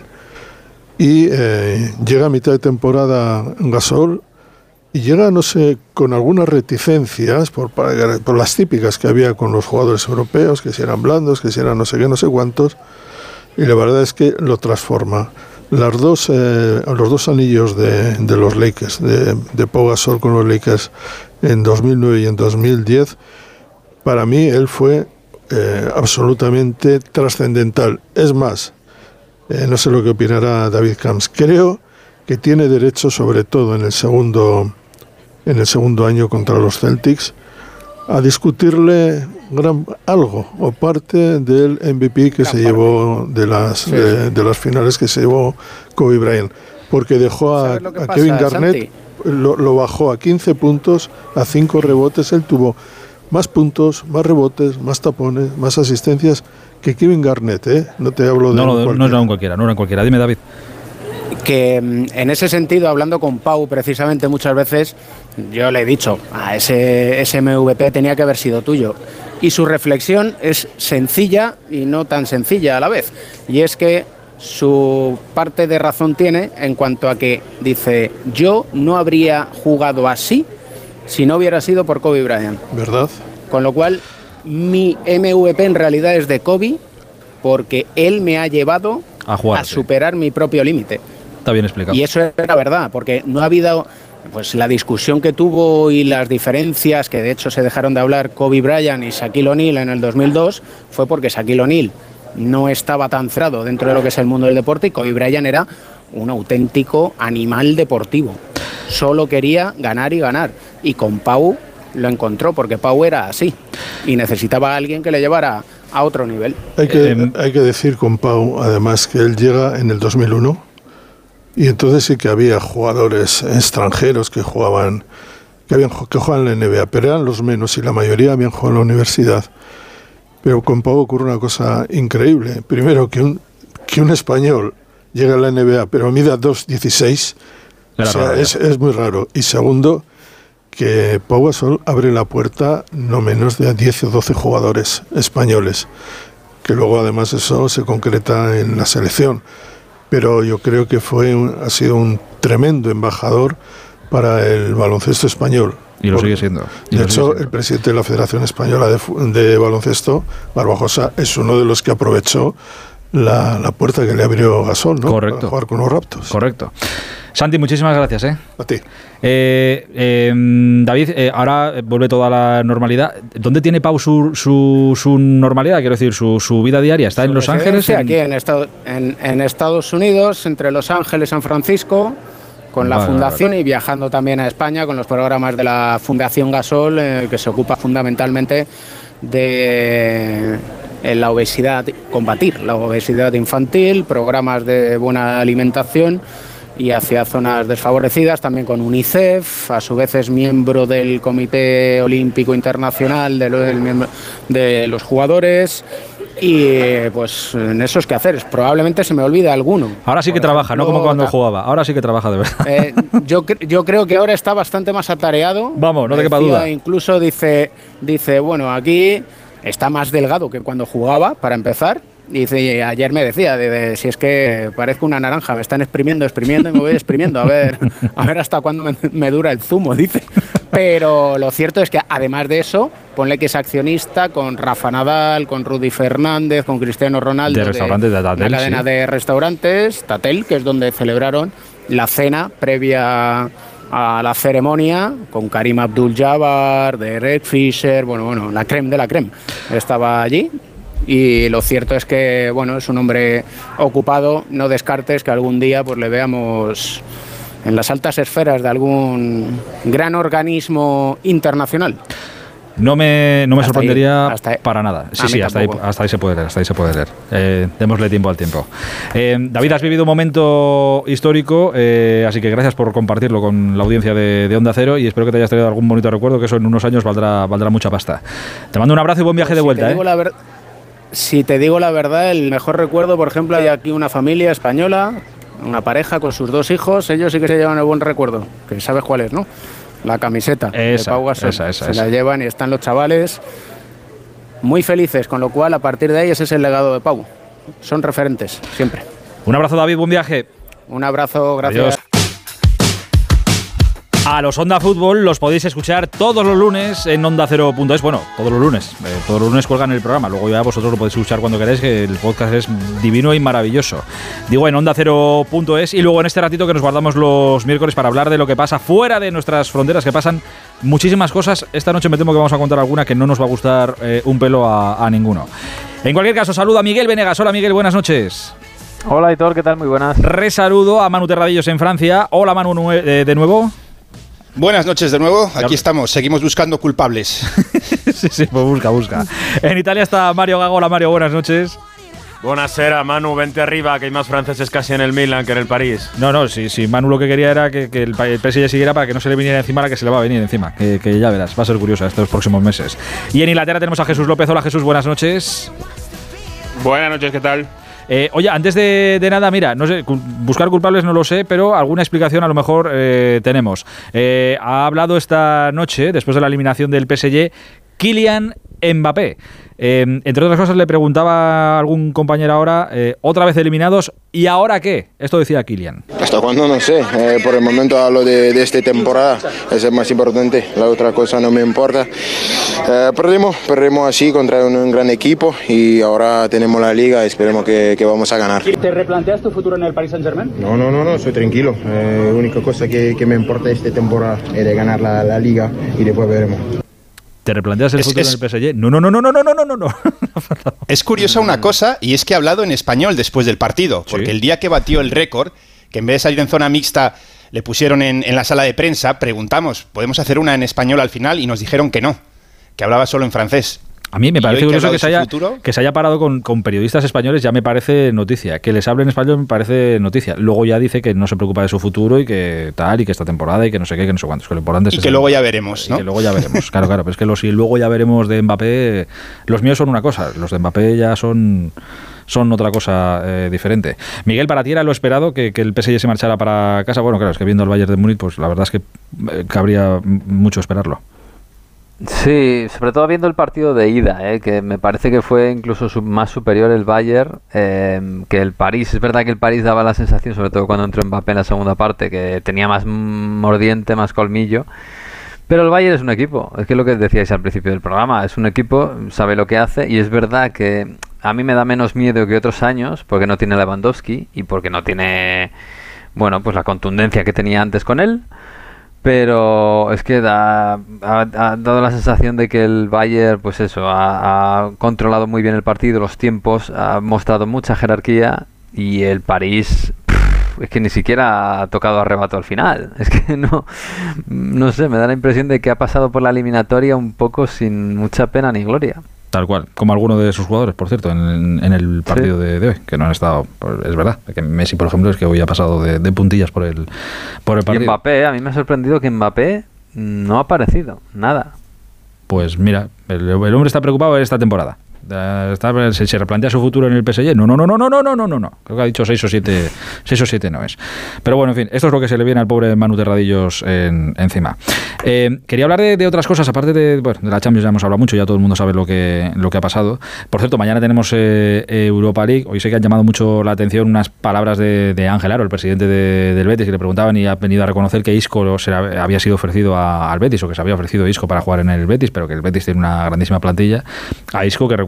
Y eh, llega a mitad de temporada Gasol y llega, no sé, con algunas reticencias por, por las típicas que había con los jugadores europeos, que si eran blandos, que si eran no sé qué, no sé cuántos, y la verdad es que lo transforma. Las dos, eh, los dos anillos de, de los Lakers, de, de Pau Gasol con los Lakers en dos mil nueve y en dos mil diez, para mí él fue eh, absolutamente trascendental. Es más, eh, no sé lo que opinará David Camps, creo que tiene derecho, sobre todo en el segundo, en el segundo año contra los Celtics, a discutirle gran, algo o parte del M V P que gran se parte. llevó de las, sí. de, de las finales que se llevó Kobe Bryant, porque dejó a, a pasa, Kevin Garnett, lo, lo bajó a quince puntos, a cinco rebotes. Él tuvo más puntos, más rebotes, más tapones, más asistencias que Kevin Garnett, ¿eh? No te hablo de no, un no, no era un cualquiera, no era un cualquiera. Dime, David. Que en ese sentido, hablando con Pau precisamente muchas veces, yo le he dicho, a ese, ese M V P tenía que haber sido tuyo. Y su reflexión es sencilla y no tan sencilla a la vez. Y es que su parte de razón tiene en cuanto a que dice, yo no habría jugado así si no hubiera sido por Kobe Bryant. ¿Verdad? Con lo cual, mi M V P en realidad es de Kobe porque él me ha llevado a, jugar, a superar mi propio límite. Está bien explicado. Y eso era verdad, porque no ha habido pues la discusión que tuvo y las diferencias, que de hecho se dejaron de hablar Kobe Bryant y Shaquille O'Neal en el dos mil dos, fue porque Shaquille O'Neal no estaba tan cerrado dentro de lo que es el mundo del deporte y Kobe Bryant era un auténtico animal deportivo. Solo quería ganar y ganar. Y con Pau lo encontró, porque Pau era así y necesitaba a alguien que le llevara a otro nivel. Hay que, eh, hay que decir con Pau, además, que él llega en el dos mil uno y entonces sí que había jugadores extranjeros que jugaban, que, habían, que jugaban en la N B A, pero eran los menos y la mayoría habían jugado en la universidad. Pero con Pau ocurre una cosa increíble. Primero, que un, que un español llegue a la N B A, pero mida dos dieciséis, o sea, es, es muy raro. Y segundo, que Pau Gasol abre la puerta no menos de a diez o doce jugadores españoles, que luego además eso se concreta en la selección. Pero yo creo que fue un, ha sido un tremendo embajador para el baloncesto español. Y lo Por, sigue siendo. Y de lo hecho, sigue siendo. El presidente de la Federación Española de, de Baloncesto, Barbajosa, es uno de los que aprovechó la, la puerta que le abrió Gasol, ¿no? Correcto. Para jugar con los Raptors. Correcto. Santi, muchísimas gracias, ¿eh? A ti. Eh, eh, David, eh, ahora vuelve toda la normalidad. ¿Dónde tiene Pau su, su, su normalidad? Quiero decir, su, su vida diaria. ¿Está en Los Ángeles? En... Aquí en, Estado, en, en Estados Unidos, entre Los Ángeles y San Francisco, con la vale, fundación vale. Y viajando también a España con los programas de la Fundación Gasol, eh, que se ocupa fundamentalmente de eh, la obesidad, combatir la obesidad infantil, programas de buena alimentación y hacia zonas desfavorecidas, también con UNICEF, a su vez es miembro del Comité Olímpico Internacional de, lo, del, de los jugadores y pues en esos quehaceres. Probablemente se me olvida alguno. Ahora sí que Por trabaja, ejemplo, no como cuando jugaba, ahora sí que trabaja de verdad. Eh, yo, yo creo que ahora está bastante más atareado. Vamos, no te quepa duda. Incluso dice, dice, bueno, aquí está más delgado que cuando jugaba, para empezar. Y dice, ayer me decía, de, de, si es que parezco una naranja, me están exprimiendo, exprimiendo y me voy exprimiendo, a ver, a ver hasta cuándo me, me dura el zumo, dice. Pero lo cierto es que además de eso, ponle que es accionista con Rafa Nadal, con Rudy Fernández, con Cristiano Ronaldo, de restaurantes de, de Tatel, una cadena sí. de restaurantes, Tatel, que es donde celebraron la cena previa a la ceremonia, con Karim Abdul-Jabbar, de Red Fisher, bueno, bueno, la creme de la creme estaba allí. Y lo cierto es que, bueno, es un hombre ocupado, no descartes que algún día pues le veamos en las altas esferas de algún gran organismo internacional. No me, no me sorprendería ahí, hasta para nada. Sí, a sí, hasta ahí, hasta ahí se puede leer, hasta ahí se puede leer. Eh, démosle tiempo al tiempo. Eh, David, has vivido un momento histórico, eh, así que gracias por compartirlo con la audiencia de, de Onda Cero y espero que te hayas traído algún bonito recuerdo, que eso en unos años valdrá, valdrá mucha pasta. Te mando un abrazo y buen viaje pues de si vuelta. Te digo ¿eh? la ver- si te digo la verdad, el mejor recuerdo, por ejemplo, hay aquí una familia española, una pareja con sus dos hijos, ellos sí que se llevan el buen recuerdo, que sabes cuál es, ¿no? La camiseta esa, de Pau Gasol. Esa, esa, se esa. la llevan y están los chavales muy felices, con lo cual a partir de ahí ese es el legado de Pau. Son referentes, siempre. Un abrazo, David, buen viaje. Un abrazo, gracias. Adiós. A los Onda Fútbol los podéis escuchar todos los lunes en onda cero punto es. Bueno, todos los lunes. Eh, todos los lunes cuelgan el programa. Luego ya vosotros lo podéis escuchar cuando queráis, que el podcast es divino y maravilloso. Digo, en onda cero punto es. Y luego en este ratito que nos guardamos los miércoles para hablar de lo que pasa fuera de nuestras fronteras, que pasan muchísimas cosas. Esta noche me temo que vamos a contar alguna que no nos va a gustar eh, un pelo a, a ninguno. En cualquier caso, saludo a Miguel Venegas. Hola, Miguel, buenas noches. Hola, Aitor, ¿qué tal? Muy buenas. Resaludo a Manu Terradillos en Francia. Hola, Manu, nue- eh, de nuevo. Buenas noches de nuevo, aquí estamos, seguimos buscando culpables. Sí, sí, pues busca, busca. En Italia está Mario Gago. Hola, Mario, buenas noches. Buonasera, Manu, vente arriba, que hay más franceses casi en el Milan que en el París. No, no, sí, sí, Manu lo que quería era que, que el P S G siguiera para que no se le viniera encima la que se le va a venir encima, que, que ya verás, va a ser curiosa estos próximos meses. Y en Inglaterra tenemos a Jesús López. Hola, Jesús, buenas noches. Buenas noches, ¿qué tal? Eh, oye, antes de, de nada, mira, no sé, cu- buscar culpables no lo sé, pero alguna explicación a lo mejor eh, tenemos. Eh, ha hablado esta noche, después de la eliminación del P S G, Kylian Mbappé. Eh, entre otras cosas, le preguntaba a algún compañero ahora, eh, otra vez eliminados, ¿y ahora qué? Esto decía Kylian. Hasta cuándo no sé, eh, por el momento hablo de, de esta temporada, es el más importante, la otra cosa no me importa. Eh, perdimos, perdimos así contra un, un gran equipo y ahora tenemos la liga, esperemos que, que vamos a ganar. ¿Te replanteas tu futuro en el Paris Saint-Germain? No, no, no, no, soy tranquilo, eh, la única cosa que, que me importa esta temporada es de ganar la, la liga y después veremos. ¿Te replanteas el Es- futuro es- en el P S G? No, no, no, no, no, no, no, no, no. Es curiosa una cosa, y es que ha hablado en español después del partido, porque el día que batió el récord, que en vez de salir en zona mixta le pusieron en, en la sala de prensa, preguntamos, ¿podemos hacer una en español al final? Y nos dijeron que no, que hablaba solo en francés. A mí me Y parece hoy que ha curioso hablado que se, de su haya, futuro, que se haya parado con, con periodistas españoles, ya me parece noticia. Que les hable en español me parece noticia. Luego ya dice que no se preocupa de su futuro y que tal, y que esta temporada y que no sé qué, que no sé cuántos. Que lo importante es y ese- que luego ya veremos, y ¿no? que luego ya veremos. Claro, claro. Pero es que los y luego ya veremos de Mbappé, los míos son una cosa, los de Mbappé ya son... son otra cosa eh, diferente. Miguel, para ti era lo esperado que, que el P S G se marchara para casa. Bueno, claro, es que viendo al Bayern de Múnich, pues la verdad es que eh, cabría m- mucho esperarlo. Sí, sobre todo viendo el partido de ida, eh, que me parece que fue incluso su- más superior el Bayern eh, que el París. Es verdad que el París daba la sensación, sobre todo cuando entró Mbappé en la segunda parte, que tenía más mordiente, más colmillo. Pero el Bayern es un equipo, es que es lo que decíais al principio del programa, es un equipo, sabe lo que hace, y es verdad que a mí me da menos miedo que otros años, porque no tiene Lewandowski y porque no tiene, bueno, pues la contundencia que tenía antes con él. Pero es que da, ha, ha dado la sensación de que el Bayern, pues eso, ha, ha controlado muy bien el partido, los tiempos, ha mostrado mucha jerarquía, y el París pff, es que ni siquiera ha tocado arrebato al final. Es que no, no sé, me da la impresión de que ha pasado por la eliminatoria un poco sin mucha pena ni gloria. Tal cual, como alguno de sus jugadores, por cierto, en, en el partido de, de hoy, que no han estado, pues, es verdad, que Messi, por ejemplo, es que hoy ha pasado de, de puntillas por el, por el Y partido. Mbappé, a mí me ha sorprendido que Mbappé no ha aparecido, nada. Pues mira, el, el hombre está preocupado esta temporada. Eh, Está, se, se replantea su futuro en el P S G. No, no, no, no, no, no, no, no, no, no. Creo que ha dicho seis o siete, seis o siete no es. Pero bueno, en fin, esto es lo que se le viene al pobre Manu Terradillos en, encima. Eh, quería hablar de, de otras cosas, aparte de, bueno, de la Champions ya hemos hablado mucho, ya todo el mundo sabe lo que, lo que ha pasado. Por cierto, mañana tenemos eh, Europa League. Hoy sé que han llamado mucho la atención unas palabras de, de Ángel Aro, el presidente de, del Betis, que le preguntaban y ha venido a reconocer que Isco se la- había sido ofrecido a- al Betis, o que se había ofrecido Isco para jugar en el Betis, pero que el Betis tiene una grandísima plantilla. A Isco, que recuerdo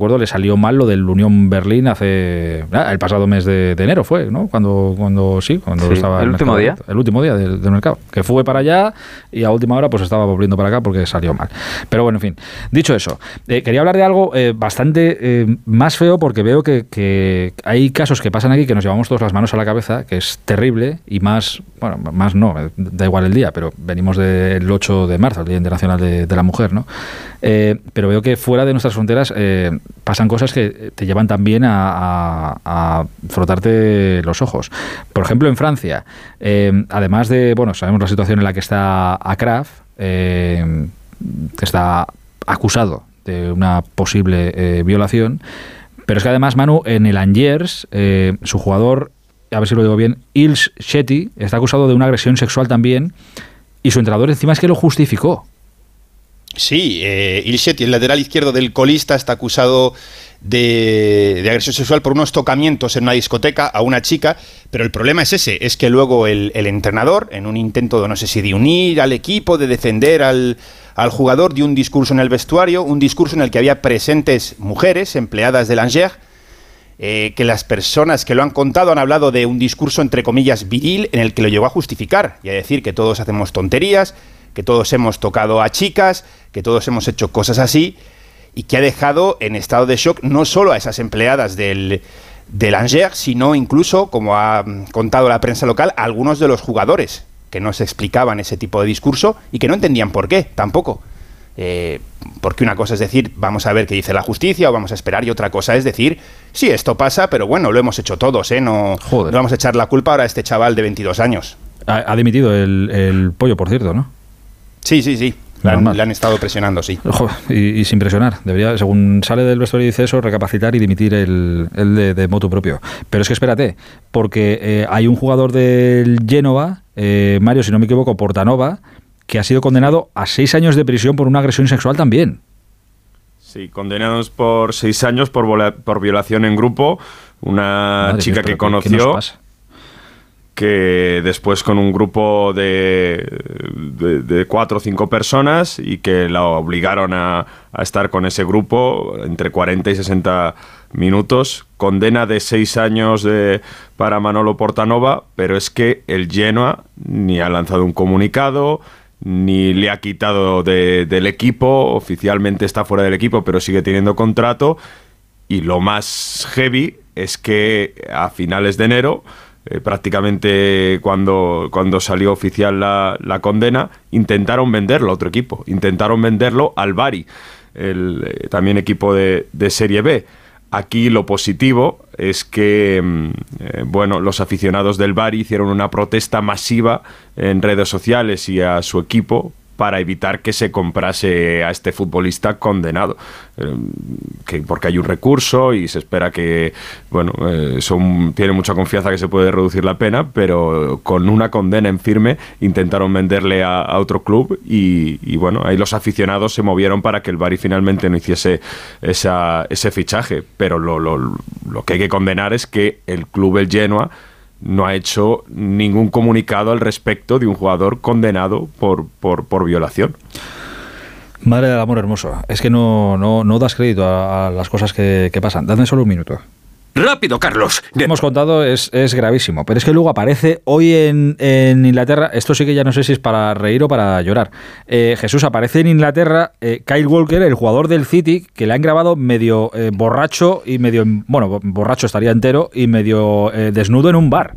recuerdo, le salió mal lo del Unión Berlín hace... Ah, el pasado mes de, de enero fue, ¿no? Cuando, cuando sí, cuando sí, estaba... ¿El último día? El último día del, del mercado. Que fue para allá y a última hora pues estaba volviendo para acá porque salió mal. Pero bueno, en fin. Dicho eso, eh, quería hablar de algo eh, bastante eh, más feo porque veo que, que hay casos que pasan aquí que nos llevamos todas las manos a la cabeza, que es terrible y más... Bueno, más no, da igual el día, pero venimos del ocho de marzo, el Día Internacional de, de la Mujer, ¿no? Eh, pero veo que fuera de nuestras fronteras eh, pasan cosas que te llevan también a, a, a frotarte los ojos. Por ejemplo, en Francia, eh, además de, bueno, sabemos la situación en la que está Akraf, eh, que está acusado de una posible eh, violación, pero es que además, Manu, en el Angers, eh, su jugador, a ver si lo digo bien, Ilse Shetty, está acusado de una agresión sexual también, y su entrenador encima es que lo justificó. Sí, eh, Ilse Shetty, el lateral izquierdo del colista, está acusado de, de agresión sexual por unos tocamientos en una discoteca a una chica, pero el problema es ese, es que luego el, el entrenador, en un intento de no sé si de unir al equipo, de defender al, al jugador, dio un discurso en el vestuario, un discurso en el que había presentes mujeres, empleadas del Angers, eh, que las personas que lo han contado han hablado de un discurso entre comillas viril en el que lo llegó a justificar y a decir que todos hacemos tonterías, que todos hemos tocado a chicas, que todos hemos hecho cosas así, y que ha dejado en estado de shock no solo a esas empleadas del, del Angers, sino incluso, como ha contado la prensa local, a algunos de los jugadores que no se explicaban ese tipo de discurso y que no entendían por qué, tampoco. Eh, porque una cosa es decir, vamos a ver qué dice la justicia o vamos a esperar, y otra cosa es decir, sí, esto pasa, pero bueno, lo hemos hecho todos, ¿eh? No, no vamos a echar la culpa ahora a este chaval de veintidós años. Ha, ha dimitido el, el pollo, por cierto, ¿no? Sí, sí, sí. Le han, le han estado presionando, sí. Ojo, y, y sin presionar. Debería, según sale del vestuario y dice eso, recapacitar y dimitir el, el de, de motu propio. Pero es que espérate, porque eh, hay un jugador del Génova, eh, Mario, si no me equivoco, Portanova, que ha sido condenado a seis años de prisión por una agresión sexual también. Sí, condenados por seis años por, vola, por violación en grupo. Una Madre chica mía, que conoció... ¿qué nos pasa? Que después con un grupo de, de, de cuatro o cinco personas y que la obligaron a, a estar con ese grupo entre cuarenta y sesenta minutos. Condena de seis años de, para Manolo Portanova, pero es que el Genoa ni ha lanzado un comunicado, ni le ha quitado de, del equipo, oficialmente está fuera del equipo, pero sigue teniendo contrato, y lo más heavy es que a finales de enero... Eh, prácticamente cuando, cuando salió oficial la, la condena, intentaron venderlo a otro equipo, intentaron venderlo al Bari, el eh, también equipo de, de Serie B. Aquí lo positivo es que eh, bueno, los aficionados del Bari hicieron una protesta masiva en redes sociales y a su equipo para evitar que se comprase a este futbolista condenado, eh, que, porque hay un recurso y se espera que, bueno, eh, son, tiene mucha confianza que se puede reducir la pena, pero con una condena en firme intentaron venderle a, a otro club y, y bueno, ahí los aficionados se movieron para que el Bari finalmente no hiciese esa, ese fichaje, pero lo, lo, lo que hay que condenar es que el club, el Genoa, no ha hecho ningún comunicado al respecto de un jugador condenado por, por, por violación. Madre del amor hermoso. Es que no, no, no das crédito a, a las cosas que, que pasan. Dadme solo un minuto. ¡Rápido, Carlos! Lo que hemos contado es, es gravísimo, pero es que luego aparece hoy en, en Inglaterra, esto sí que ya no sé si es para reír o para llorar. Eh, Jesús, aparece en Inglaterra eh, Kyle Walker, el jugador del City, que le han grabado medio eh, borracho y medio, bueno, borracho estaría entero y medio eh, desnudo en un bar.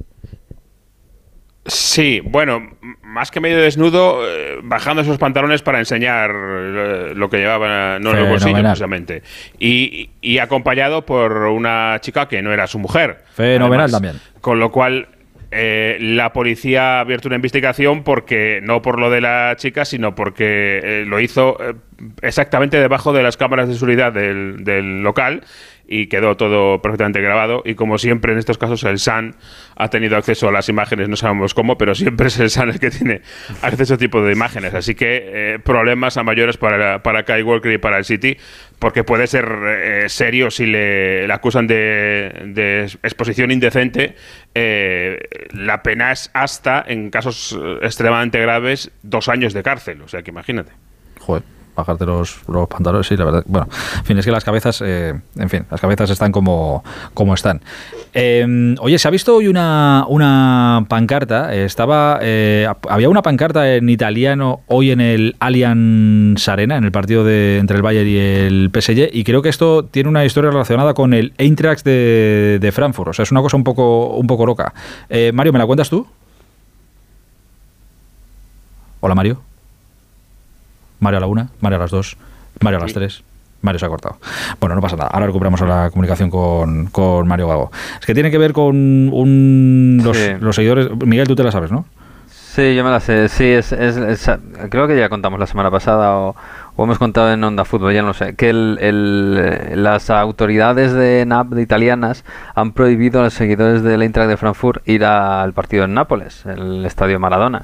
Sí, bueno, más que medio desnudo, eh, bajando esos pantalones para enseñar eh, lo que llevaba no en los bolsillos, precisamente. Y, y acompañado por una chica que no era su mujer. Fenomenal además, también. Con lo cual, eh, la policía ha abierto una investigación porque no por lo de la chica, sino porque eh, lo hizo eh, exactamente debajo de las cámaras de seguridad del, del local. Y quedó todo perfectamente grabado. Y como siempre en estos casos, el Sun ha tenido acceso a las imágenes, no sabemos cómo, pero siempre es el Sun el que tiene acceso a ese tipo de imágenes. Así que eh, problemas a mayores para, para Kyle Walker y para el City, porque puede ser eh, serio si le, le acusan de, de exposición indecente. Eh, la pena es hasta, en casos extremadamente graves, dos años de cárcel. O sea que imagínate. Joder. bajarte los, los pantalones, sí, la verdad. Bueno, en fin, es que las cabezas, eh, en fin, las cabezas están como, como están. Eh, oye, se ha visto hoy una, una pancarta, eh, estaba, eh, había una pancarta en italiano hoy en el Allianz Arena, en el partido de, entre el Bayern y el P S G, y creo que esto tiene una historia relacionada con el Eintracht de, de Frankfurt, o sea, es una cosa un poco, un poco loca. Eh, Mario, ¿me la cuentas tú? Hola, Mario. Mario a la una, Mario a las dos, Mario a las tres. Mario se ha cortado. Bueno, no pasa nada. Ahora recuperamos la comunicación con, con Mario Gago. Es que tiene que ver con un, los, sí. los seguidores... Miguel, tú te la sabes, ¿no? Sí, yo me la sé. Sí, es, es, es creo que ya contamos la semana pasada o, o hemos contado en Onda Fútbol, ya no sé, que el, el, las autoridades de N A P de italianas han prohibido a los seguidores del Eintracht de Frankfurt ir a, al partido en Nápoles, el Estadio Maradona.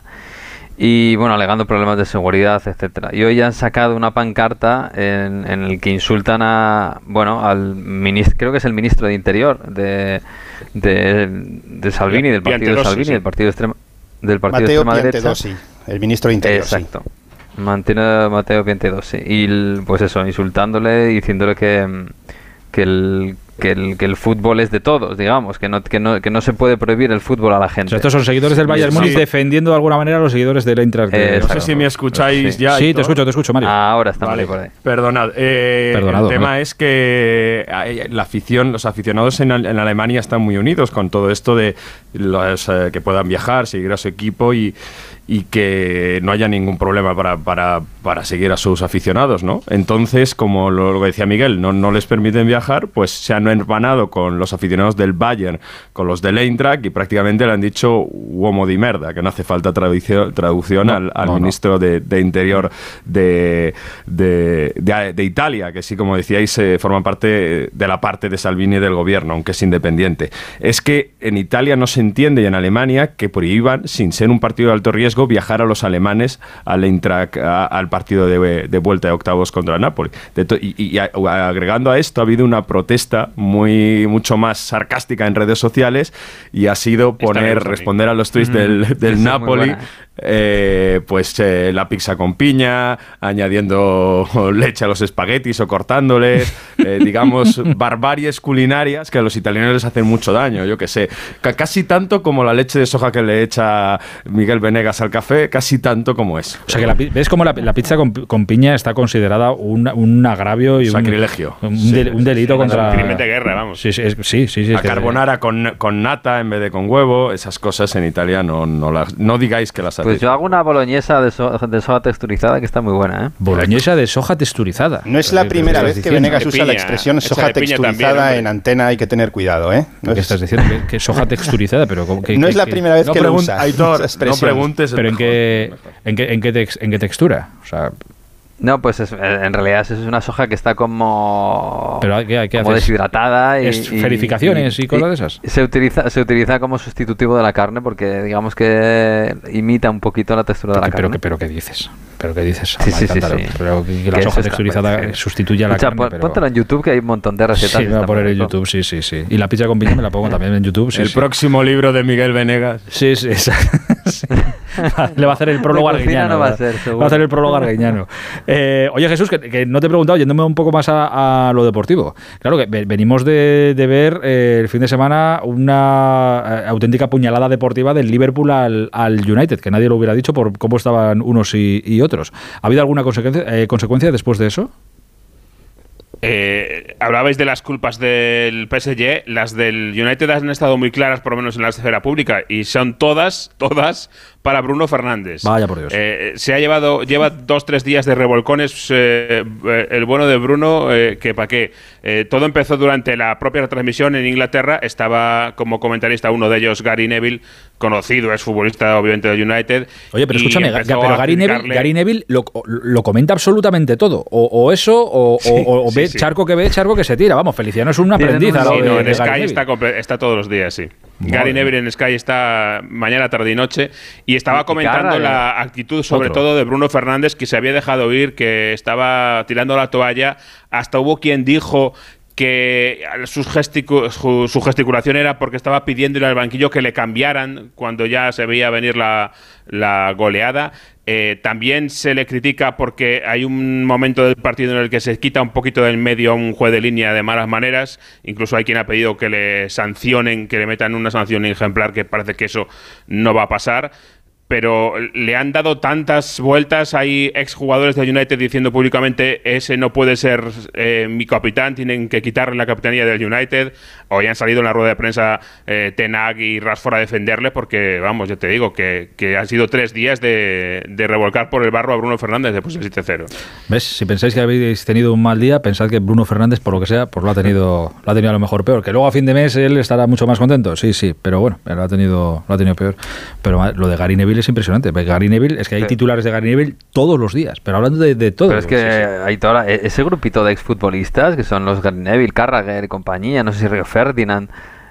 Y bueno, alegando problemas de seguridad, etcétera. Y hoy han sacado una pancarta en, en el que insultan a, bueno, al ministro, creo que es el ministro de Interior de, de, de Salvini, del partido de Salvini, sí. del partido extrema, del partido Matteo extrema Piantedosi, derecha. El ministro de Interior. Exacto. Sí. Mantiene Matteo Piantedosi. Y pues eso, insultándole y diciéndole que, que el Que el, que el fútbol es de todos, digamos, que no, que no, que no se puede prohibir el fútbol a la gente. O sea, estos son seguidores del Bayern Múnich sí. defendiendo de alguna manera a los seguidores del Eintracht. Eh, no sé si me escucháis sí. ya. Sí, te escucho, te escucho, Mario. Ah, ahora estamos vale. ahí por ahí. Perdonad. Eh, Perdonado, el tema ¿no? es que la afición, los aficionados en, en Alemania están muy unidos con todo esto de los eh, que puedan viajar, seguir a su equipo y y que no haya ningún problema para, para, para seguir a sus aficionados, ¿no? Entonces, como lo, lo que decía Miguel, no, no les permiten viajar, pues se han hermanado con los aficionados del Bayern, con los del Eintracht, y prácticamente le han dicho uomo di merda, que no hace falta traducción, traducción no, al, al no, ministro no. De, de Interior de, de, de, de Italia, que sí, como decíais, eh, forma parte de la parte de Salvini del gobierno, aunque es independiente. Es que en Italia no se entiende, y en Alemania, que prohíban, sin ser un partido de alto riesgo, viajar a los alemanes al Eintracht, a, al partido de, de vuelta de octavos contra el Napoli. De to, y, y agregando a esto, ha habido una protesta muy mucho más sarcástica en redes sociales y ha sido poner, responder a los tweets mm, del, del Napoli, eh, pues eh, la pizza con piña, añadiendo leche a los espaguetis o cortándoles, eh, digamos, barbaries culinarias que a los italianos les hacen mucho daño, yo que sé. C casi tanto como la leche de soja que le echa Miguel Venegas al café, casi tanto como es. O sea, que la, ves como la, la pizza con, con piña está considerada un, un agravio y sacrilegio. Un, un, de, un delito sí, contra... Un crimen de guerra, vamos. Sí, sí, es, sí, sí, sí. A carbonara con, con nata en vez de con huevo, esas cosas en Italia no, no, las, no digáis que las hacéis. Pues yo hago una boloñesa de, so, de soja texturizada que está muy buena, ¿eh? Boloñesa de soja texturizada. No es la primera vez que Venegas usa la expresión soja texturizada también, en antena, hay que tener cuidado, ¿eh? No ¿Qué es... estás diciendo? ¿Que, que soja texturizada? Pero que, no que, es la que, primera vez no que lo usa. Aitor, no preguntes. Pero en qué, en qué, en qué, tex, en qué textura, o sea. No, pues es, en realidad es una soja que está como, ¿Pero qué, qué como deshidratada y, ¿Es verificaciones y, y cosas de esas? Se utiliza, se utiliza como sustitutivo de la carne porque digamos que imita un poquito la textura de la pero, carne. Pero, pero ¿qué dices? ¿Pero qué dices? Sí, sí, sí, sí. Pero que, que la soja texturizada pues, sustituye a la Escucha, carne. Pero... Póntelo en YouTube que hay un montón de recetas. Sí, me voy a poner en YouTube, sí, sí, sí. Y la pizza con piña me la pongo también en YouTube. Sí, el sí. próximo libro de Miguel Venegas. Sí, sí, sí. Le va a hacer el prólogo arguiñano. No va, a ser, va a hacer el prólogo arguiñano. Eh, oye, Jesús, que, que no te he preguntado, yéndome un poco más a, a lo deportivo. Claro que venimos de, de ver eh, el fin de semana una eh, auténtica puñalada deportiva del Liverpool al, al United, que nadie lo hubiera dicho por cómo estaban unos y, y otros. ¿Ha habido alguna consecuencia, eh, consecuencia después de eso? Eh, hablabais de las culpas del P S G, las del United han estado muy claras, por lo menos en la esfera pública, y son todas, todas para Bruno Fernández. Vaya por Dios. Eh, se ha llevado, lleva dos, tres días de revolcones eh, el bueno de Bruno, eh, que para qué. Eh, todo empezó durante la propia retransmisión en Inglaterra, estaba como comentarista uno de ellos, Gary Neville, conocido, es futbolista obviamente del United. Oye, pero escúchame, pero Gary Neville, Gary Neville lo, lo comenta absolutamente todo, o, o eso, o, sí, o, o sí, ve sí. charco que ve, charco que se tira. Vamos, Feliciano es un aprendiz. Sí, sí, no, de, en de Sky está, está todos los días, sí. Muy Gary Neville en Sky está mañana, tarde y noche, y estaba y comentando cara, la eh. actitud sobre Otro. todo de Bruno Fernández, que se había dejado ir, que estaba tirando la toalla. Hasta hubo quien dijo que su, gesticu su, su gesticulación era porque estaba pidiéndole al banquillo que le cambiaran cuando ya se veía venir la, la goleada. Eh, también se le critica porque hay un momento del partido en el que se quita un poquito del medio a un juez de línea de malas maneras. Incluso hay quien ha pedido que le sancionen, que le metan una sanción ejemplar, que parece que eso no va a pasar. Pero le han dado tantas vueltas. Hay exjugadores de United diciendo públicamente: ese no puede ser eh, mi capitán, tienen que quitarle la capitanía del United. Hoy han salido en la rueda de prensa eh, Ten Hag y Rashford a defenderle porque, vamos, yo te digo que, que han sido tres días de, de revolcar por el barro a Bruno Fernández después del siete cero. ¿Ves? Si pensáis que habéis tenido un mal día, pensad que Bruno Fernández, por lo que sea, pues lo ha tenido, lo ha tenido a lo mejor peor. Que luego a fin de mes él estará mucho más contento. Sí, sí, pero bueno, lo ha tenido, lo ha tenido peor. Pero lo de Gary Neville es impresionante. Gary Neville, es que hay sí. titulares de Gary Neville todos los días, pero hablando de, de todo. Pero es que sí, sí. hay toda, ese grupito de exfutbolistas que son los Gary Neville, Carragher y compañía, no sé si Río Ferdinand.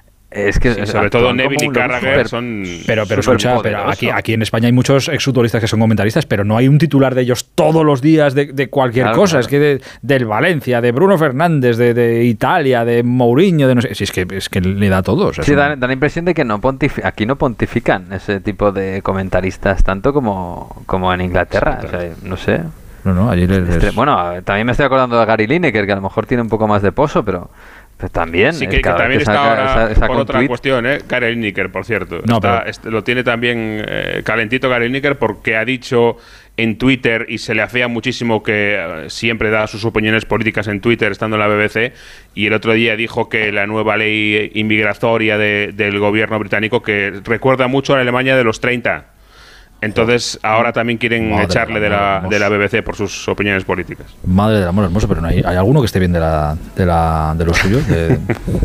Es que sí, sobre todo Neville y Carragher son. Pero, pero escucha, pero aquí, aquí en España hay muchos exfutbolistas que son comentaristas, pero no hay un titular de ellos todos los días de, de cualquier claro, cosa. Claro. Es que de, del Valencia, de Bruno Fernández, de, de Italia, de Mourinho, de no sé. Si es que es que le da a todos. Sí, da, da la impresión de que no aquí no pontifican ese tipo de comentaristas tanto como, como en Inglaterra. Sí, claro. O sea, no sé. No, no, allí les... este, bueno, también me estoy acordando de Gary Lineker, que a lo mejor tiene un poco más de pozo, pero. Pues también. Sí, que, que también que está ahora esa, esa por otra tweet. Cuestión, ¿eh? Gary Lineker, por cierto. No, está, pero... este, lo tiene también eh, calentito Gary Lineker porque ha dicho en Twitter, y se le afea muchísimo que eh, siempre da sus opiniones políticas en Twitter estando en la B B C, y el otro día dijo que la nueva ley inmigratoria de, del gobierno británico que recuerda mucho a la Alemania de los treinta. Entonces ahora tambitambién quieren Madre echarle de la, de la B B C por sus opiniones políticas. Madre del amor hermoso, pero no hay, ¿hay alguno que esté bien de la de, la, de los suyos? De,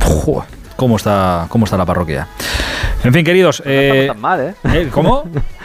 ¿Cómo está, cómo está la parroquia? En fin, queridos... No eh, estamos tan mal, ¿eh? ¿eh? ¿Cómo?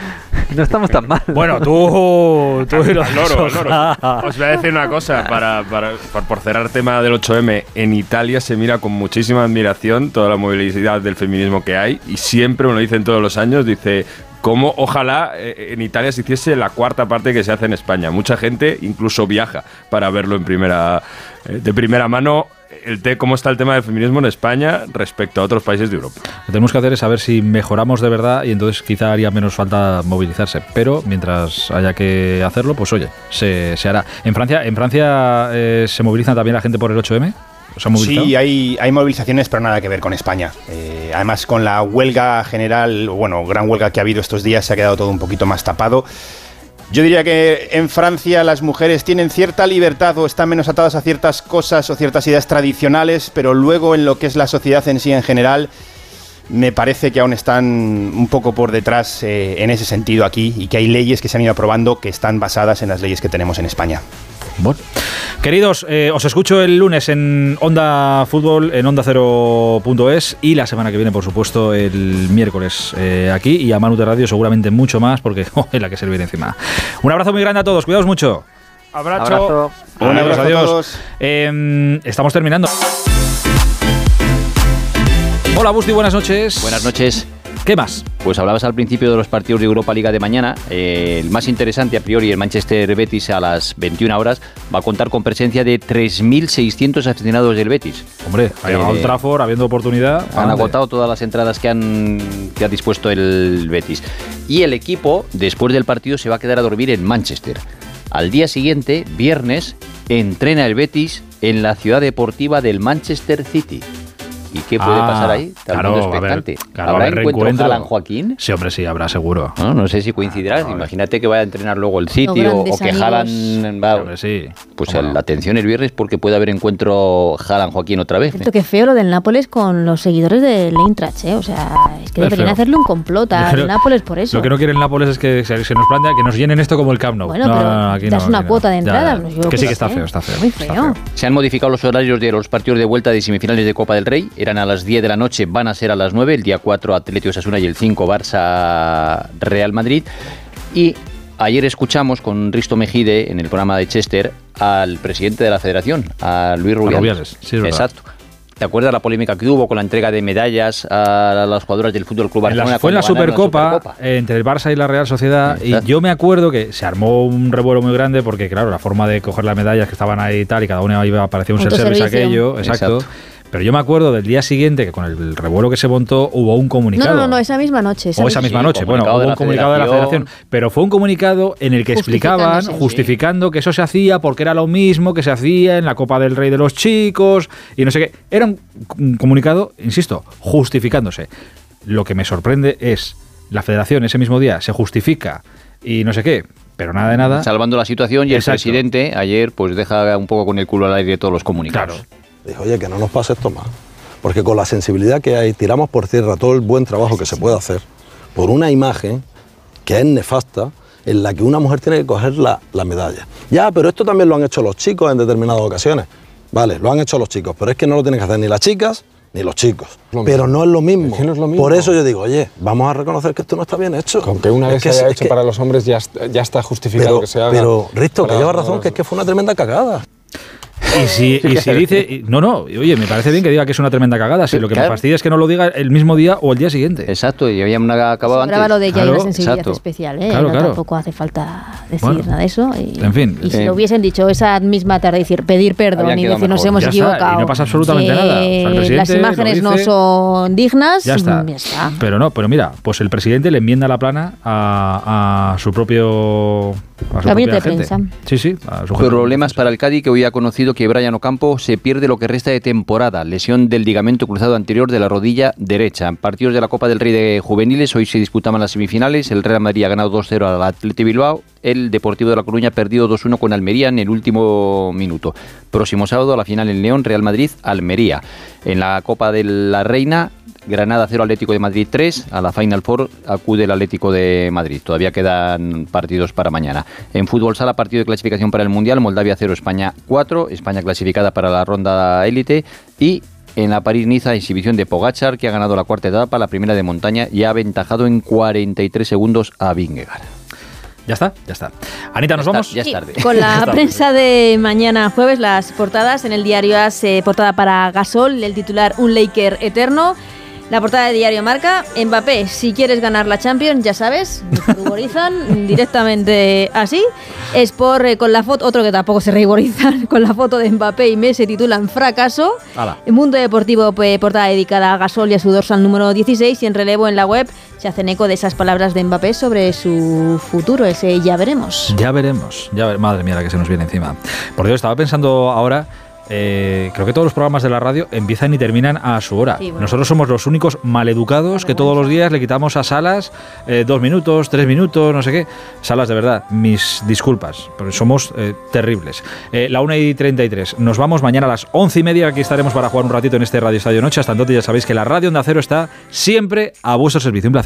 No estamos tan mal. Bueno, tú... tú loro, loro. Os voy a decir una cosa, para, para, para, por cerrar tema del ocho eme. En Italia se mira con muchísima admiración toda la movilidad del feminismo que hay, y siempre, uno dice en todos los años, dice... Como ojalá eh, en Italia se hiciese la cuarta parte que se hace en España. Mucha gente incluso viaja para verlo en primera, eh, de primera mano. El te, cómo está el tema del feminismo en España respecto a otros países de Europa. Lo que tenemos que hacer es saber si mejoramos de verdad, y entonces quizá haría menos falta movilizarse. Pero mientras haya que hacerlo, pues oye, se, se hará. ¿En Francia, en Francia eh, se moviliza también la gente por el ocho eme? Sí, hay, hay movilizaciones, pero nada que ver con España. Eh, además, con la huelga general, bueno, gran huelga que ha habido estos días, se ha quedado todo un poquito más tapado. Yo diría que en Francia las mujeres tienen cierta libertad o están menos atadas a ciertas cosas o ciertas ideas tradicionales, pero luego en lo que es la sociedad en sí en general, me parece que aún están un poco por detrás eh, en ese sentido aquí, y que hay leyes que se han ido aprobando que están basadas en las leyes que tenemos en España. Bueno, queridos, eh, os escucho el lunes en Onda Fútbol, en onda cero punto es, y la semana que viene, por supuesto, el miércoles eh, aquí, y a Manu de Radio seguramente mucho más, porque oh, es la que se le viene encima. Un abrazo muy grande a todos, cuidaos mucho. Abrazo. abrazo. Un abrazo, adiós. A todos. Eh, estamos terminando. Hola, Busti, buenas noches. Buenas noches. ¿Qué más? Pues hablabas al principio de los partidos de Europa Liga de mañana. Eh, el más interesante a priori, el Manchester Betis a las veintiuna horas, va a contar con presencia de tres mil seiscientos aficionados del Betis. Hombre, ha llegado eh, Old Trafford habiendo oportunidad. Han ¿dónde? agotado todas las entradas que, han, que ha dispuesto el Betis. Y el equipo, después del partido, se va a quedar a dormir en Manchester. Al día siguiente, viernes, entrena el Betis en la ciudad deportiva del Manchester City. ¿Y qué puede ah, pasar ahí? Claro, expectante. A ver, claro, ¿Habrá a ver, encuentro Haaland Joaquín? Sí, hombre, sí, habrá seguro. No, no sé si coincidirá. Ah, Imagínate que vaya a entrenar luego el City o, o que Haaland va... Hombre, sí. Pues el, la atención el viernes porque puede haber encuentro Haaland Joaquín otra vez. Esto ¿eh? que feo lo del Nápoles con los seguidores del Eintracht, ¿eh? O sea, es que es deberían feo. hacerle un complot al Nápoles por eso. Lo que no quiere el Nápoles es que se, se nos plantea que nos llenen esto como el Camp Nou. Bueno, no, pero no, no, aquí das no, una aquí cuota no. de entrada. Ya, ya. Que sí, que está feo, está feo. Muy feo. feo. Se han modificado los horarios de los partidos de vuelta de semifinales de Copa del Rey. Eran a las diez de la noche, van a ser a las nueve. El día cuatro Atlético Osasuna y el cinco Barça Real Madrid. Y ayer escuchamos con Risto Mejide en el programa de Chester al presidente de la Federación, a Luis Rubiales. A Rubiales, sí, es verdad. Exacto. ¿Te acuerdas la polémica que hubo con la entrega de medallas a las jugadoras del Fútbol Club Barcelona? En la, fue en la Supercopa, la Supercopa eh, entre el Barça y la Real Sociedad. Sí, y yo me acuerdo que se armó un revuelo muy grande porque, claro, la forma de coger las medallas que estaban ahí y tal, y cada una iba, parecía un self-service aquello. Exacto. Exacto. Pero yo me acuerdo del día siguiente que con el revuelo que se montó hubo un comunicado. No, no, no, esa misma noche. Esa o esa misma sí, noche. Bueno, hubo un comunicado de la Federación. Pero fue un comunicado en el que explicaban, justificando sí. que eso se hacía porque era lo mismo que se hacía en la Copa del Rey de los chicos y no sé qué. Era un comunicado, insisto, justificándose. Lo que me sorprende es la Federación ese mismo día se justifica y no sé qué. Pero nada de nada. Salvando la situación y Exacto. el presidente ayer pues deja un poco con el culo al aire todos los comunicados. Claro. Dijo, oye, que no nos pase esto más, porque con la sensibilidad que hay, tiramos por tierra todo el buen trabajo que se puede hacer por una imagen que es nefasta, en la que una mujer tiene que coger la, la medalla. Ya, pero esto también lo han hecho los chicos en determinadas ocasiones. Vale, lo han hecho los chicos, pero es que no lo tienen que hacer ni las chicas ni los chicos. Pero no es lo mismo. Es que no es lo mismo. Por eso yo digo, oye, vamos a reconocer que esto no está bien hecho. Con que una vez se haya hecho que... para los hombres ya, ya está justificado pero, que se haga. Pero, Risto, que lleva razón, que es que fue una tremenda cagada. Y si, y si dice, no, no, oye, me parece bien que diga que es una tremenda cagada. Si lo que claro. me fastidia es que no lo diga el mismo día o el día siguiente. Exacto, y había una acabado antes. Lo de que claro, hay una sensibilidad exacto. especial, ¿eh? Claro, no, claro. Tampoco hace falta decir bueno, nada de eso. Y, en fin. Y si eh, lo hubiesen dicho esa misma tarde, decir, pedir perdón y decir, mejor. Nos hemos ya equivocado. Está, y no pasa absolutamente nada. O sea, las imágenes dice, no son dignas. Ya está. ya está. Pero no, pero mira, pues el presidente le enmienda la plana a, a su propio. A su Gabinete de prensa. Sí, sí. A su Problemas para el Cádiz, que hoy ha conocido que Brian Ocampo se pierde lo que resta de temporada. Lesión del ligamento cruzado anterior de la rodilla derecha. En partidos de la Copa del Rey de Juveniles, hoy se disputaban las semifinales. El Real Madrid ha ganado dos cero al Athletic Bilbao. El Deportivo de La Coruña ha perdido dos uno con Almería en el último minuto. Próximo sábado, la final en León, Real Madrid-Almería. En la Copa de la Reina, Granada cero, Atlético de Madrid tres. A la Final Four acude el Atlético de Madrid. Todavía quedan partidos para mañana. En fútbol sala, partido de clasificación para el Mundial. Moldavia cero, España cuatro. España clasificada para la ronda élite. Y en la París-Niza, exhibición de Pogačar, que ha ganado la cuarta etapa, la primera de montaña, y ha aventajado en cuarenta y tres segundos a Vingegaard. Ya está, ya está. Anita, ¿nos ya vamos? Está, ya es tarde. Sí, con la prensa de mañana jueves, las portadas en el diario A S, portada para Gasol, el titular Un Laker Eterno. La portada de Diario Marca, Mbappé, si quieres ganar la Champions, ya sabes, me ruborizan directamente así. Es por eh, con la foto, otro que tampoco se ruborizan, con la foto de Mbappé y Messi titulan Fracaso. Hala. El Mundo Deportivo, pues, portada dedicada a Gasol y a su dorsal número dieciséis, y en relevo en la web se hacen eco de esas palabras de Mbappé sobre su futuro, ese ya veremos. Ya veremos, ya ver, madre mía la que se nos viene encima. Por Dios, estaba pensando ahora... Eh, creo que todos los programas de la radio empiezan y terminan a su hora. Sí, bueno. Nosotros somos los únicos maleducados que todos los días le quitamos a Salas eh, dos minutos, tres minutos, no sé qué. Salas, de verdad, mis disculpas, pero somos eh, terribles. Eh, la una y treinta y tres. Nos vamos mañana a las once y media. Aquí estaremos para jugar un ratito en este Radio Estadio Noche. Hasta entonces ya sabéis que la radio Onda Cero está siempre a vuestro servicio. Un placer.